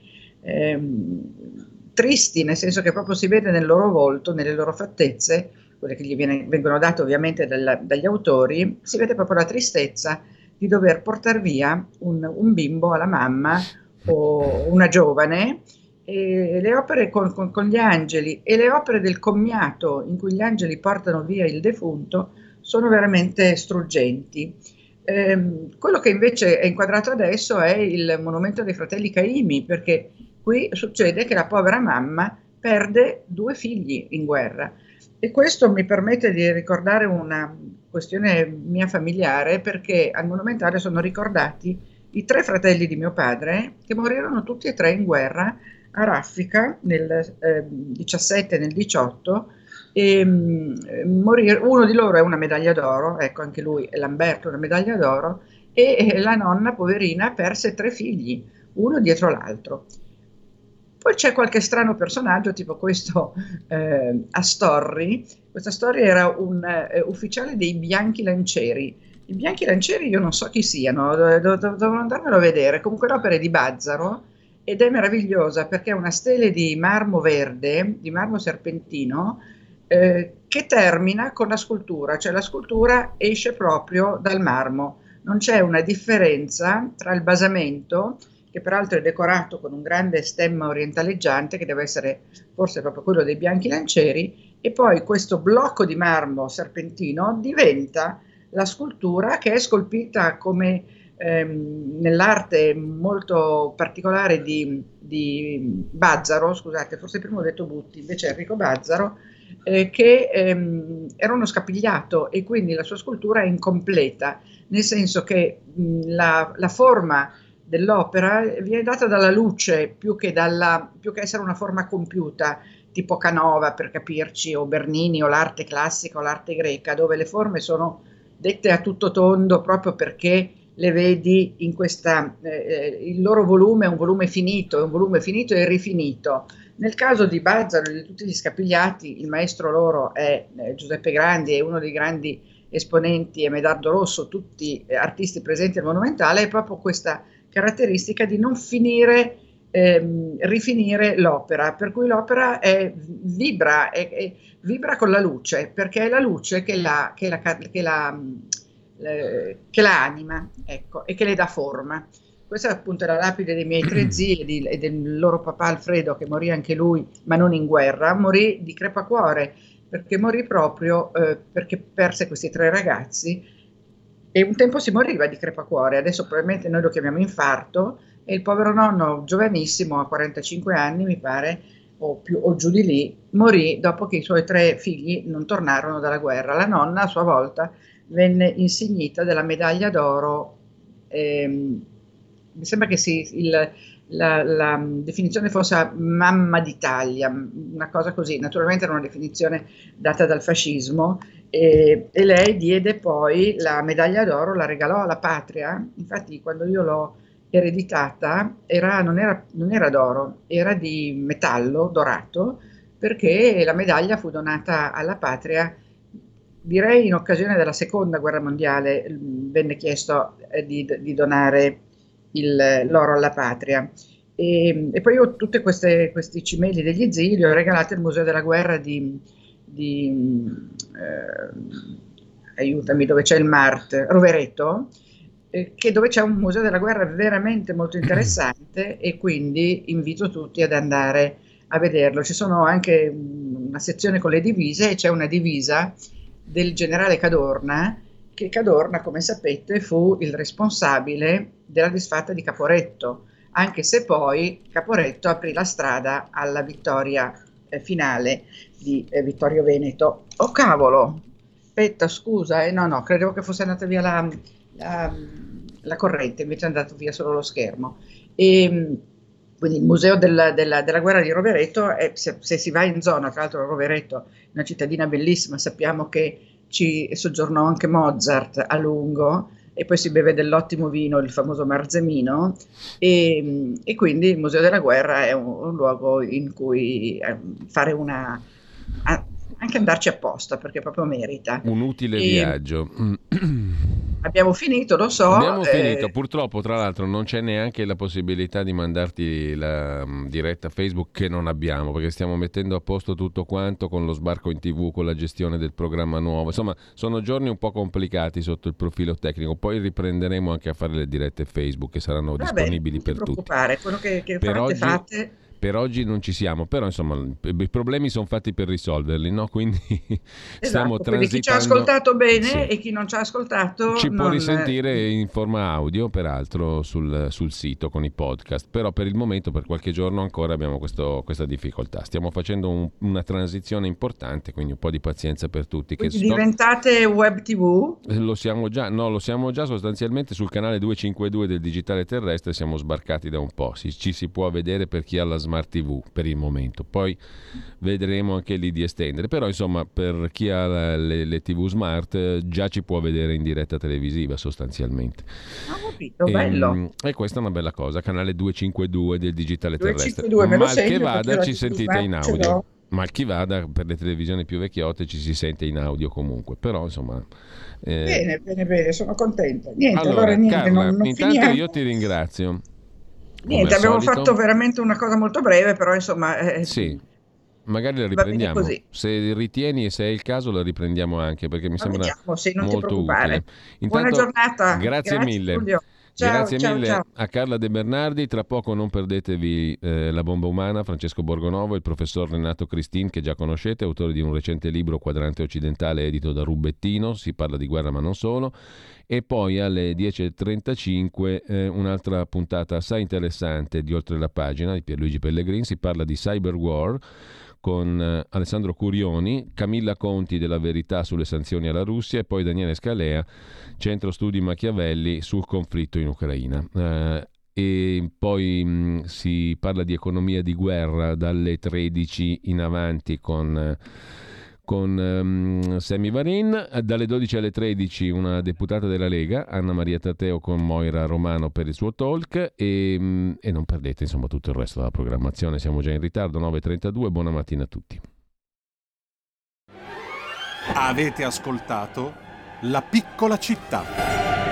tristi, nel senso che proprio si vede nel loro volto, nelle loro fattezze, quelle che gli vengono date ovviamente dagli autori, si vede proprio la tristezza di dover portare via un bimbo alla mamma o una giovane. E le opere con gli angeli e le opere del commiato in cui gli angeli portano via il defunto sono veramente struggenti. Quello che invece è inquadrato adesso è il monumento dei fratelli Caimi, perché qui succede che la povera mamma perde 2 figli in guerra, e questo mi permette di ricordare una questione mia familiare, perché al Monumentale sono ricordati i 3 fratelli di mio padre che morirono tutti e 3 in guerra a raffica nel 17 e nel 18, e uno di loro è una medaglia d'oro, ecco, anche lui è Lamberto, una medaglia d'oro, e la nonna poverina perse 3 figli, uno dietro l'altro. Poi c'è qualche strano personaggio, tipo questo Astorri. Questo Astorri era un ufficiale dei Bianchi Lancieri. I Bianchi Lancieri io non so chi siano, devo andarmelo a vedere. Comunque l'opera è di Bazzaro ed è meravigliosa, perché è una stele di marmo verde, di marmo serpentino, che termina con la scultura, cioè la scultura esce proprio dal marmo. Non c'è una differenza tra il basamento, che peraltro è decorato con un grande stemma orientaleggiante, che deve essere forse proprio quello dei Bianchi Lancieri, e poi questo blocco di marmo serpentino diventa la scultura, che è scolpita come nell'arte molto particolare di Bazzaro, scusate, forse prima ho detto Butti, invece è Enrico Bazzaro, che era uno scapigliato, e quindi la sua scultura è incompleta, nel senso che la forma dell'opera viene data dalla luce più che essere una forma compiuta, tipo Canova per capirci, o Bernini, o l'arte classica o l'arte greca, dove le forme sono dette a tutto tondo proprio perché le vedi in questa, il loro volume è un volume finito, e rifinito. Nel caso di Bazzaro e di tutti gli scapigliati, il maestro loro è Giuseppe Grandi, è uno dei grandi esponenti, e Medardo Rosso, tutti artisti presenti al Monumentale, è proprio questa caratteristica di non finire, rifinire l'opera, per cui l'opera vibra con la luce, perché è la luce che la anima, ecco, e che le dà forma. Questa appunto è la lapide dei miei 3 zii e del loro papà Alfredo, che morì anche lui, ma non in guerra, morì di crepacuore, perché morì proprio perché perse questi 3 ragazzi, e un tempo si moriva di crepacuore, adesso probabilmente noi lo chiamiamo infarto, e il povero nonno, giovanissimo, a 45 anni mi pare, o giù di lì, morì dopo che i suoi 3 figli non tornarono dalla guerra. La nonna a sua volta venne insignita della medaglia d'oro, mi sembra che la definizione fosse mamma d'Italia, una cosa così, naturalmente era una definizione data dal fascismo, e lei diede poi la medaglia d'oro, la regalò alla patria. Infatti quando io l'ho ereditata non era d'oro, era di metallo dorato, perché la medaglia fu donata alla patria, direi in occasione della seconda guerra mondiale. Venne chiesto di donare l'oro alla patria, e poi io tutti questi cimeli degli zii li ho regalati al Museo della Guerra aiutami, dove c'è il Mart, Rovereto, dove c'è un museo della guerra veramente molto interessante, e quindi invito tutti ad andare a vederlo. Ci sono anche una sezione con le divise, e c'è una divisa del generale Cadorna, che Cadorna, come sapete, fu il responsabile della disfatta di Caporetto, anche se poi Caporetto aprì la strada alla vittoria finale di Vittorio Veneto. Oh cavolo, aspetta, scusa, no, credevo che fosse andata via la corrente, invece è andato via solo lo schermo. E quindi il museo della guerra di Rovereto, se si va in zona, tra l'altro Rovereto è una cittadina bellissima, sappiamo che ci soggiornò anche Mozart a lungo, e poi si beve dell'ottimo vino, il famoso Marzemino, e quindi il Museo della Guerra è un luogo in cui fare anche andarci apposta, perché proprio merita. Un utile viaggio. Abbiamo finito, lo so. Abbiamo finito, purtroppo tra l'altro non c'è neanche la possibilità di mandarti la diretta Facebook, che non abbiamo, perché stiamo mettendo a posto tutto quanto con lo sbarco in TV, con la gestione del programma nuovo. Insomma, sono giorni un po' complicati sotto il profilo tecnico. Poi riprenderemo anche a fare le dirette Facebook, che saranno disponibili per tutti. Quello che fate. Per oggi non ci siamo, però insomma i problemi sono fatti per risolverli, no? Quindi stiamo transitando. Quindi chi ci ha ascoltato bene, sì, e chi non ci ha ascoltato ci può risentire in forma audio, peraltro sul sito con i podcast, però per il momento, per qualche giorno ancora abbiamo questa difficoltà. Stiamo facendo una transizione importante, quindi un po' di pazienza per tutti. Quindi diventate web TV? Lo siamo già sostanzialmente sul canale 252 del Digitale Terrestre, siamo sbarcati da un po', ci si può vedere per chi ha la Smart TV per il momento, poi vedremo anche lì di estendere, però insomma per chi ha le TV smart già ci può vedere in diretta televisiva sostanzialmente. Ho capito, bello. E questa è una bella cosa, canale 252 del Digitale 252, Terrestre. Mal che vada ci sentite in audio. Mal chi vada, per le televisioni più vecchiotte ci si sente in audio comunque, però insomma bene, sono contenta. Niente, allora niente, Carla, non intanto finiamo. io ti ringrazio. Niente, abbiamo fatto veramente una cosa molto breve, però insomma sì, magari la riprendiamo se ritieni, e se è il caso la riprendiamo anche, perché mi sembra molto utile. Intanto, buona giornata, grazie mille. Grazie mille a Carla De Bernardi. Tra poco non perdetevi La bomba umana, Francesco Borgonovo e il professor Renato Cristin, che già conoscete, autore di un recente libro, Quadrante occidentale, edito da Rubettino. Si parla di guerra ma non solo. E poi alle 10.35 un'altra puntata assai interessante di Oltre la pagina di Pierluigi Pellegrin. Si parla di cyber war con Alessandro Curioni, Camilla Conti della Verità sulle sanzioni alla Russia, e poi Daniele Scalea, Centro Studi Machiavelli sul conflitto in Ucraina. E poi si parla di economia di guerra dalle 13 in avanti con Sammy Varin. Dalle 12 alle 13 una deputata della Lega, Anna Maria Tateo, con Moira Romano per il suo talk, e non perdete insomma tutto il resto della programmazione. Siamo già in ritardo, 9.32. Buona mattina a tutti. Avete ascoltato La piccola città.